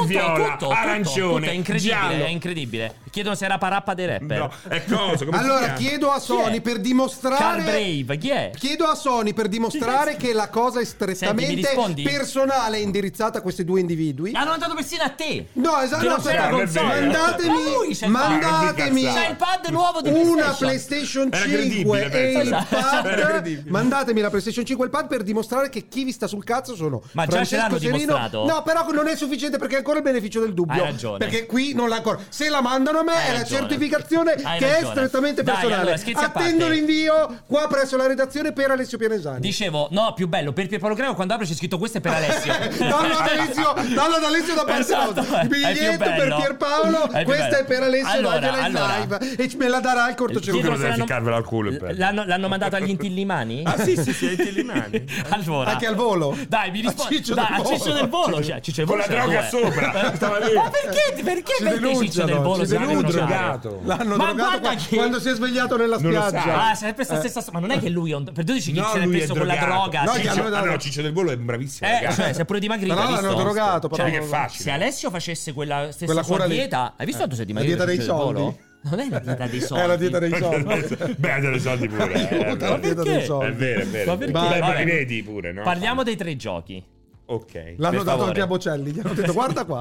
viola, arancione, tutto, è incredibile, giallo. è incredibile. Chiedono se era Parappa dei rapper. No, è cosa? Come Allora chiedo a Sony per Carl dimostrare Brave, chi è? Chiedo a Sony per dimostrare che la cosa è Senti, mi strettamente rispondi? personale e indirizzata a questi due individui. Hanno mandato persino a te. No, esatto, Che no, non c'è la aspetta, console. mandatemi, Ma lui c'è il mandatemi pad. C'è il pad nuovo di una PlayStation. PlayStation Era 5 credibile, e penso. il Era pad. credibile. Mandatemi la PlayStation 5 e il pad per dimostrare che chi vi sta sul cazzo sono Ma già Francesco ce l'hanno Serino. dimostrato? No, però non è sufficiente perché è ancora il beneficio del dubbio. Hai ragione. Perché qui non l'ha ancora. Se la mandano a me Hai è la ragione. certificazione Hai che ragione. è strettamente Dai, personale. allora, scherzi a Attendo parte. l'invio qua presso la redazione per Alessio Pianesani. Dicevo, no, più bello, per Pierpaolo Greco quando apre c'è scritto questo è per Alessio. Dallo ad Alessio da parte Esatto, nostra. è più Biglietto per bello. Pierpaolo, È più questa bello. è per Alessio Allora, live e me la darà il cortocircuito. Chiedono se deve l'hanno- ficcarvela al culo il pezzo. L'hanno mandato agli intillimani? Ah sì, ai Tillimani. Allora, Anche al volo. dai, mi rispondi. Ciccio Dai, del a Ciccio Volo. del Volo. Cioè, Ciccio del Con Volo la c'era droga due. sopra. Stava lì. Ma perché Ci Ciccio del Volo ci si deve denunciano. drogato. L'hanno Ma drogato guarda che- quando si è svegliato nella Non lo spiaggia. sa. Ah, sempre sta stessa. Ma non è che lui è un. Per 12 chi No, se l'è lui è preso con la drogato. droga. No, Ciccio- gli hanno dato- No, Ciccio del Volo è un bravissimo ragazzo. cioè, si è pure dimagrito. Però hai l'hanno visto? drogato. Cioè, però che è non- facile. Se Alessio facesse quella stessa Quella sua cura lì. dieta, hai visto quanto sei La dimagrito? dieta dei Ciccio del soldi. Volo? Non è la dieta dei soldi. È la dieta dei soldi. Beh, dei soldi pure. Aiuta, la dieta dei perché? soldi. È vero, è vero. Ma perché? Beh, Vabbè. li vedi pure, no? Parliamo dei 3 giochi. Ok. L'hanno Per dato favore. anche a Bocelli. Gli hanno detto guarda qua.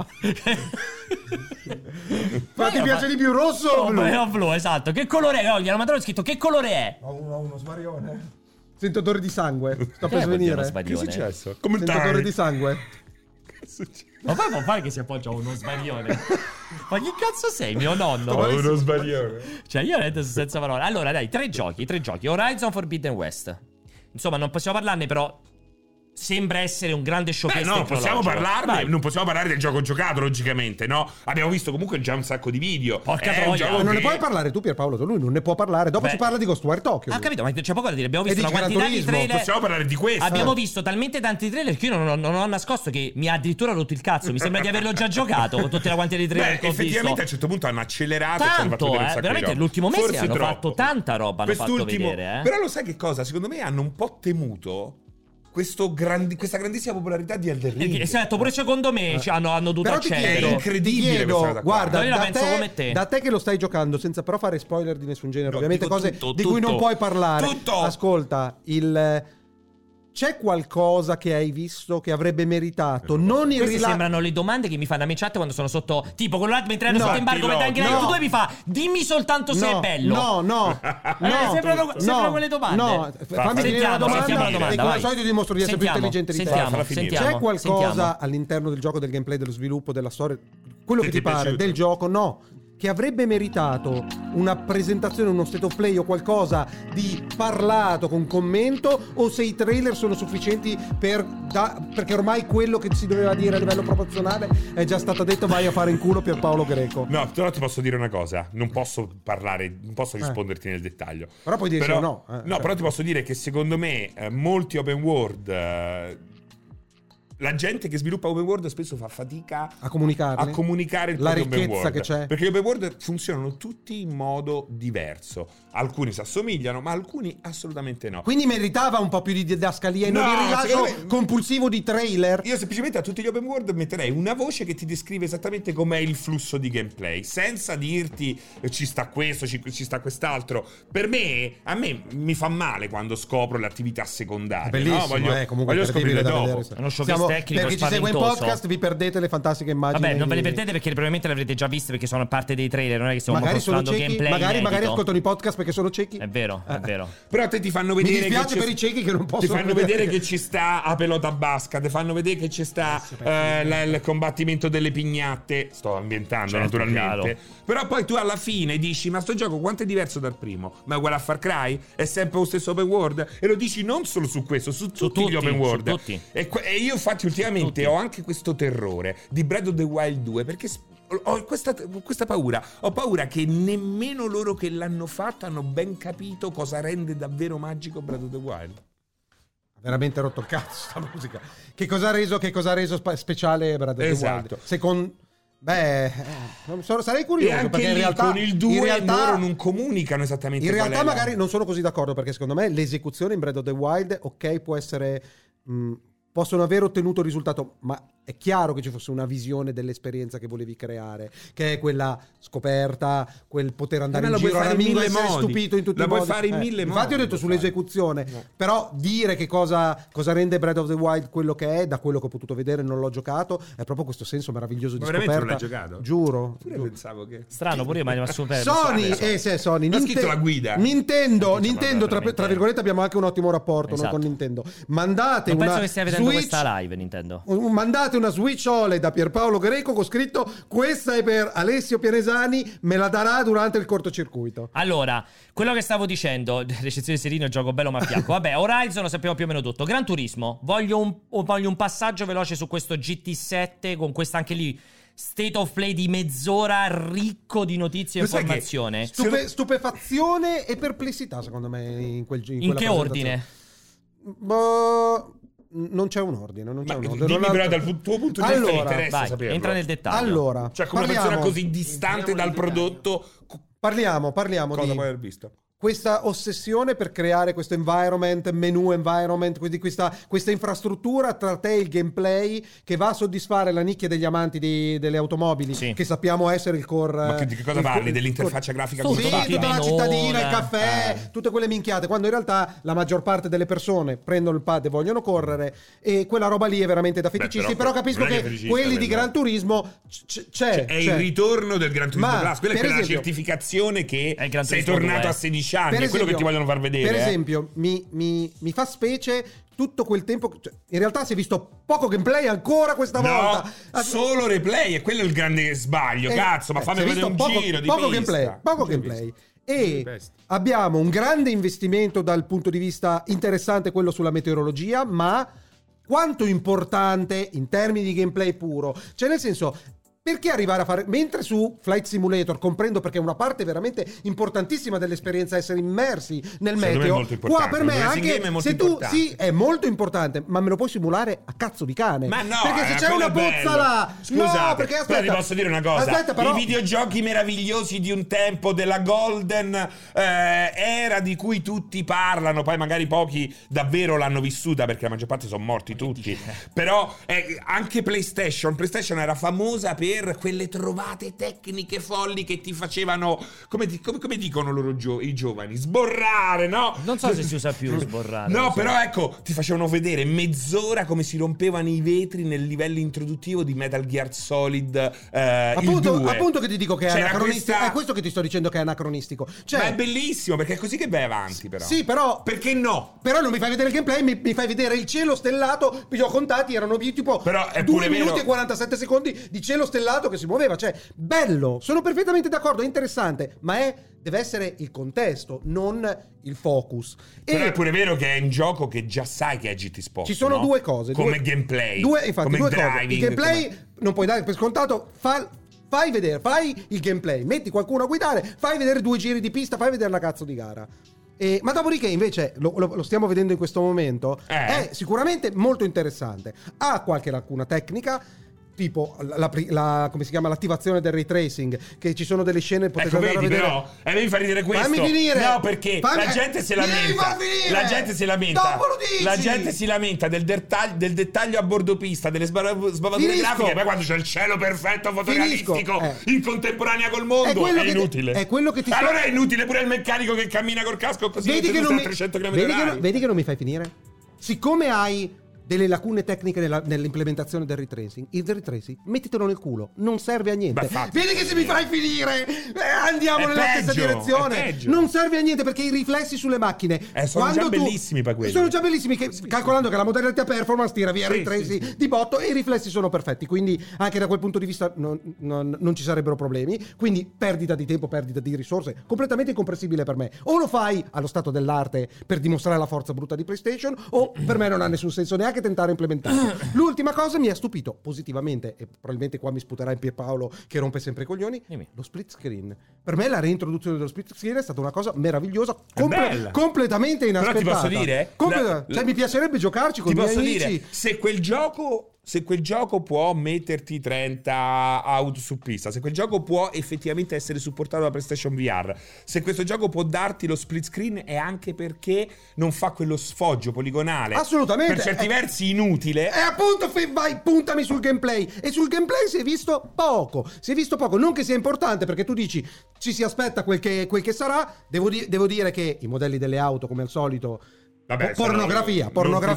Ma ti io piace fa- di più rosso o blu? No, blu, esatto. Che colore è? Oh, gli hanno mandato scritto che colore è? Ho uno svarione. Sento odore di sangue. Sto Che per vuol dire uno svenire. Che è sbaglione? successo? Come il Sento odore di Tari. sangue. Ma poi può fare che si appoggia a uno sbaglione. Ma chi cazzo sei, mio nonno? Ho uno sbaglione. Cioè, io veramente sono senza parole. Allora, dai, 3 giochi. Horizon Forbidden West. Insomma, non possiamo parlarne, però sembra essere un grande showcase No, possiamo tecnologico. parlarne. Vai. Non possiamo parlare del gioco giocato, logicamente, no? Abbiamo visto comunque già un sacco di video. Porca È un troia. gioco Ma non ne che- puoi parlare tu, Pierpaolo. Lui non ne può parlare. Dopo Beh. si parla di Ghostwire Tokyo. Ah, capito, ma c'è poco da dire. Abbiamo E visto di una Gran quantità di Turismo. trailer. Possiamo parlare di questo. Abbiamo visto talmente tanti trailer che io non ho nascosto che mi ha addirittura rotto il cazzo. Mi sembra di averlo già giocato con tutte la quantità di trailer Beh, che ho effettivamente a visto. un certo punto hanno accelerato e ci hanno fatto Tanto, vedere un sacco di veramente roba. l'ultimo mese Forse hanno troppo. fatto tanta roba, hanno fatto Quest'ultimo- vedere, Però lo sai che cosa? Secondo me hanno un po' temuto questa grandissima popolarità di Elden Ring. Esatto, pure secondo me hanno dovuto Però ti accedere. chiedo, incredibile ti chiedo, questa cosa qua. guarda, Io la penso come te. da te che lo stai giocando, senza però fare spoiler di nessun genere, No, ovviamente dico cose tutto, di cui non tutto. puoi parlare. Tutto. Ascolta, c'è qualcosa che hai visto che avrebbe meritato, non il Queste rilascio. sembrano le domande che mi fanno a me chat quando sono sotto. Tipo, quello là mentre hanno No, sotto embargo infatti, Metal Gear no. Solid 2 mi fa dimmi soltanto se è bello. No, sembrano quelle domande. No, fammi finire la Sentiamo domanda, la domanda, e come al vai. solito dimostro di essere più intelligente di te. Falla finire. C'è qualcosa all'interno del gioco, del gameplay, dello sviluppo, della storia, quello Che che ti ti è pare, piaciuto? del gioco, no, che avrebbe meritato una presentazione, uno state of play o qualcosa di parlato con commento, o se i trailer sono sufficienti perché ormai quello che si doveva dire a livello promozionale è già stato detto, vai a fare in culo Pierpaolo Greco. No, però ti posso dire una cosa, non posso parlare, non posso risponderti nel dettaglio. Però puoi dire sì o no. No, però ti posso dire che secondo me molti open world, la gente che sviluppa open world spesso fa fatica A comunicare il la proprio open ricchezza world, che c'è. perché gli open world funzionano tutti in modo diverso. Alcuni si assomigliano, ma alcuni assolutamente no. Quindi meritava un po' più di didascalia e No, non il rilascio secondo me- compulsivo di trailer. Io semplicemente a tutti gli open world metterei una voce che ti descrive esattamente com'è il flusso di gameplay, senza dirti ci sta questo, ci sta quest'altro. Per me, a me mi fa male quando scopro le attività secondarie. Bellissimo, no? Voglio comunque scoprirle incredibile da dopo. vedere. È uno showcase tecnico per chi ci segue in spaventoso. podcast vi perdete le fantastiche immagini. Vabbè, non ve le di- perdete perché probabilmente le avrete già viste perché sono parte dei trailer, non è che stiamo Magari sono mostrando ciechi, gameplay magari inedito. ascoltano i podcast perché sono ciechi. È vero, è vero. Però te ti fanno Mi vedere dispiace che per i ciechi che non ti possono fanno vedere che ci sta a pelota basca, ti fanno vedere che ci sta il combattimento delle pignatte. Sto ambientando Certo, naturalmente. chiaro. Però poi tu alla fine dici: ma sto gioco quanto è diverso dal primo? Ma è uguale a Far Cry? È sempre lo stesso open world? E lo dici non solo su questo, su tutti gli open world. su tutti. E io infatti ultimamente Tutti. ho anche questo terrore di Breath of the Wild 2 perché ho questa paura. Ho paura che nemmeno loro che l'hanno fatto hanno ben capito cosa rende davvero magico Breath of the Wild. veramente rotto il cazzo sta musica. Che cosa ha reso speciale Breath of the Esatto. Wild? Non so, sarei E curioso anche perché lì, in realtà con il 2 in realtà loro non comunicano esattamente in qual realtà è la- magari non sono così d'accordo, perché secondo me l'esecuzione in Breath of the Wild, ok, può essere possono aver ottenuto il risultato, ma è chiaro che ci fosse una visione dell'esperienza che volevi creare, che è quella scoperta, quel poter andare in giro a Ramingo e essere stupito in tutti i modi. La puoi fare in mille modi. Infatti ho detto sull'esecuzione, però dire che cosa rende Breath of the Wild quello che è, da quello che ho potuto vedere, non l'ho giocato, è proprio questo senso meraviglioso di scoperta. Ma veramente non l'hai giocato? Giuro. Pure pensavo che... Strano, pure io mi è super... Sony, Sony. Non ha scritto la guida. Nintendo, tra virgolette abbiamo anche un ottimo rapporto noi con Nintendo. Mandate non una penso che stia vedendo Switch, questa live Nintendo. Mandate una Switch OLED da Pierpaolo Greco con scritto: questa è per Alessio Pianesani, me la darà durante il cortocircuito. Allora, quello che stavo dicendo, recensione Serino, gioco bello ma fiacco. Vabbè, Horizon lo sappiamo più o meno tutto. Gran Turismo, voglio un passaggio veloce su questo GT7 con questa anche lì state of play di mezz'ora ricco di notizie e informazione. Stupefazione e perplessità, secondo me, in che ordine? Non c'è un ordine. Dimmi però dal tuo punto di vista, interessa saperlo. Entra nel dettaglio. Allora, cioè, come una persona così distante dal prodotto, parliamo cosa di puoi aver visto? Questa ossessione per creare questo menu environment, quindi questa infrastruttura tra te e il gameplay che va a soddisfare la nicchia degli amanti delle automobili, che sappiamo essere il core. Ma di che cosa parli? Dell'interfaccia grafica? Sì, tutta la cittadina, il caffè, tutte quelle minchiate, quando in realtà la maggior parte delle persone prendono il pad e vogliono correre, e quella roba lì è veramente da feticisti. Però capisco che quelli di Gran Turismo c'è. È il ritorno del Gran Turismo Plus, quella è quella certificazione che sei tornato a 16 anni, è quello che ti vogliono far vedere. Per esempio, mi fa specie tutto quel tempo, cioè, in realtà si è visto poco gameplay ancora questa volta. Solo replay, e quello è il grande sbaglio. Cazzo, ma fammi vedere un giro di poco pista. Poco gameplay. E abbiamo un grande investimento dal punto di vista interessante, quello sulla meteorologia, ma quanto importante in termini di gameplay puro, cioè nel senso, perché arrivare a fare, mentre su Flight Simulator comprendo perché è una parte veramente importantissima dell'esperienza essere immersi nel meteo, qua per me anche se tu è molto importante, ma me lo puoi simulare a cazzo di cane. Ma no, perché se c'è una bozza là, scusate, no, perché aspetta, però ti posso dire una cosa, però, i videogiochi meravigliosi di un tempo, della golden era di cui tutti parlano, poi magari pochi davvero l'hanno vissuta perché la maggior parte sono morti tutti, però anche PlayStation era famosa per quelle trovate tecniche folli che ti facevano, come dicono loro i giovani, sborrare, no? Non so se si usa più sborrare. No, però ecco, ti facevano vedere mezz'ora come si rompevano i vetri nel livello introduttivo di Metal Gear Solid il 2. Appunto che ti dico che è anacronistico. È questo che ti sto dicendo che è anacronistico. Cioè, ma è bellissimo, perché è così che vai avanti, però. Sì, però perché no? Però non mi fai vedere il gameplay, mi fai vedere il cielo stellato. Li ho contati, erano tipo però è 2 minuti e 47 secondi di cielo stellato che si muoveva, cioè bello, sono perfettamente d'accordo, è interessante, ma deve essere il contesto, non il focus. Però è pure vero che è un gioco che già sai che è GT Sport. Ci sono due cose, come gameplay, infatti, come due driving, cose. Il gameplay non puoi dare per scontato, fai vedere, fai il gameplay, metti qualcuno a guidare, fai vedere 2 giri di pista, fai vedere la cazzo di gara. Ma dopodiché invece lo stiamo vedendo in questo momento, è sicuramente molto interessante, ha qualche lacuna tecnica, tipo come si chiama, l'attivazione del ray tracing, che ci sono delle scene potete andare a vedere. Però devi far ridere questo. Fammi finire. No, perché la gente si lamenta. La gente si lamenta. Dopo lo dici. La gente si lamenta del dettaglio a bordo pista, delle sbavature grafiche, poi quando c'è il cielo perfetto fotorealistico in contemporanea col mondo è inutile. È quello che ti allora è inutile pure il meccanico che cammina col casco così. Vedi che non 300 km/h. Vedi che non mi fai finire? Siccome hai delle lacune tecniche nell'implementazione del ray tracing, il ray tracing mettitelo nel culo, non serve a niente. Vedi che se mi fai finire andiamo nella stessa direzione, non serve a niente, perché i riflessi sulle macchine sono già bellissimi per quelli. Sono già bellissimi, calcolando che la modalità performance tira via il ray tracing di botto e i riflessi sono perfetti, quindi anche da quel punto di vista non ci sarebbero problemi. Quindi perdita di tempo, perdita di risorse completamente incomprensibile per me. O lo fai allo stato dell'arte per dimostrare la forza brutta di PlayStation, o per me non ha nessun senso neanche tentare implementarlo. L'ultima cosa mi ha stupito positivamente, e probabilmente qua mi sputerà in Pierpaolo che rompe sempre i coglioni, lo split screen. Per me la reintroduzione dello split screen è stata una cosa meravigliosa, completamente inaspettata. Però ti posso dire, cioè mi piacerebbe giocarci con i miei amici. Se quel gioco se quel gioco può metterti 30 auto su pista, se quel gioco può effettivamente essere supportato da PlayStation VR, se questo gioco può darti lo split screen, è anche perché non fa quello sfoggio poligonale. Assolutamente. Per certi versi inutile. E appunto, vai, puntami sul gameplay. E sul gameplay si è visto poco. Non che sia importante, perché tu dici ci si aspetta quel che sarà. Devo dire che i modelli delle auto, come al solito, Vabbè, pornografia,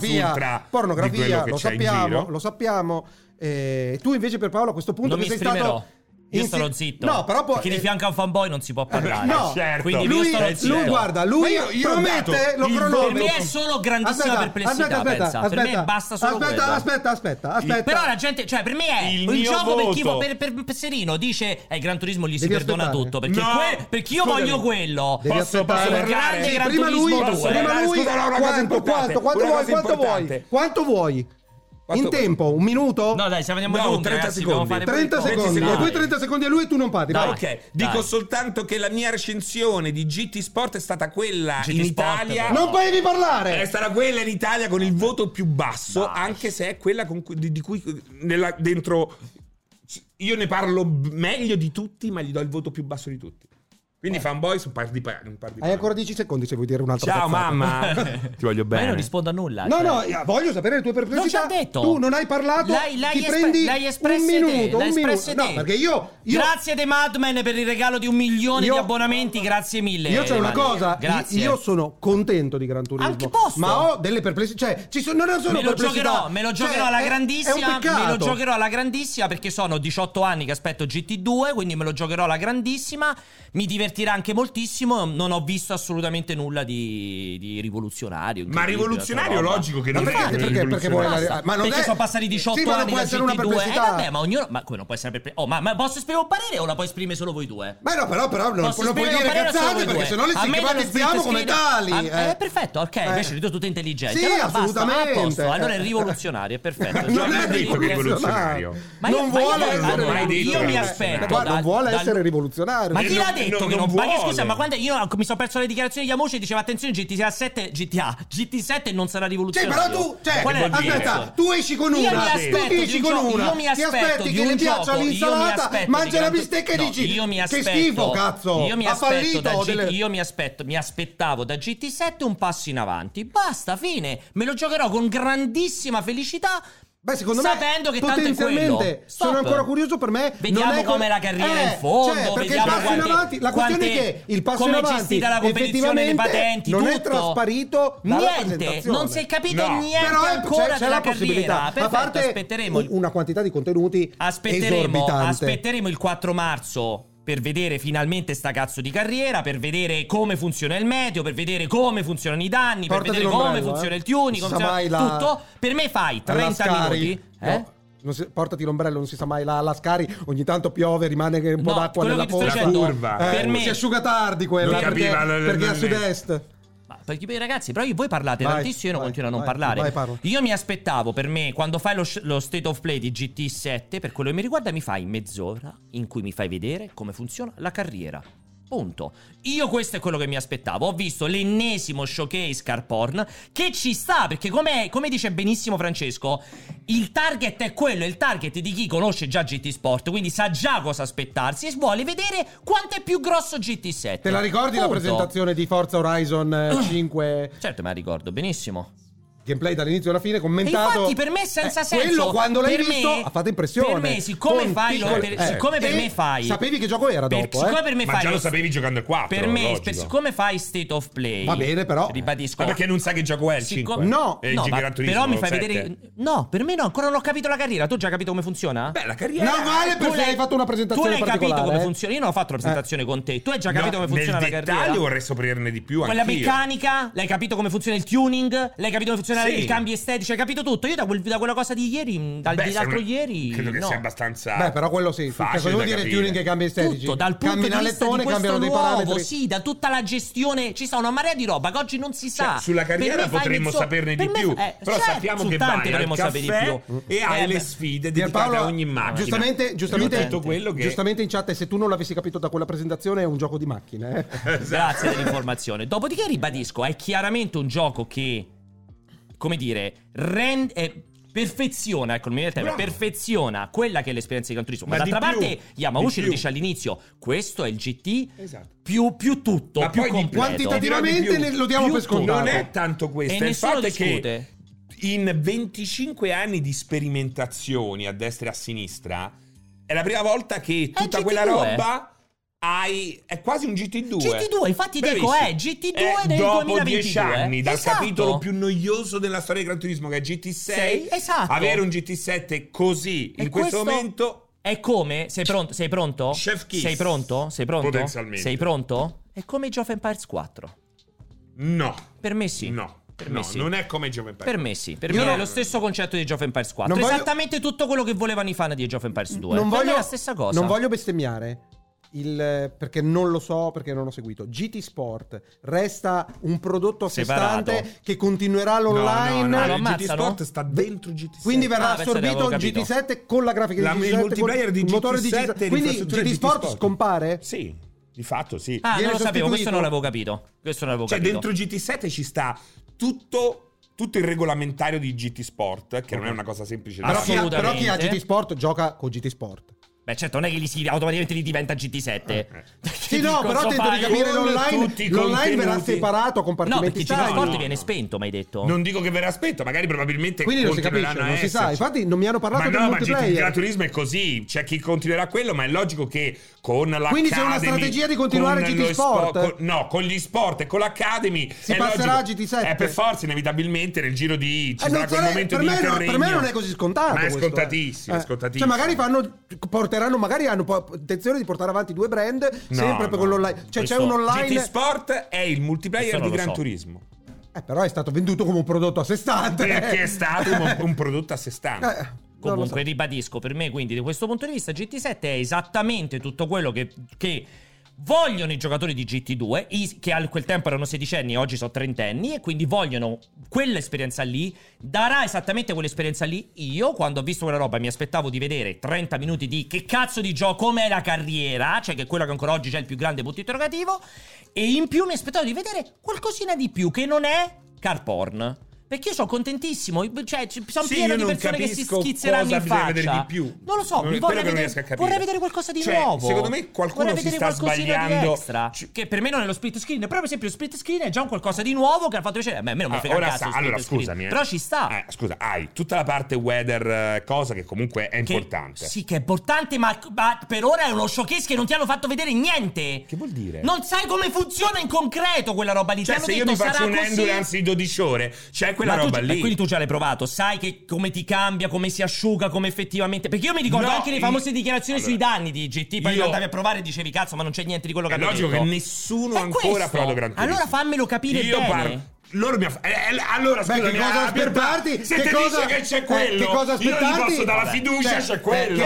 lo sappiamo. Tu invece, per Paolo, a questo punto non mi esprimerò. Io starò zitto. No, però perché di fianco a un fanboy non si può parlare. No, certo. Quindi lui starò zitto. Lui io promette, lo il cronometro. Per me è solo grandissima perplessità, pensa. Per me basta solo quello. Aspetta. Però la gente, cioè, per me è il gioco voto. per Serino dice il Gran Turismo gli si Devi perdona aspettare. tutto, perché, No. perché io Scusami. voglio quello. Devi aspettare. Il grande Gran prima Turismo lui, 2. prima lui, Scusa, una cosa importante. quanto vuoi? In Quanto- tempo? Un minuto? No, dai, se andiamo No, lunghi, 30 ragazzi, dobbiamo secondi. fare 30 poi- secondi. Dai. E poi 30 secondi a lui e tu non parli. Dai. Vai. Ok, Dai. dico soltanto che la mia recensione di GT Sport è stata quella GT in Sport, Italia. però. Non devi È parlare. stata quella in Italia con il voto più basso, Dai. anche se è quella di cui dentro io ne parlo meglio di tutti, ma gli do il voto più basso di tutti. Quindi fanboy su un par di Hai ancora 10 secondi se vuoi dire un'altra Ciao cazzata. mamma, ti voglio Ma bene. io non rispondo a nulla. No, cioè. no, voglio sapere le tue perplessità. L'ho già detto. Tu non hai parlato. ti prendi l'hai espresse un minuto, te, un minuto. No, te. perché io Grazie The Madman per il regalo di 1 milione Io- di abbonamenti, grazie mille. Io c'è una Emanuele. cosa, Grazie. io sono contento di Gran Turismo. A che posto? Ma ho delle perplessità, cioè non sono Me lo perplessità. giocherò alla grandissima. È un peccato. Me lo giocherò alla grandissima perché sono 18 anni che aspetto GT2, quindi me lo giocherò alla grandissima. Mi divertirà anche moltissimo. Non ho visto assolutamente nulla di rivoluzionario. Ma rivoluzionario roba. logico che Ma non è perché vuoi Basta. ma non Perché è- sono passati 18 sì, ma non anni può da essere una GT2. perplessità. Vabbè, ma ognuno. Ma come non può essere ma posso esprimere un parere o la puoi esprimere solo voi due? Ma no, però non Posso puoi esprimere dire un parere solo cazzate voi perché due? sennò le A me dello stigmatizziamo split come screen- tali. Perfetto, ok. Invece di tutto intelligente. Sì, Allora basta, assolutamente. a posto. Allora è rivoluzionario, è perfetto. Non hai è detto che è rivoluzionario. Non vuole essere mai detto io mi rivoluzionario. aspetto. Guarda, non vuole dal- essere rivoluzionario. Ma chi l'ha non- detto che non non? Ma che vuole. scusa, ma quando io mi sono perso le dichiarazioni di Yamushi, diceva attenzione GT7 non sarà Sì, rivoluzionario. però tu, Qual è il aspetta, discorso? tu esci con Io una, mi aspetto tu di esci un con gioco- una, io mi ti aspetto aspetti di che un le piaccia gioco, l'insalata, io mi mangia la aspetto bistecca e no, dici io mi che aspetto, schifo, cazzo, io mi ha aspetto fallito da delle... mi aspettavo da GT7 un passo in avanti. Basta, fine. Me lo giocherò con grandissima felicità. Beh, secondo me sapendo che tanto è quello. potenzialmente sono Stop. ancora curioso, per me Vediamo non è come la carriera in fondo, perché vediamo il passo in avanti, la questione è che il passo in come è avanti gestita la competizione dei effettivamente patenti, non è tutto. trasparito dalla Niente, presentazione. non si è capito No. niente Però ancora c'è della la possibilità, carriera. a Perfetto, parte aspetteremo una quantità di contenuti esorbitante. aspetteremo il 4 marzo per vedere finalmente sta cazzo di carriera, per vedere come funziona il meteo, per vedere come funzionano i danni, Portati per vedere come l'ombrello, funziona il tuning, non si come sa funziona mai tutto. Per me fai 30 Lascari. minuti, No, portati l'ombrello, non si sa mai, la Scari ogni tanto piove, rimane un po' No, d'acqua quello nella che ti sto pozza. dicendo, curva. per me si asciuga tardi quella, Non perché, capiva, perché è a sud-est. Ma perché poi ragazzi, però voi parlate Vai, tantissimo, io non vai, continuo a non vai, parlare. vai, parla. Io mi aspettavo, per me, quando fai lo state of play di GT7, per quello che mi riguarda, mi fai mezz'ora in cui mi fai vedere come funziona la carriera. Punto. Io questo è quello che mi aspettavo. Ho visto l'ennesimo showcase car porn, che ci sta, perché come dice benissimo Francesco, il target è quello, il target di chi conosce già GT Sport, quindi sa già cosa aspettarsi e vuole vedere quanto è più grosso GT7. Te la ricordi la Punto. presentazione di Forza Horizon 5? Certo, me la ricordo benissimo. Gameplay dall'inizio alla fine, E commentato. infatti per me è senza senso. Quello quando l'hai Per visto me- ha fatto impressione. Per me, siccome Con fai piccoli- siccome per e me fai sapevi che gioco era dopo, siccome per me Ma fai già lo sapevi giocando il 4. per me, logico. siccome fai State of Play, Va bene, però. ribadisco. Ma perché non sai che gioco è il Siccome- 5? No, E il no, ma Gran Turismo però mi fai 7? vedere. No, per me no, ancora non ho capito la carriera. Tu hai già capito come funziona? Beh, la carriera Non vale Tu perché hai fatto una presentazione Tu l'hai capito particolare, come funziona? Io non ho fatto la presentazione con te. Tu hai già capito No, come funziona la nel carriera? dettaglio vorrei saperne di più Quella anch'io. meccanica, l'hai capito come funziona il tuning? L'hai capito come funziona Sì. i cambi estetici? Hai capito tutto? Io da quella cosa di ieri, Beh, dall'altro sembra- ieri. Credo che no. sia abbastanza. Beh, però quello sì. facile Cosa vuol da dire capire. tuning e cambi estetici? Tutto dal punto Cammina di a vista lettone, di questo cambiano dei nuovo, parametri. sì, da tutta la gestione ci sta una marea di roba che oggi non si sa. Cioè, sulla carriera Per me fai potremmo mezzo- saperne di per me- più. Però certo, sappiamo su che tanti vai al dovremmo sapere di caffè più. e hai le beh. sfide dedicate Pierpaolo, a ogni macchina. giustamente Più tutto quello che giustamente in chat, se tu non l'avessi capito da quella presentazione, è un gioco di macchine. Grazie dell'informazione. Dopodiché ribadisco, è chiaramente un gioco che, come dire, perfeziona, ecco, perfeziona quella che è l'esperienza di Gran Turismo. Ma d'altra parte Yamauchi lo dice all'inizio, questo è il GT più tutto, ma più poi completo. Quantitativamente lo diamo per scontato. Non è tanto questo, il fatto è che in 25 anni di sperimentazioni a destra e a sinistra è la prima volta che tutta quella roba è quasi un GT2. GT2, infatti dico è GT2 del dopo 2022. 10 anni dal esatto. capitolo più noioso della storia del Gran Turismo, che è GT6, esatto. avere un GT7 così in questo momento è come, sei pronto? Chef Kiss. Sei pronto? Potenzialmente. Sei pronto? È come Age of Empires 4. No. Per me sì. No. Per me sì. Non è come Age of Empires. Per me sì, per me è lo stesso concetto di Age of Empires 4. Esattamente tutto quello che volevano i fan di Age of Empires 2. Per me è la stessa cosa. Non voglio bestemmiare, perché non lo so, perché non ho seguito. GT Sport resta un prodotto a sé stante che continuerà l'online. No, il GT Sport sta dentro GT7. Quindi verrà assorbito il GT7 con la grafica di GT7, il multiplayer di motore GT7, di GT7. Quindi GT Sport scompare? Sì, di fatto sì. Non lo sapevo, questo non l'avevo capito. Dentro GT7 ci sta tutto il regolamentario di GT Sport, che non è una cosa semplice. Però chi ha GT Sport gioca con GT Sport. Beh, certo, non è che automaticamente li diventa GT7. Sì, no, però tento di capire l'online verrà separato, compartimentato. No, perché GT Sport viene spento, mi hai detto. Non dico che verrà spento, magari probabilmente quindi non si capisce, non si sa. Infatti non mi hanno parlato del multiplayer. Ma Gran Turismo è così, c'è chi continuerà quello, ma è logico che con l'Academy, quindi c'è una strategia di continuare GT Sport? Con gli sport e con l'Academy si passerà a GT7. Per forza, inevitabilmente nel giro di ci sarà quel momento di interregno. Per me non è così scontato. Ma è scontatissimo, è scontatissimo. Cioè magari hanno intenzione di portare avanti due brand sempre con l'online. Cioè c'è un online. GT Sport è il multiplayer di Gran Turismo. Però è stato venduto come un prodotto a sé stante. Perché è stato un prodotto a sé stante. Comunque ribadisco, per me quindi da questo punto di vista GT7 è esattamente tutto quello che vogliono i giocatori di GT2, che a quel tempo erano 16enni e oggi sono 30enni, e quindi vogliono quell'esperienza lì. Darà esattamente quell'esperienza lì. Io quando ho visto quella roba mi aspettavo di vedere 30 minuti di che cazzo di gioco, com'è la carriera, cioè che è quello che ancora oggi c'è il più grande punto interrogativo, e in più mi aspettavo di vedere qualcosina di più che non è car porn. Perché io sono contentissimo, cioè sono pieno di persone che si schizzeranno in faccia. Vedere di più. Non lo so, vorrei vedere qualcosa di nuovo. Secondo me qualcuno si sta sbagliando. Che per me non è lo split screen, però per esempio lo split screen è già un qualcosa di nuovo che ha fatto piacere. A me non mi frega cazzo. Allora scusami, però ci sta. Scusa, hai tutta la parte weather cosa che comunque è importante. Sì, che è importante, ma per ora è uno showcase che non ti hanno fatto vedere niente. Che vuol dire? Non sai come funziona in concreto quella roba lì. Cioè se io mi faccio un endurance di 12 ore, c'è quella roba lì. Quindi tu già l'hai provato, sai che come ti cambia, come si asciuga, come effettivamente. Perché io mi ricordo anche le famose dichiarazioni sui danni di GT. Poi andavi a provare e dicevi cazzo, ma non c'è niente di quello che hanno detto. È logico che nessuno ancora ha provato Gran Turismo. Allora fammelo capire bene. Loro mi allora scusami, che cosa aspettarti? Se ti dice che c'è quello, che cosa aspettarti? Io gli posso dare la fiducia, c'è quello.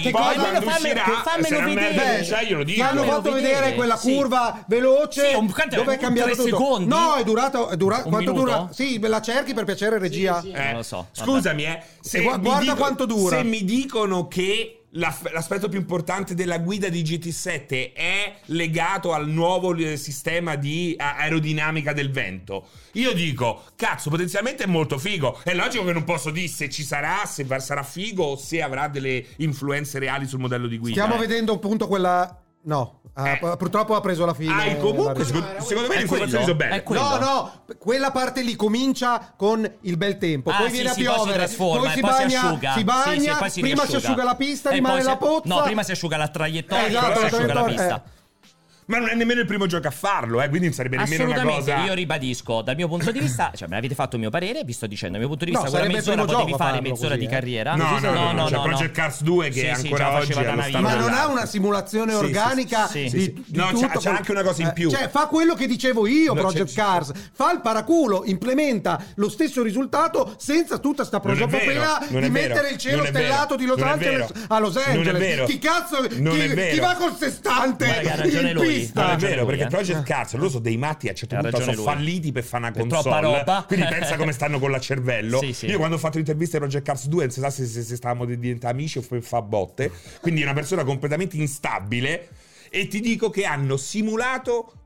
Fammelo vedere. Io lo dico. Ti hanno fatto vedere quella curva veloce dove è cambiato tutto. Secondi? No, è durato quanto dura? Sì, la cerchi per piacere, regia. Non lo so. Scusami, guarda quanto dura. Se mi dicono che l'aspetto più importante della guida di GT7 è legato al nuovo sistema di aerodinamica del vento, io dico cazzo, potenzialmente è molto figo. È logico che non posso dire se ci sarà, se sarà figo o se avrà delle influenze reali sul modello di guida. Stiamo vedendo appunto quella. No, purtroppo ha preso la fine. Comunque secondo me le informazioni sono belle. No, quella parte lì comincia con il bel tempo, poi viene a piovere, poi si bagna, prima si asciuga la pista, rimane la pozza. No, prima si asciuga la traiettoria, poi si asciuga la pista. Ma non è nemmeno il primo gioco a farlo, quindi non sarebbe nemmeno una cosa. Io ribadisco, dal mio punto di vista, cioè me l'avete fatto il mio parere, vi sto dicendo, dal mio punto di vista, no, quella mezz'ora potevi fare mezz'ora di carriera. No, c'è Project Cars 2 che ancora oggi è allo stato. Ma non ha una simulazione organica di tutto. C'è anche una cosa in più. Cioè, fa quello che dicevo io, Project Cars. Fa il paraculo, implementa lo stesso risultato senza tutta sta prosopopea di mettere il cielo stellato di Los Angeles a Los Angeles. Chi cazzo chi va col sestante in pista? Non è vero, perché Project Cars loro sono dei matti, a un certo punto sono falliti per fare una console, quindi pensa come stanno con la cervello. Io quando ho fatto l'intervista di Project Cars 2 non si sa se stavamo diventando amici o fa botte, quindi è una persona completamente instabile. E ti dico che hanno simulato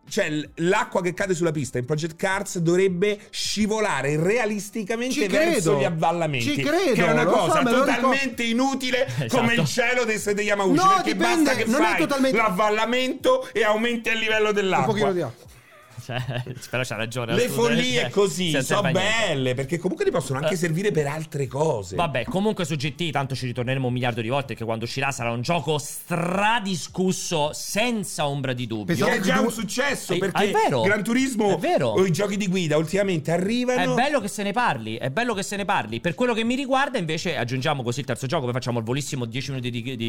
cioè l'acqua che cade sulla pista in Project Cars dovrebbe scivolare realisticamente verso gli avvallamenti. Ci credo, che è una cosa totalmente inutile, esatto, come il cielo dei Sette Yamauchi. No, perché dipende, basta che non è fai totalmente... l'avvallamento e aumenti il livello dell'acqua. Un pochino di acqua. Però c'ha ragione. Le follie così sono belle, perché comunque ti possono anche servire per altre cose. Vabbè, comunque su GT tanto ci ritorneremo 1 miliardo di volte, che quando uscirà sarà un gioco stradiscusso senza ombra di dubbio. È già un successo, perché è vero, Gran Turismo o i giochi di guida ultimamente arrivano. È bello che se ne parli, è bello che se ne parli. Per quello che mi riguarda invece aggiungiamo così il terzo gioco, poi facciamo il volissimo 10 minuti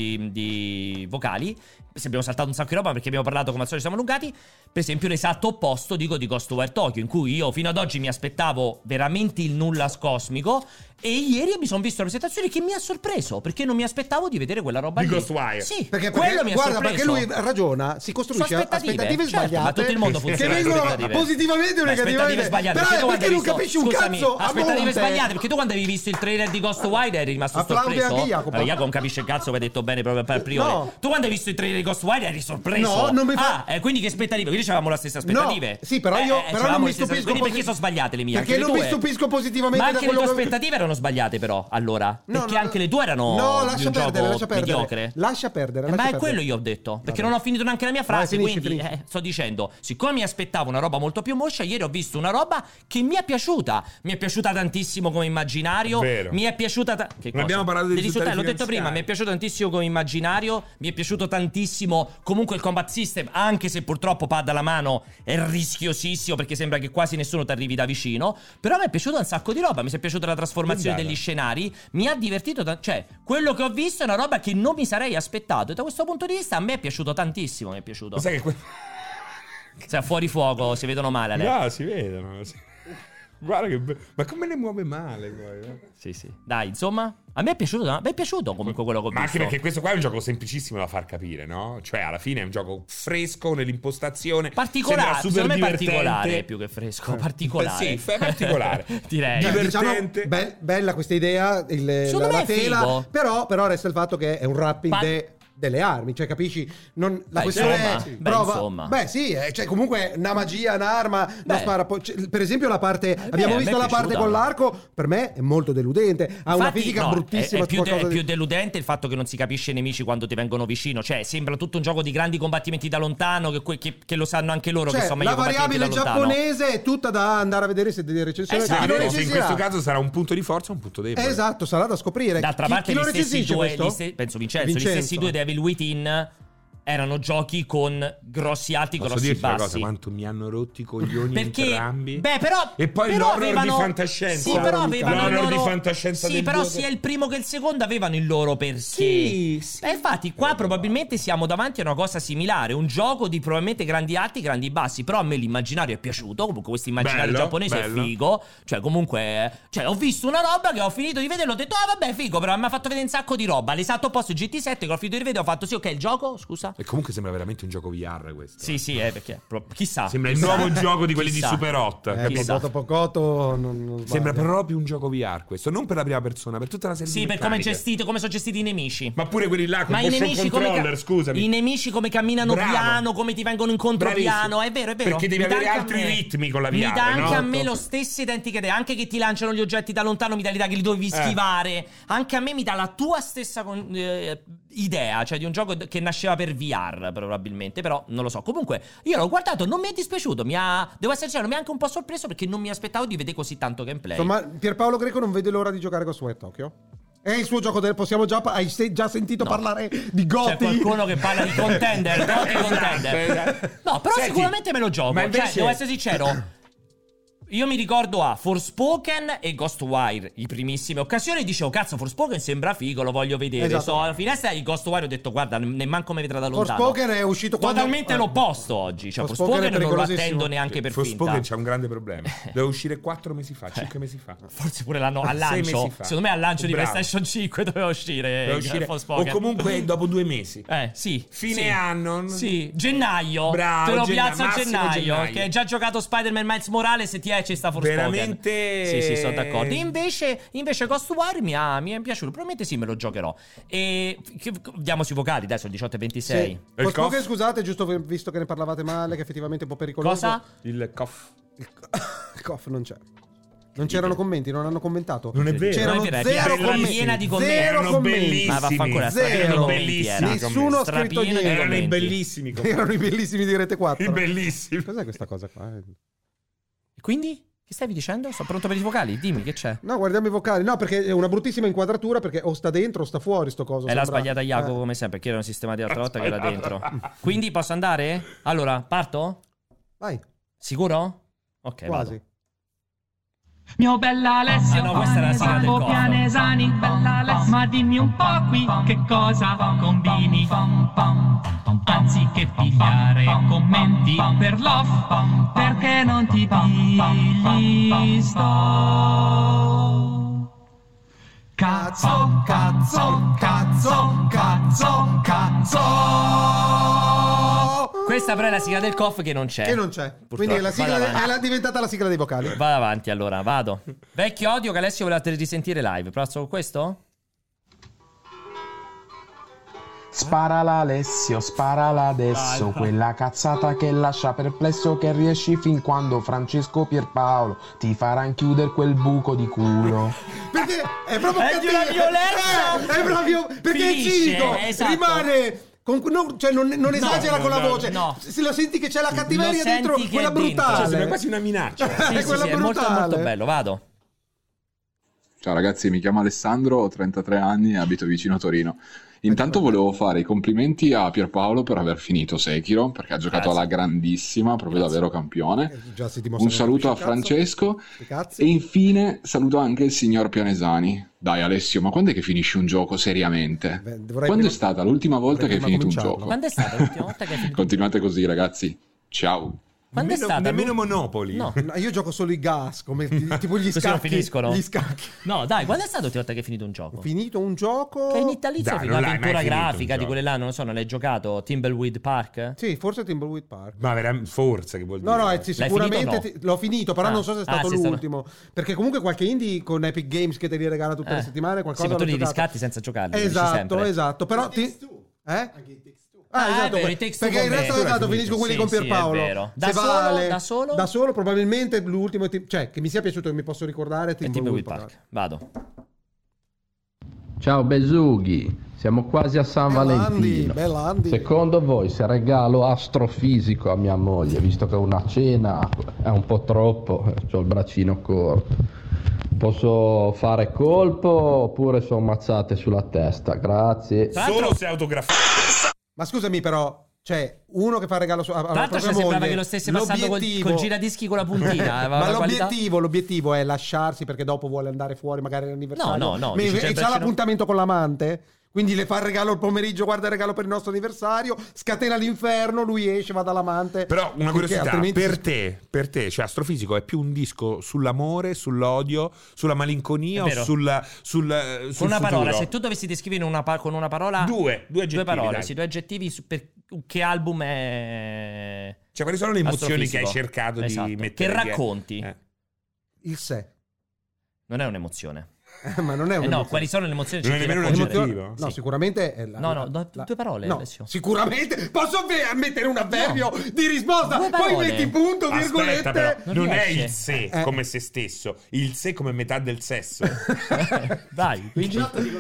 di vocali. Se abbiamo saltato un sacco di roba perché abbiamo parlato, come al solito siamo allungati. Per esempio l'esatto opposto dico di Ghostwire Tokyo, in cui io fino ad oggi mi aspettavo veramente il nulla cosmico, e ieri mi sono visto la presentazione che mi ha sorpreso, perché non mi aspettavo di vedere quella roba di lì. Ghostwire. Sì, perché quello mi ha guarda, sorpreso. perché lui ragiona, si costruisce aspettative certo, sbagliate, ma tutto il mondo funziona che vengono aspettative. positivamente o negativamente sbagliate. Però perché non capisci un scusami, cazzo a aspettative monte. sbagliate, perché tu quando avevi visto il trailer di Ghostwire eri rimasto Applausi sorpreso. anche Jacopo. Jacopo non capisce il cazzo, che hai detto bene proprio per priore. No. Tu quando hai visto il trailer di Ghostwire eri sorpreso. No, non mi fa... quindi che aspettative? Quindi avevamo le stesse aspettative. No, sì, però io non mi stupisco. Quindi perché sono sbagliate le mie? Perché non mi stupisco positivamente. Ma anche le tue aspettative erano sbagliate, però, allora. Perché anche le tue erano lascia perdere, mediocre. Lascia perdere. Ma è quello io ho detto. Perché non ho finito neanche la mia frase. Vai, quindi finisci. sto dicendo, siccome mi aspettavo una roba molto più moscia, ieri ho visto una roba che mi è piaciuta. Mi è piaciuta tantissimo come immaginario. Vero. Mi è piaciuta. Che cosa? Abbiamo parlato dei risultati l'ho detto prima. Mi è piaciuto tantissimo come immaginario. Mi è piaciuto tantissimo comunque il combat system, anche se purtroppo pad alla mano è rischiosissimo, perché sembra che quasi nessuno ti arrivi da vicino. Però mi è piaciuto un sacco di roba. Mi è piaciuta la trasformazione degli scenari. Mi ha divertito. Cioè, quello che ho visto è una roba che non mi sarei aspettato. E da questo punto di vista a me è piaciuto tantissimo. Mi è piaciuto. Sai che cioè, fuori fuoco si vedono male. No, si vedono. Guarda che ma come le muove male poi, no? Sì. Dai, insomma, a me è piaciuto comunque quello che ho visto. Ma anche perché questo qua è un gioco semplicissimo da far capire, no? Cioè, alla fine è un gioco fresco nell'impostazione, particolare, super secondo me divertente. particolare più che fresco, particolare. Sì, è particolare. Direi. Divertente. Diciamo, bella questa idea, Secondo me la è tela, figo. però resta il fatto che è un wrapping delle armi, cioè capisci? La questione è insomma. Beh, sì, cioè comunque una magia, un'arma, non spara. Per esempio la parte abbiamo visto la parte con l'arco, per me è molto deludente, ha una fisica bruttissima. È più deludente il fatto che non si capisce i nemici quando ti vengono vicino, cioè sembra tutto un gioco di grandi combattimenti da lontano, che lo sanno anche loro, cioè, che sono meglio la variabile giapponese è tutta da andare a vedere se delle recensioni. Esatto. In questo caso sarà un punto di forza o un punto debole. Esatto, sarà da scoprire. D'altra parte chi lo gli stessi recensisce due, penso Vincenzo, gli stessi due Devil Within erano giochi con grossi alti, Posso grossi dirti bassi. una cosa, quanto mi hanno rotto i coglioni perché, entrambi. Però e poi però l'horror di fantascienza. Sì, però avevano l'horror di fantascienza. Sì, però sia il primo che il secondo avevano il loro perché. Sì. Infatti qua probabilmente siamo davanti a una cosa similare, un gioco di probabilmente grandi alti, grandi bassi, però a me l'immaginario è piaciuto, comunque questo immaginario giapponese è figo, cioè comunque ho visto una roba che ho finito di vedere, ho detto vabbè figo, però mi ha fatto vedere un sacco di roba, l'esatto opposto GT7 che ho finito di vedere, ho fatto sì, ok, il gioco, scusa. E comunque sembra veramente un gioco VR questo. Sì, perché chissà. Sembra il nuovo gioco di quelli di Super Hot. Pocoto non sembra proprio un gioco VR questo, non per la prima persona, per tutta la serie. Sì, per come sono gestiti i nemici. Ma pure quelli là con i nemici controller, scusami. I nemici come camminano piano, come ti vengono incontro piano, è vero. Perché devi avere altri ritmi con la VR. Mi dà anche a me lo stesso identica idea, anche che ti lanciano gli oggetti da lontano, mi dà l'idea che li dovevi schivare. Anche a me mi dà la tua stessa idea, cioè di un gioco che nasceva per VR probabilmente, però non lo so. Comunque io l'ho guardato, non mi è dispiaciuto, devo essere sincero, mi ha anche un po' sorpreso perché non mi aspettavo di vedere così tanto gameplay. Insomma, Pierpaolo Greco non vede l'ora di giocare Ghostwire Tokyo. È il suo gioco possiamo già hai già sentito parlare di Gotti? C'è qualcuno che parla di contender, contender. No, però senti, sicuramente me lo gioco, ma invece... devo essere sincero. Io mi ricordo Forspoken e Ghostwire, i primissime occasioni, dicevo cazzo Forspoken sembra figo, lo voglio vedere. Esatto. So alla finestra di Ghostwire ho detto guarda, ne manco mi vedrà da lontano. Forspoken è uscito totalmente l'opposto oggi, cioè Forspoken non lo attendo neanche per finta. Forspoken c'ha un grande problema, deve uscire 4 mesi fa, 5 mesi fa. Forse pure l'hanno al lancio, secondo me al lancio di PlayStation 5 doveva uscire o comunque dopo 2 mesi. Sì. Fine anno. Sì, gennaio. Bravo, te lo piazza a gennaio. Che hai già giocato Spider-Man Miles Morales e ti è ci sta Forspoken. Veramente. Sì, sono d'accordo. Invece Ghost War mi è piaciuto. Probabilmente sì, me lo giocherò. E diamo sui vocali, dai, sono 18:26. Sì. Forspoken, scusate, giusto visto che ne parlavate male, che effettivamente è un po' pericoloso. Cosa? Il coff. Il coff non c'è. Non c'erano commenti, non hanno commentato. Non è vero. C'erano Non è vero, zero era commenti. piena di commenti. Zero Erano commenti. bellissimi. Ma vaffanculo, Zero. Bellissimi. Nessuno ha scritto Strapieno di niente. Erano i commenti. bellissimi commenti. Erano i bellissimi di Rete 4. I bellissimi. Cos'è questa cosa qua? Quindi? Che stavi dicendo? Sono pronto per i vocali? Dimmi, che c'è? No, guardiamo i vocali. No, perché è una bruttissima inquadratura, perché o sta dentro o sta fuori sto coso. L'ha sembra. sbagliata Jacopo come sempre, perché erano sistemati l'altra volta che era dentro. Quindi posso andare? Allora, parto? Vai, Sicuro? Ok, quasi. vado. Mio bella Alessio, no, questa era la sigla del coro. Pianesani, bella Alessio, ma dimmi un po' qui che cosa combini. Anziché pigliare commenti per love, perché non ti pigli sto cazzo, cazzo, cazzo, cazzo, cazzo. Questa però è la sigla del COF che non c'è. Che non c'è. Quindi la sigla è diventata la sigla dei vocali. Vado avanti allora, vado. Vecchio odio che Alessio voleva risentire live. Provo con questo? Sparala Alessio, sparala adesso, quella cazzata che lascia perplesso, che riesci fin quando Francesco Pierpaolo ti farà chiudere quel buco di culo. Perché è proprio È di una violenza. È proprio perché Finisce, è cinico. esatto. Rimane cioè non esagera con la voce. no. Se lo senti che c'è la cattiveria Lo dentro, senti che quella è dentro. brutale. Cioè, sembra quasi una minaccia. Sì, sì, quella sì, è molto, brutale. molto bello, vado. Ciao ragazzi, mi chiamo Alessandro, ho 33 anni e abito vicino a Torino. Intanto volevo fare i complimenti a Pierpaolo per aver finito Sekiro, perché ha giocato alla grandissima, proprio davvero campione. Già si dimostra Un che saluto a capisce un cazzo. Francesco Che cazzi? e infine saluto anche il signor Pianesani. Dai Alessio, ma quando è che finisci un gioco seriamente? Beh, dovrei Quando prima- è stata l'ultima volta che hai dovrei finito un prima gioco? Quando è stata l'ultima volta che hai finito? Continuate così ragazzi, ciao! Quando è stata? Nemmeno Monopoli. No. No, io gioco solo i gas, come tipo gli Così scacchi. non finiscono? Gli scacchi. No, dai, quando è stata l'ultima volta che hai finito un Ho gioco? finito un gioco. Che in Italia Dai, fino non l'hai un'avventura mai finito un grafica di gioco. quelle là, non lo so, non l'hai giocato? Thimbleweed Park? Sì, forse Thimbleweed Park. Ma veramente, forse che vuol dire? No, sì, L'hai sicuramente finito o no? l'ho finito, però Ah. non so se è stato sì, è stato- l'ultimo. Perché comunque qualche indie con Epic Games che te li regala tutte le settimane, qualcosa Sì, ma tu l'ho li giocato. riscatti senza giocarli. lo dici Esatto, sempre. esatto. Però Ah, è esatto, vero, i Takes Two perché in con me. realtà esatto, finisco quelli Sì, con sì, è Pierpaolo. vero. Se Da solo? Da solo probabilmente l'ultimo, cioè che mi sia piaciuto, che mi posso ricordare è E Thimbleweed Park. Vado. Ciao Besughi, siamo quasi a San Valentino. Bella Andy. Secondo voi se regalo astrofisico a mia moglie, visto che una cena è un po' troppo, ho il braccino corto, posso fare colpo oppure sono mazzate sulla testa? Grazie. Tra l'altro- Solo se autografato. Ma scusami però, cioè, uno che fa regalo a Tra l'altro propria cioè, sembrava moglie, che lo stesse passando l'obiettivo- col giradischi con la puntina. Ma la qualità- l'obiettivo è lasciarsi perché dopo vuole andare fuori magari all'anniversario. No, no, Ma- dici, c'è il e c'ha braccino- l'appuntamento con l'amante. Quindi le fa il regalo il pomeriggio, guarda il regalo per il nostro anniversario, scatena l'inferno, lui esce, va dall'amante. Però una Perché curiosità, altrimenti per te, cioè Astrofisico è più un disco sull'amore, sull'odio, sulla malinconia È o vero. sul Con una parola, futuro? se tu dovessi descrivere con una parola... Due aggettivi, Due parole, dai. sì, due aggettivi per che album è... Cioè, quali sono le emozioni che hai Astrofisico. cercato Esatto. di mettere Che via? racconti. il sé. Non è un'emozione. Ma non è un No, quali sono le emozioni che Non è cerchi di nemmeno un raccogliere? aggettivo? No, Sì. sicuramente è No, due parole, no, Alessio. sicuramente posso mettere un avverbio di risposta. Due Poi parole. metti punto, virgolette. Aspetta, però, Non non è riesce. il sé come se stesso, il sé come metà del sesso. Dai, quindi...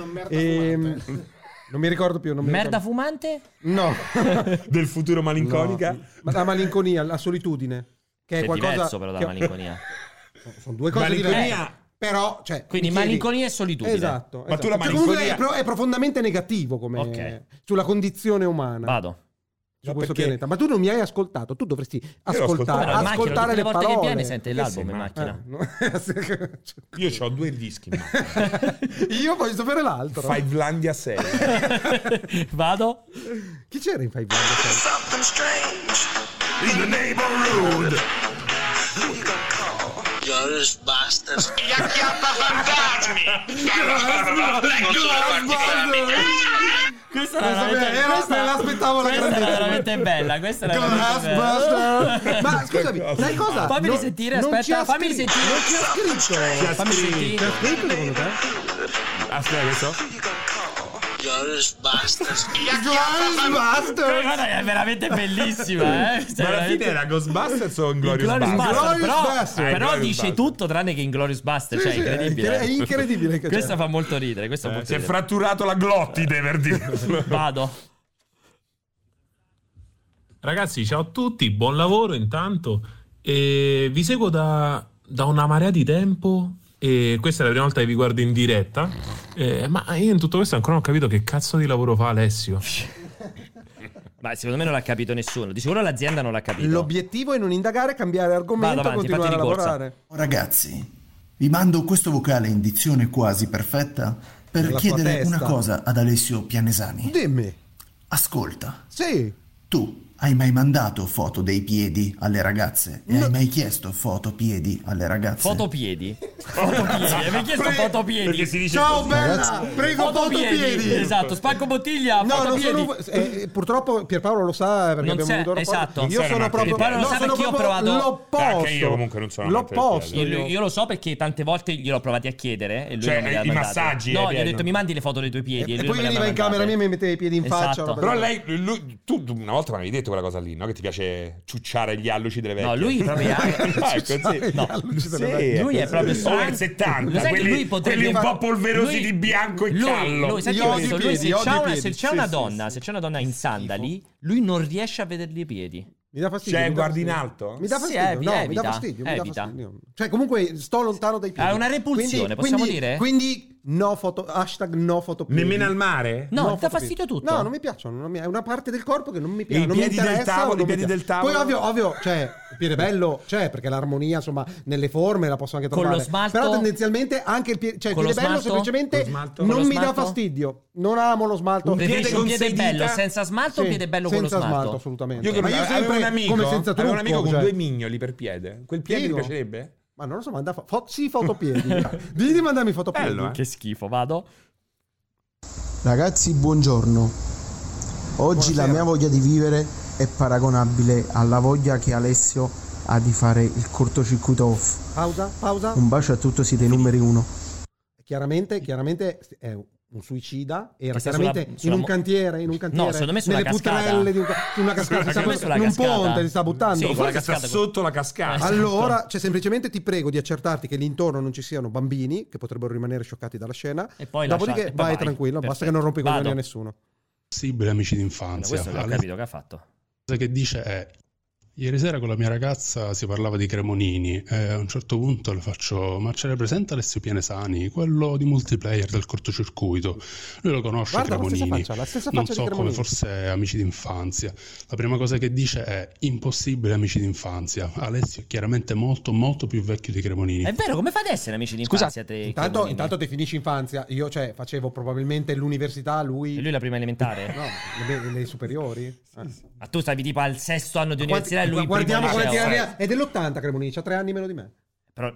Non mi ricordo più. Non mi Merda ricordo. fumante? No. Del futuro malinconica? No. Ma la malinconia, la solitudine. Che è È qualcosa. diverso però dalla che- malinconia. Sono due cose Malinconia- diverse. Però, cioè, Quindi mi chiedi- malinconia e solitudine. Esatto. Ma tu la Cioè, comunque malinconia- è profondamente negativo come Ok. sulla condizione umana. Vado. Su No, questo perché- pianeta. Ma tu non mi hai ascoltato. Tu dovresti l'ho ascoltato. ascoltare, Però in macchina, ascoltare tutte le le volte parole. che viene sente Che l'album in sei macchina. No. Io ho 2 dischi in macchina. Io voglio sapere l'altro. Fivelandia 6. Vado. Chi c'era in Five Band? Something strange in the neighborhood. Who you gonna call? You're this bastard. Questa Questa me l'aspettavo la grandezza. Questa era veramente bella. Questa era veramente bella. Ma scusami, sai cosa? Fammi risentire, aspetta, fammi risentire. Non ci ha scritto. Fammi sentire. Ci ha scritto secondo te? Aspetta, questo? Ghostbusters. Guarda che è veramente bellissima, eh. Ma alla fine era Ghostbusters o Inglourious Basterds? Però dice tutto tranne che Inglourious Basterds, cioè incredibile. È incredibile. Questa fa molto ridere, si è fratturato la glottide per dirlo. Vado. Ragazzi, ciao a tutti, buon lavoro intanto. Vi seguo da una marea di tempo. E questa è la prima volta che vi guardo in diretta, ma io in tutto questo ancora non ho capito che cazzo di lavoro fa Alessio. Ma secondo me non l'ha capito nessuno, di sicuro l'azienda non l'ha capito. L'obiettivo è non indagare, cambiare argomento, continuare a lavorare. Ragazzi, vi mando questo vocale in dizione quasi perfetta per chiedere una cosa ad Alessio Pianesani. Dimmi. Ascolta. Sì. Tu hai mai mandato foto dei piedi alle ragazze? E hai mai chiesto fotopiedi alle ragazze? Fotopiedi? Hai mai chiesto fotopiedi? Perché si dice ciao così. bella, Ragazzi, prego fotopiedi. Esatto, spacco bottiglia, no, fotopiedi. non sono, purtroppo Pierpaolo lo sa perché Non abbiamo avuto esatto. Io sono proprio Pierpaolo lo sa perché io ho provato l'opposto. Anche io comunque non sono l'opposto. Io lo so perché tante volte gliel'ho provati a chiedere e lui non me li ha i mandato. massaggi. No, gli ho detto mi mandi le foto dei tuoi piedi E poi lui veniva in camera mia e mi metteva i piedi in faccia. Esatto. Però tu una volta mi avevi detto quella cosa lì, no? Che ti piace ciucciare gli alluci delle vecchie. No, lui proprio lui è proprio over 70, quelli un po' polverosi di bianco e callo. Se c'è una donna in sandali, lui non riesce a vedergli i piedi. Mi dà fastidio. Cioè, guardi in alto? Mi dà fastidio. Mi dà fastidio. Cioè, comunque sto lontano dai piedi. È una repulsione, possiamo dire? Quindi no foto, hashtag no fotopiedi. Nemmeno al mare? No, dà fastidio tutto. No, non mi piacciono. È una parte del corpo che non mi piace. I piedi del tavolo, i piedi del tavolo. Poi ovvio, cioè, il piede bello, perché l'armonia, insomma, nelle forme la posso anche trovare. Con lo smalto. Però tendenzialmente anche il piede, cioè il piede bello semplicemente non mi dà fastidio. Non amo lo smalto. Un piede bello senza smalto, un piede bello con lo smalto. Senza smalto, assolutamente. Ma io sempre come senza trucco. Avevo un amico con 2 mignoli per piede. Quel piede ti piacerebbe? Ma non lo so, manda fotopiedi. Digli di mandarmi fotopiedi. Bello, Che schifo, vado. Ragazzi, buongiorno. Oggi la mia voglia di vivere è paragonabile alla voglia che Alessio ha di fare il cortocircuito off. Pausa. Un bacio a tutti, siete i numeri 1. Chiaramente è un suicida, era chiaramente in un cantiere, no, secondo me nelle putrelle di una cascata, in un ponte si sta buttando, forse sta sotto la cascata. Allora, semplicemente ti prego di accertarti che lì intorno non ci siano bambini che potrebbero rimanere scioccati dalla scena, e poi dopodiché vai tranquillo, perfetto. Basta che non rompi i coglioni a nessuno. Possibile, amici d'infanzia. Questo l'ho capito che ha fatto. Cosa che dice è: ieri sera con la mia ragazza si parlava di Cremonini e a un certo punto le faccio: ma ce l'hai presente Alessio Pianesani, quello di multiplayer del cortocircuito? Lui lo conosce. Guarda, Cremonini, la stessa non faccia so di come, Cremonini. forse amici d'infanzia. La prima cosa che dice è: impossibile amici d'infanzia. Alessio è chiaramente molto molto più vecchio di Cremonini. È vero, come fa ad essere amici d'infanzia? Intanto ti finisci infanzia. Io facevo probabilmente l'università, lui... E lui la prima elementare? No, le superiori. Ma tu stavi tipo al 6º anno di università e lui guardiamo primo quanti liceo. anni è dell'80 Cremonini, c'ha 3 anni meno di me. Però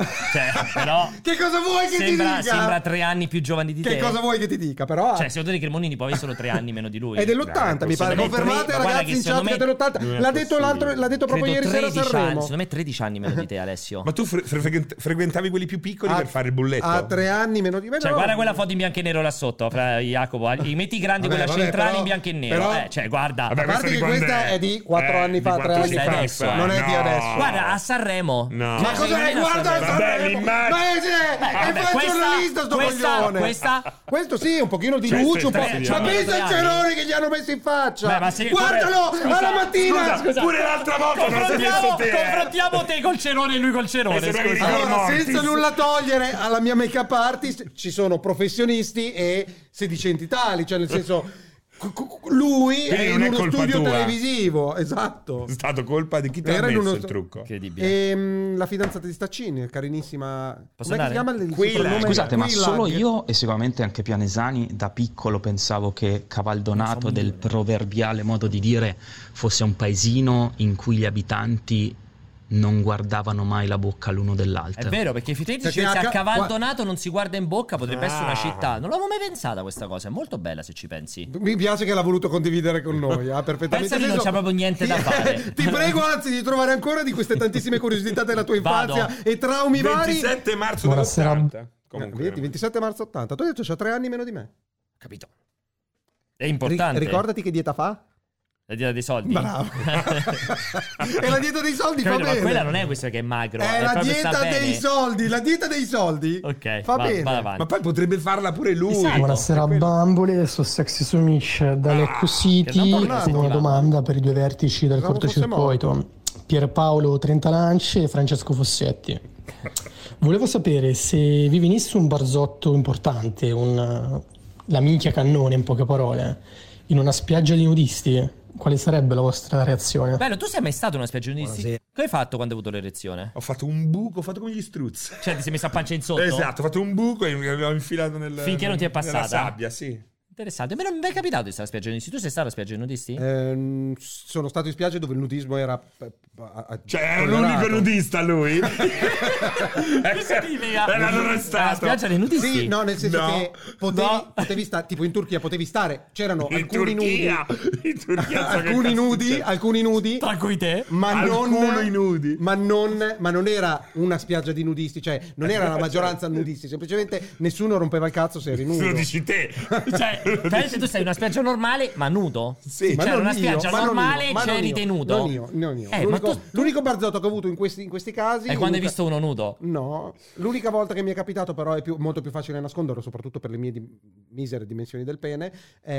Che cosa vuoi che ti dica? Sembra 3 anni più giovani di te. Che cosa vuoi che ti dica? Però cioè, secondo te Cremonini può avere solo 3 anni meno di lui? È dell'80, mi pare. Confermate, ragazzi, in chat che è dell'80. L'ha detto proprio ieri sera a Sanremo. Secondo me 13 anni meno di te, Alessio. Ma tu frequentavi quelli più piccoli per fare il bulletto? A 3 anni meno di me. Cioè, guarda quella foto in bianco e nero là sotto, fra Jacopo. I metti grandi, quella centrale in bianco e nero. Cioè, guarda. A parte che questa è di 4 anni fa, 3 anni fa. Adesso, non è di adesso. Guarda, a Sanremo. No. Ma cosa ne guarda a Sanremo? Ma è un giornalista sto coglione. Questo sì, un pochino di luce, un po'. Ma pensa al Cerone che gli hanno messo in faccia. Guardalo alla mattina. Pure l'altra volta confrontiamo te col Cerone e lui col Cerone. Allora, senza nulla togliere alla mia make-up artist, ci sono professionisti e sedicenti tali, cioè nel senso lui è in uno studio televisivo, esatto. È stato colpa di chi ti ha messo il trucco. Incredibile. La fidanzata di Staccini, carinissima. Come si chiama? Scusate, ma solo io e sicuramente anche Pianesani da piccolo pensavo che Cavaldonato, del proverbiale modo di dire, fosse un paesino in cui gli abitanti non guardavano mai la bocca l'uno dell'altro. È vero, perché effettivamente se a cavallo donato non si guarda in bocca, potrebbe essere una città. Non l'avevo mai pensata questa cosa, è molto bella se ci pensi. Mi piace che l'ha voluto condividere con noi, perfettamente. Pensa che non c'è proprio niente da fare. Ti prego anzi di trovare ancora di queste tantissime curiosità della tua infanzia e traumi vari. 27 marzo dell'80. Comunque, 27 marzo 80. Tu hai detto c'ha 3 anni meno di me. Capito. È importante. Ricordati che dieta fa? La dieta dei soldi. Bravo. E la dieta dei soldi fa bene. Ma quella non è questa che è magro. È la dieta dei soldi. La dieta dei soldi. Ok. Fa bene. Ma poi potrebbe farla pure lui. Esatto. Buonasera bambole, sono Sexy Sumish da Lecco City. Una domanda per i due vertici del cortocircuito. Pierpaolo Trentalanci e Francesco Fossetti. Volevo sapere se vi venisse un barzotto importante, la minchia cannone in poche parole, in una spiaggia di nudisti, quale sarebbe la vostra reazione? Bello, tu sei mai stato in una spiaggia di nudisti? Che hai fatto quando hai avuto l'erezione? Ho fatto un buco, ho fatto come gli struzzi. Cioè ti sei messo a pancia in sotto? Esatto, ho fatto un buco e l'ho infilato finché non ti è passata? Nella sabbia, sì. Interessante. Ma non mi è capitato di stare a spiaggia di nudisti? Tu sei stato a spiaggia di nudisti? Sono stato in spiagge dove il nudismo era cioè era l'unico nudista lui. Che significa? Era non è stato. La spiaggia dei nudisti? Sì, no, nel senso che potevi stare, tipo in Turchia potevi stare, c'erano alcuni nudi. In Turchia alcuni nudi, tra cui te, ma non era una spiaggia di nudisti, cioè non era la maggioranza nudisti, semplicemente nessuno rompeva il cazzo se eri nudo. Lo dici te. Cioè, pensi tu sei in una spiaggia normale ma nudo? Sì, cioè una spiaggia normale c'eri tenuto. Non io. L'unico barzotto che ho avuto in questi casi è quando hai visto uno nudo? No, l'unica volta che mi è capitato, però è molto più facile nasconderlo, soprattutto per le mie misere dimensioni del pene,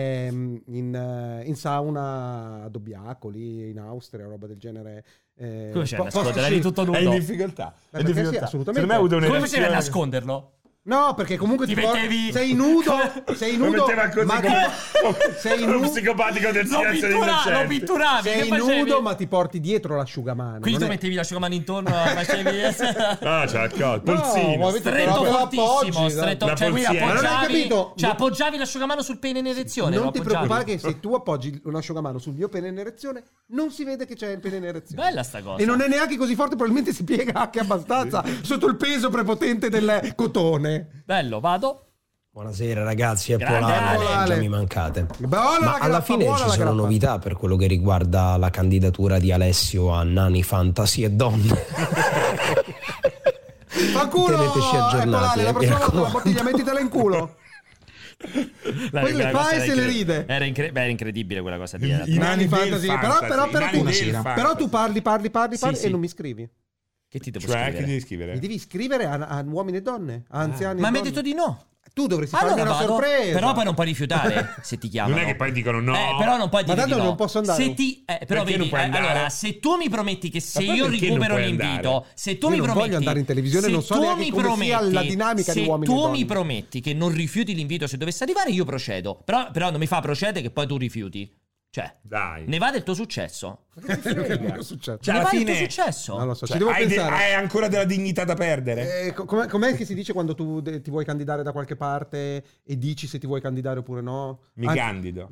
in sauna a Dobbiacoli, in Austria, roba del genere. Come c'è a nascondere? Eri tutto nudo? È in difficoltà. Sì, assolutamente. Come facevi a nasconderlo? No, perché comunque ti mettevi... sei nudo, ma sei nudo, psicopatico del silenzio degli innocenti. Lo pitturavi, sei nudo, ma ti porti dietro l'asciugamano. Quindi tu mettevi l'asciugamano intorno, facevi c'è il colpo, polsino, stretto fortissimo, stretto, cioè qui appoggiavi l'asciugamano sul pene in erezione. Non ti preoccupare che se tu appoggi un asciugamano sul mio pene in erezione non si vede che c'è il pene in erezione. Bella sta cosa. E non è neanche così forte, probabilmente si piega anche abbastanza sotto il peso prepotente del cotone. Bello, vado. Buonasera ragazzi, è Polale, mi mancate. Ma alla fine ci sono novità per quello che riguarda la candidatura di Alessio a Nani Fantasy e Donne. Fa culo! Teneteci aggiornati. La prossima volta la bottiglia mettitela in culo. Poi le fai e se le ride. Era incredibile quella cosa di Nani Fantasy. Però tu parli e non mi scrivi. Che ti devo scrivere? Che devi scrivere? Mi devi scrivere a uomini e donne, a anziani. Ma mi hai detto di no. Tu dovresti farmi una sorpresa. Però poi non puoi rifiutare se ti chiamano. Non è che poi dicono no. Però non puoi dire tanto di no. non posso andare. Se ti, però vedi, allora, se tu mi prometti che se io recupero l'invito, se tu mi prometti, voglio andare in televisione, non so neanche come sia la dinamica di uomini e donne. Se tu mi prometti che non rifiuti l'invito se dovesse arrivare, io procedo. Però non mi fa procedere che poi tu rifiuti. Cioè, dai. Ne va del tuo successo. Cioè, ne va del tuo successo. Non lo so, cioè, ci devo pensare. Hai ancora della dignità da perdere. Com'è che si dice quando tu ti vuoi candidare da qualche parte e dici se ti vuoi candidare oppure no? Mi candido.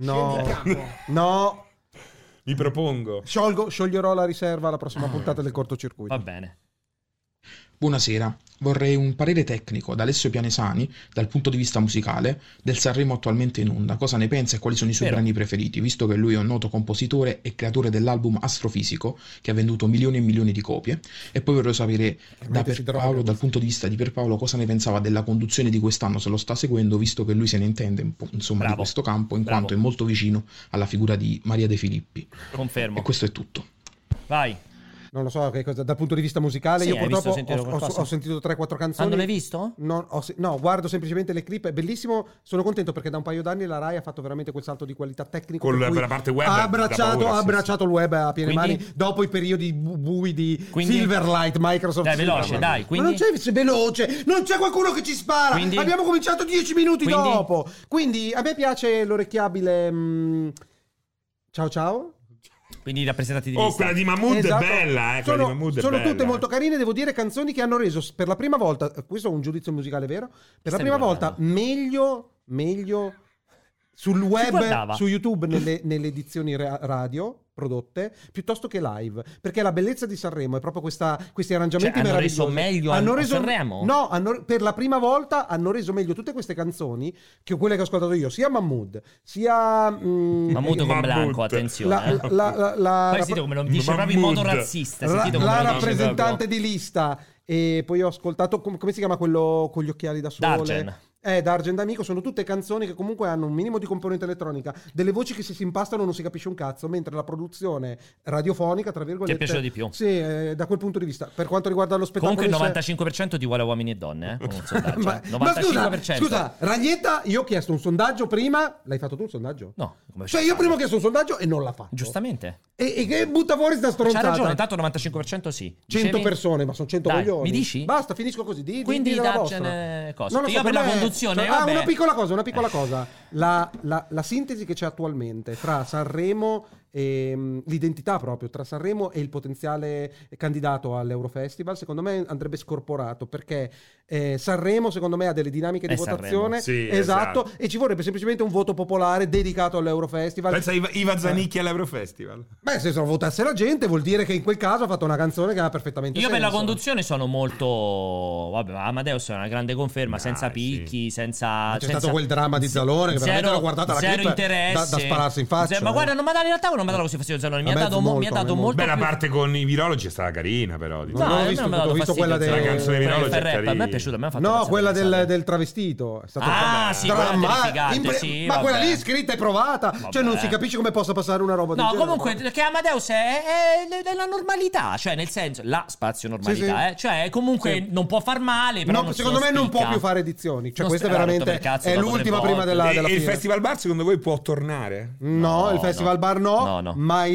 No. Mi propongo. Scioglierò la riserva alla prossima puntata del cortocircuito. Va bene. Buonasera, vorrei un parere tecnico da Alessio Pianesani dal punto di vista musicale del Sanremo attualmente in onda. Cosa ne pensa e quali sono i suoi brani preferiti, visto che lui è un noto compositore e creatore dell'album Astrofisico che ha venduto milioni e milioni di copie. E poi vorrei sapere da Pierpaolo, dal punto di vista di Pierpaolo, cosa ne pensava della conduzione di quest'anno, se lo sta seguendo, visto che lui se ne intende un po', insomma, di questo campo, in quanto è molto vicino alla figura di Maria De Filippi. Confermo. E questo è tutto. Vai. Non lo so che cosa, dal punto di vista musicale. Io purtroppo ho sentito 3-4 canzoni. Non l'hai visto? No, guardo semplicemente le clip. È bellissimo. Sono contento perché da un paio d'anni la Rai ha fatto veramente quel salto di qualità tecnico. Con la parte web ha abbracciato il web a piene mani dopo i periodi bui di Silverlight, Microsoft. Dai, veloce, dai. Ma non c'è veloce, non c'è qualcuno che ci spara. Abbiamo cominciato 10 minuti dopo. Quindi a me piace l'orecchiabile. Ciao. Quindi rappresentati di lista. Quella di Mahmood è bella, sono tutte molto carine, devo dire, canzoni che hanno reso per la prima volta, questo è un giudizio musicale vero, per la prima volta meglio sul web, su YouTube, nelle edizioni radio prodotte, piuttosto che live, perché la bellezza di Sanremo è proprio questi arrangiamenti meravigliosi. Hanno reso meglio Sanremo? No, per la prima volta hanno reso meglio tutte queste canzoni, che quelle che ho ascoltato io, sia Mahmood, sia Mahmood con Blanco, attenzione. Poi sentite come lo dice proprio in modo razzista. La rappresentante di lista. E poi ho ascoltato, come si chiama quello con gli occhiali da sole? D'Argent Amico. Sono tutte canzoni che comunque hanno un minimo di componente elettronica, delle voci che si impastano non si capisce un cazzo, mentre la produzione radiofonica, tra virgolette, ti è piaciuto di più. Sì, da quel punto di vista. Per quanto riguarda lo spettacolo, comunque il 95% ti vuole uomini e donne, ma 95%. Scusa, Ragnetta, io ho chiesto un sondaggio prima. L'hai fatto tu il sondaggio? No. Cioè io prima ho chiesto un sondaggio e non l'ha fatto. Giustamente. E che butta fuori sta stronzata? C'ha ragione, tanto 95% sì. 100 persone, ma sono 100 coglioni. Mi dici? Basta, finisco così. Quindi darcene cosa. Io per la conduzione, una piccola cosa. La sintesi che c'è attualmente tra Sanremo e l'identità proprio tra Sanremo e il potenziale candidato all'Eurofestival, secondo me andrebbe scorporato, perché Sanremo secondo me ha delle dinamiche di votazione, sì, esatto, e ci vorrebbe semplicemente un voto popolare dedicato all'Eurofestival. Pensa Iva Zanicchi all'Eurofestival. Beh, se lo votasse la gente vuol dire che in quel caso ha fatto una canzone che ha perfettamente senso. Per la conduzione sono molto Amadeus è una grande conferma, senza picchi, senza c'è stato quel dramma di Zalone che veramente l'ho guardata la clip da spararsi in faccia. Ma guarda, in realtà non mi ha dato così fastidio Zalone, mi ha dato molto. Beh, la parte con i virologi è stata carina, però. Ho visto quella la canzone dei virologi è carina. A me è piaciuta, mi ha fatto no, quella del travestito è stata sì, quella sì, ma quella lì scritta e provata, cioè non si capisce come possa passare una roba del genere. No, comunque che Amadeus è la normalità, cioè nel senso la spazio normalità, cioè comunque non può far male, però no, secondo me non può più fare edizioni, cioè questa è veramente è l'ultima prima della fine. E il Festival Bar secondo voi può tornare? No, il Festival Bar no.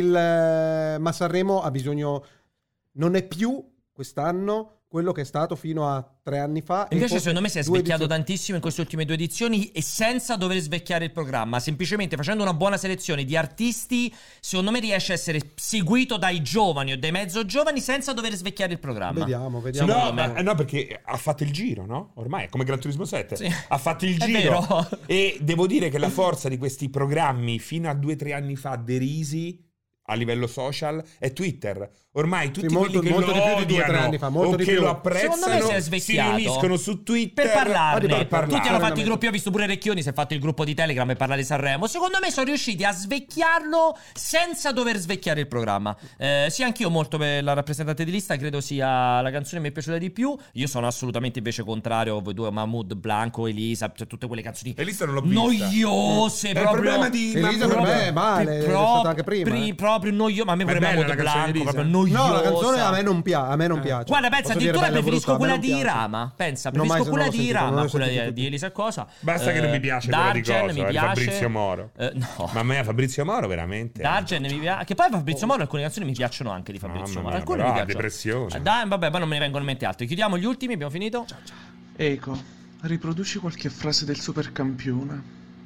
Ma Sanremo ha bisogno, non è più quest'anno quello che è stato fino a 3 anni fa. Invece secondo me si è svecchiato tantissimo in queste ultime 2 edizioni, e senza dover svecchiare il programma, semplicemente facendo una buona selezione di artisti, secondo me riesce a essere seguito dai giovani o dai mezzo giovani senza dover svecchiare il programma. Vediamo. No, perché ha fatto il giro, no? Ormai è come Gran Turismo 7. Sì. Ha fatto il giro. E devo dire che la forza di questi programmi fino a 2-3 anni fa derisi a livello social è Twitter. Ormai tutti quelli che lo odiano o che lo apprezzano si riuniscono su Twitter per parlarne. Tutti hanno fatto i gruppi, ho visto pure Recchioni si è fatto il gruppo di Telegram per parlare di Sanremo. Secondo me sono riusciti a svecchiarlo senza dover svecchiare il programma. Sì, anch'io molto per la rappresentante di lista, credo sia la canzone che mi è piaciuta di più. Io sono assolutamente invece contrario, voi due, Mahmood, Blanco, Elisa, cioè tutte quelle canzoni Elisa non l'ho vista. Noiose, è proprio. Il problema di Elisa per me è male, è stata anche prima. Proprio noioso, ma a me pure Mahmood Blanco proprio noioso. No, la canzone a me non piace. Guarda, pensa, addirittura preferisco quella di Irama. Preferisco quella di Irama, quella di Elisa Cosa. Basta che non mi piace quella di Cosa, Fabrizio Moro. No. Ma a me Fabrizio Moro veramente. Dargen mi piace. Che poi Fabrizio Moro alcune canzoni mi piacciono anche di Fabrizio Moro. Alcune mi piacciono. Depressione. Vabbè, ma non me ne vengono in mente altri. Chiudiamo gli ultimi, abbiamo finito. Ciao. Eco, riproduci qualche frase del supercampione.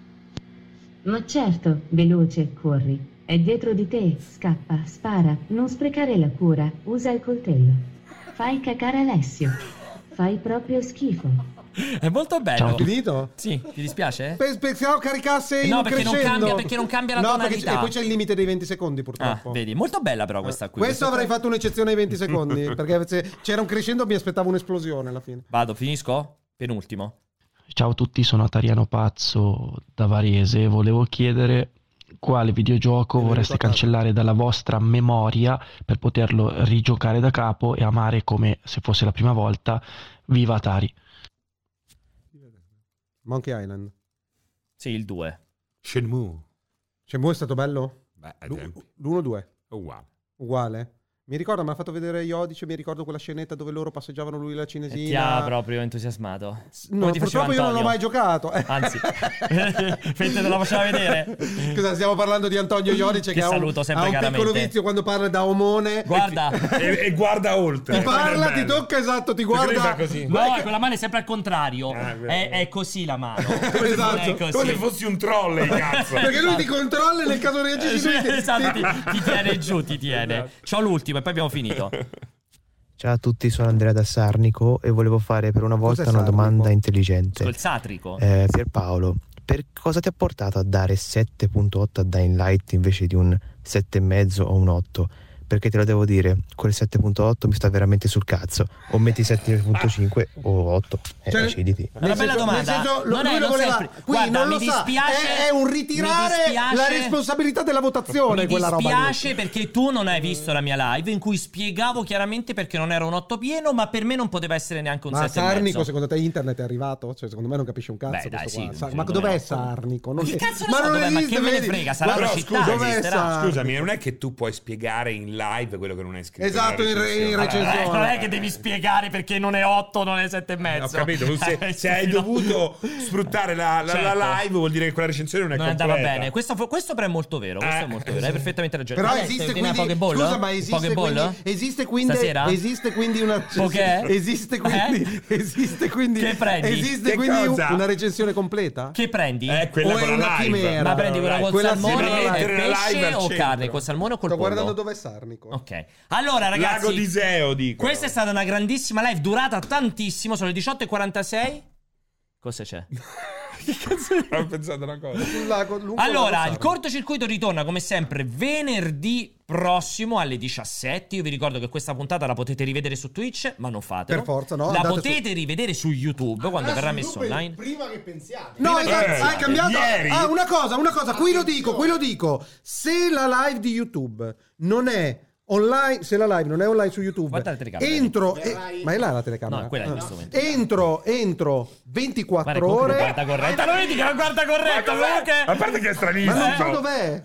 Ma certo, veloce, corri. È dietro di te, scappa, spara, non sprecare la cura, usa il coltello. Fai cacare Alessio. Fai proprio schifo. È molto bello. Finito? Sì, ti dispiace? Pensavo caricasse in perché non cambia la tonalità. E poi c'è il limite dei 20 secondi purtroppo. Vedi, molto bella però questa qui. Questo avrei fatto un'eccezione ai 20 secondi, perché se c'era un crescendo mi aspettavo un'esplosione alla fine. Vado, finisco? Penultimo. Ciao a tutti, sono Atariano Pazzo da Varese. Volevo chiedere quale videogioco vorreste cancellare dalla vostra memoria per poterlo rigiocare da capo e amare come se fosse la prima volta. Viva Atari. Monkey Island. Sì, il 2. Shenmue è stato bello? Beh, ai tempi. L'1-2 uguale. Mi ricordo, mi ha fatto vedere Iodice, mi ricordo quella scenetta dove loro passeggiavano lui e la cinesina. E ti ha proprio entusiasmato. No, purtroppo io non l'ho mai giocato. Anzi, Fente te la faceva vedere. Scusa, stiamo parlando di Antonio Iodice che ha un piccolo vizio quando parla da omone. Guarda. e guarda oltre. Ti parla, ti tocca, esatto, ti guarda. Così. No, con la mano è sempre al contrario. È così la mano. Esatto. Come se fossi un troll, cazzo. Perché lui ti controlla e nel caso reagisci. Esatto, ti tiene giù, ti tiene. C'ho l'ultimo e poi abbiamo finito. Ciao a tutti, sono Andrea da Sarnico e volevo fare per una volta una domanda intelligente. Il satrico. Pierpaolo, per cosa ti ha portato a dare 7.8 a Dying Light invece di un 7,5 o un 8? Perché te lo devo dire, quel 7.8 mi sta veramente sul cazzo. O metti 7.5 o 8. Deciditi. Una bella domanda. Lui lo voleva. Qui guarda, non lo sa. È un ritirare la responsabilità della votazione. Quella roba. Mi dispiace perché tu non hai visto la mia live in cui spiegavo chiaramente perché non era un 8 pieno, ma per me non poteva essere neanche un 7,5. Ma Sarnico, secondo te internet è arrivato? Cioè, secondo me non capisce un cazzo. Beh, dai, sì, ma dov'è Sarnico? Che cazzo ne so dov'è? Ma che me ne frega? Sarà una città. Scusami, non è che tu puoi spiegare in live quello che non hai scritto. Esatto, in recensione. Non è che devi spiegare perché non è 8, non è 7,5. Ho capito, se hai dovuto sfruttare la live vuol dire che quella recensione non è completa. Non andava bene. Questo però è molto vero, questo è molto vero, hai perfettamente ragione. Però esiste quindi scusa, ma esiste quindi una esiste quindi che prendi? Esiste quindi una recensione completa? Che prendi? Quella con la live. Ma prendi quella con salmone e pesce o carne? Con salmone o col pollo? Sto guardando dove è Sarnico. Ok. Allora ragazzi, Lago di Iseo, dico. Questa è stata una grandissima live, durata tantissimo, sono le 18:46. Cosa c'è? Che cazzo ho pensato una cosa. Allora, il cortocircuito ritorna come sempre venerdì prossimo alle 17. Io vi ricordo che questa puntata la potete rivedere su Twitch, ma non fatelo. Per forza, no. La potete rivedere su YouTube quando verrà messo online. Prima che pensiate. No, hai cambiato. Ieri. Una cosa, qui lo dico. Se la live di YouTube non è online, se la live non è online su YouTube, guarda la telecamera. Ma è là la telecamera? No, quella è in questo momento. Entro 24 ore. Guarda corretta, non vedi che non guarda corretta, a parte che è stranissimo. Ma non so dov'è.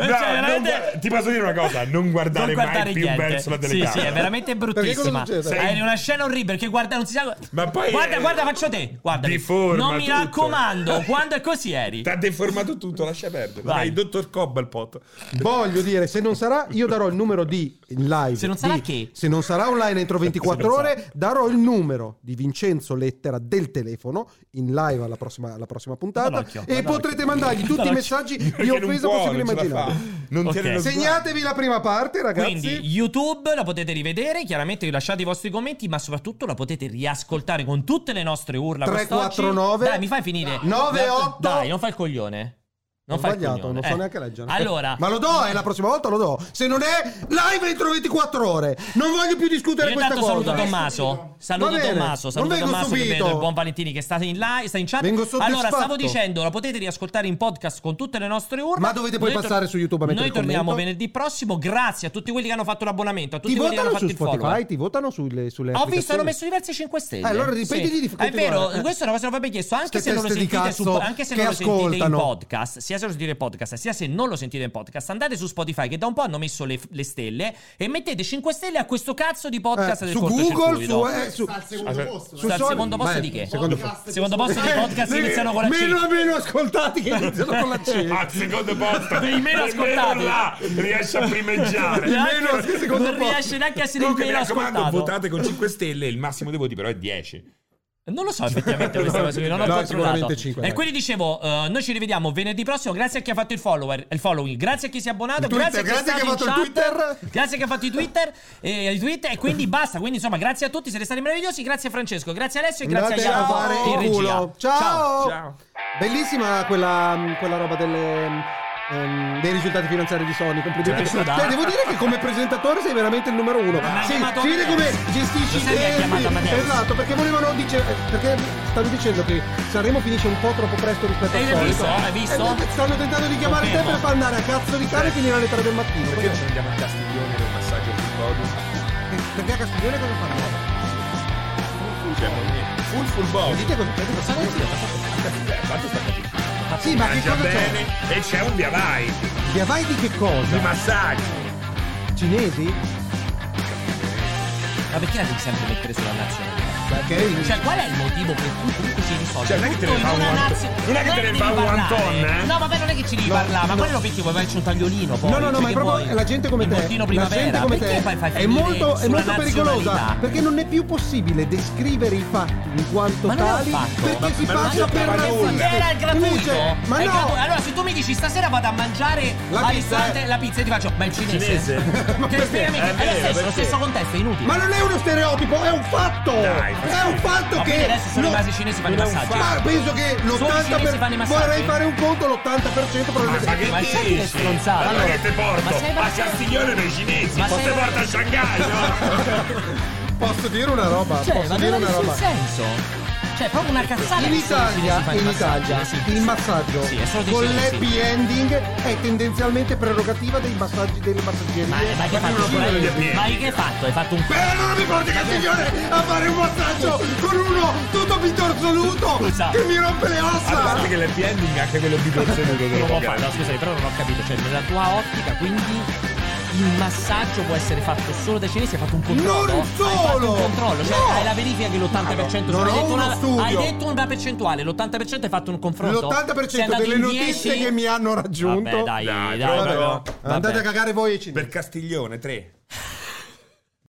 Ti posso dire una cosa, non guardare mai più verso la telecamera. Sì, è veramente bruttissima. È una scena orribile perché guarda, non si sa. Ma poi guarda, faccio te. Guarda. Non mi raccomando, quando è così eri. Ti ha deformato tutto, lascia perdere. Vai, dottor Cobblepot. Voglio dire, se non sarà, io darò il numero di live. Se non sarà che? Se non sarà online entro 24 ore, darò il numero di Vincenzo Lettera del telefono in live alla prossima puntata e potrete mandargli tutti i messaggi di offesa possibile immaginare. Segnatevi la prima parte, ragazzi. Quindi YouTube la potete rivedere, chiaramente lasciate i vostri commenti, ma soprattutto la potete riascoltare con tutte le nostre urla. 349. Dai, mi fai finire. 98. Dai, non fai il coglione. Non ho sbagliato, non so neanche leggere. Allora, ma lo do, la prossima volta lo do. Se non è live entro 24 ore, non voglio più discutere questa cosa. Saluto Tommaso. Saluto Tommaso che vedo il buon Valentini che sta in live, sta in chat. Allora, stavo dicendo, la potete riascoltare in podcast con tutte le nostre urla. Ma dovete poi passare su YouTube a mettere il commento. Noi torniamo venerdì prossimo. Grazie a tutti quelli che hanno fatto l'abbonamento, a tutti quelli che hanno fatto il follow. Ti votano sulle Ho visto, hanno messo diverse 5 stelle. Allora ripetiti di continuare. È vero, questa è una cosa che non avevo chiesto, anche se non lo sentite in podcast, sia se lo sentite in podcast sia se non lo sentite in podcast, andate su Spotify che da un po' hanno messo le stelle e mettete 5 stelle a questo cazzo di podcast del su Google, sul secondo posto di che? Secondo posto di podcast iniziano con la C. Meno ascoltati che iniziano con la C. Al secondo posto dei meno ascoltati riesce a primeggiare. Non riesce neanche a essere il meno ascoltato. Votate con 5 stelle, il massimo dei voti però è 10. Non lo so effettivamente questa cosa qui, non ho controllato. E quindi dicevo, noi ci rivediamo venerdì prossimo. Grazie a chi ha fatto il following, grazie a chi si è abbonato, grazie a chi ha fatto il Twitter, grazie a chi ha fatto i tweet e quindi basta. Quindi insomma, grazie a tutti, siete stati meravigliosi. Grazie a Francesco, grazie a Alessio e grazie a Jacopo in regia. Ciao. Bellissima quella roba dei risultati finanziari di Sony. Complimenti. Devo dire che come presentatore sei veramente il numero uno. Si vede come gestisci i tempi. Esatto, perché perché stanno dicendo che Sanremo finisce un po' troppo presto rispetto al solito. Hai visto? Stanno tentando di chiamare te per andare a cazzo di cane e finire alle 3 del mattino. Perché non andiamo a Castiglione del passaggio sul podium? Perché a Castiglione cosa fanno? Full bowl. Dite cosa Quanto sta capendo? Sì, ma che cosa bene c'è? E c'è un via vai. Via vai di che cosa? Di massaggi. Cinesi? Ma perché la devi sempre mettere sulla nazionalità? Perché? Cioè, qual è il motivo per cui comunque si risolve? Cioè, non è che te ne fa un Anton, No, vabbè, non è che ci devi parlare, ma poi lo metti, vuoi farci un tagliolino poi. No, ma è proprio la gente come te. La gente come te è molto pericolosa, perché non è più possibile descrivere i fatti in quanto tali, perché si passa per era il gratuito. Ma no. Allora, se tu mi dici stasera vado a mangiare la pizza e ti faccio, ma il cinese. Che spiegami, lo stesso contesto, è inutile. Ma non è uno stereotipo, è un fatto. È un fatto che adesso sono rimasti i cinesi fanno i massaggi. Ma penso che l'80% vorrei fare un conto, l'80% probabilmente. Ma che è stronzato? Allora che te porto a Castiglione dei cinesi, poi te porto a Shanghai, no? Posso dire una roba? Posso dire una roba? Senso? Cioè, proprio una cazzata. In Italia il massaggio con l'happy ending è tendenzialmente prerogativa delle massaggerie. Ma che hai fatto? Hai fatto un. Beh, allora mi porti Castiglione a fare un massaggio con uno tutto bitorzoluto che mi rompe le ossa. A parte che l'happy ending è anche quello bitorzoluto. No, scusami, però non ho capito. Cioè, nella tua ottica, quindi. Il massaggio può essere fatto solo dai cinesi, hai fatto un controllo? Non solo! Hai fatto un controllo, cioè hai la verifica che l'80% hai detto una percentuale, l'80% hai fatto un confronto? L'80% delle notizie che mi hanno raggiunto. Vabbè, dai. Andate a cagare voi e cinesi. Per Castiglione 3.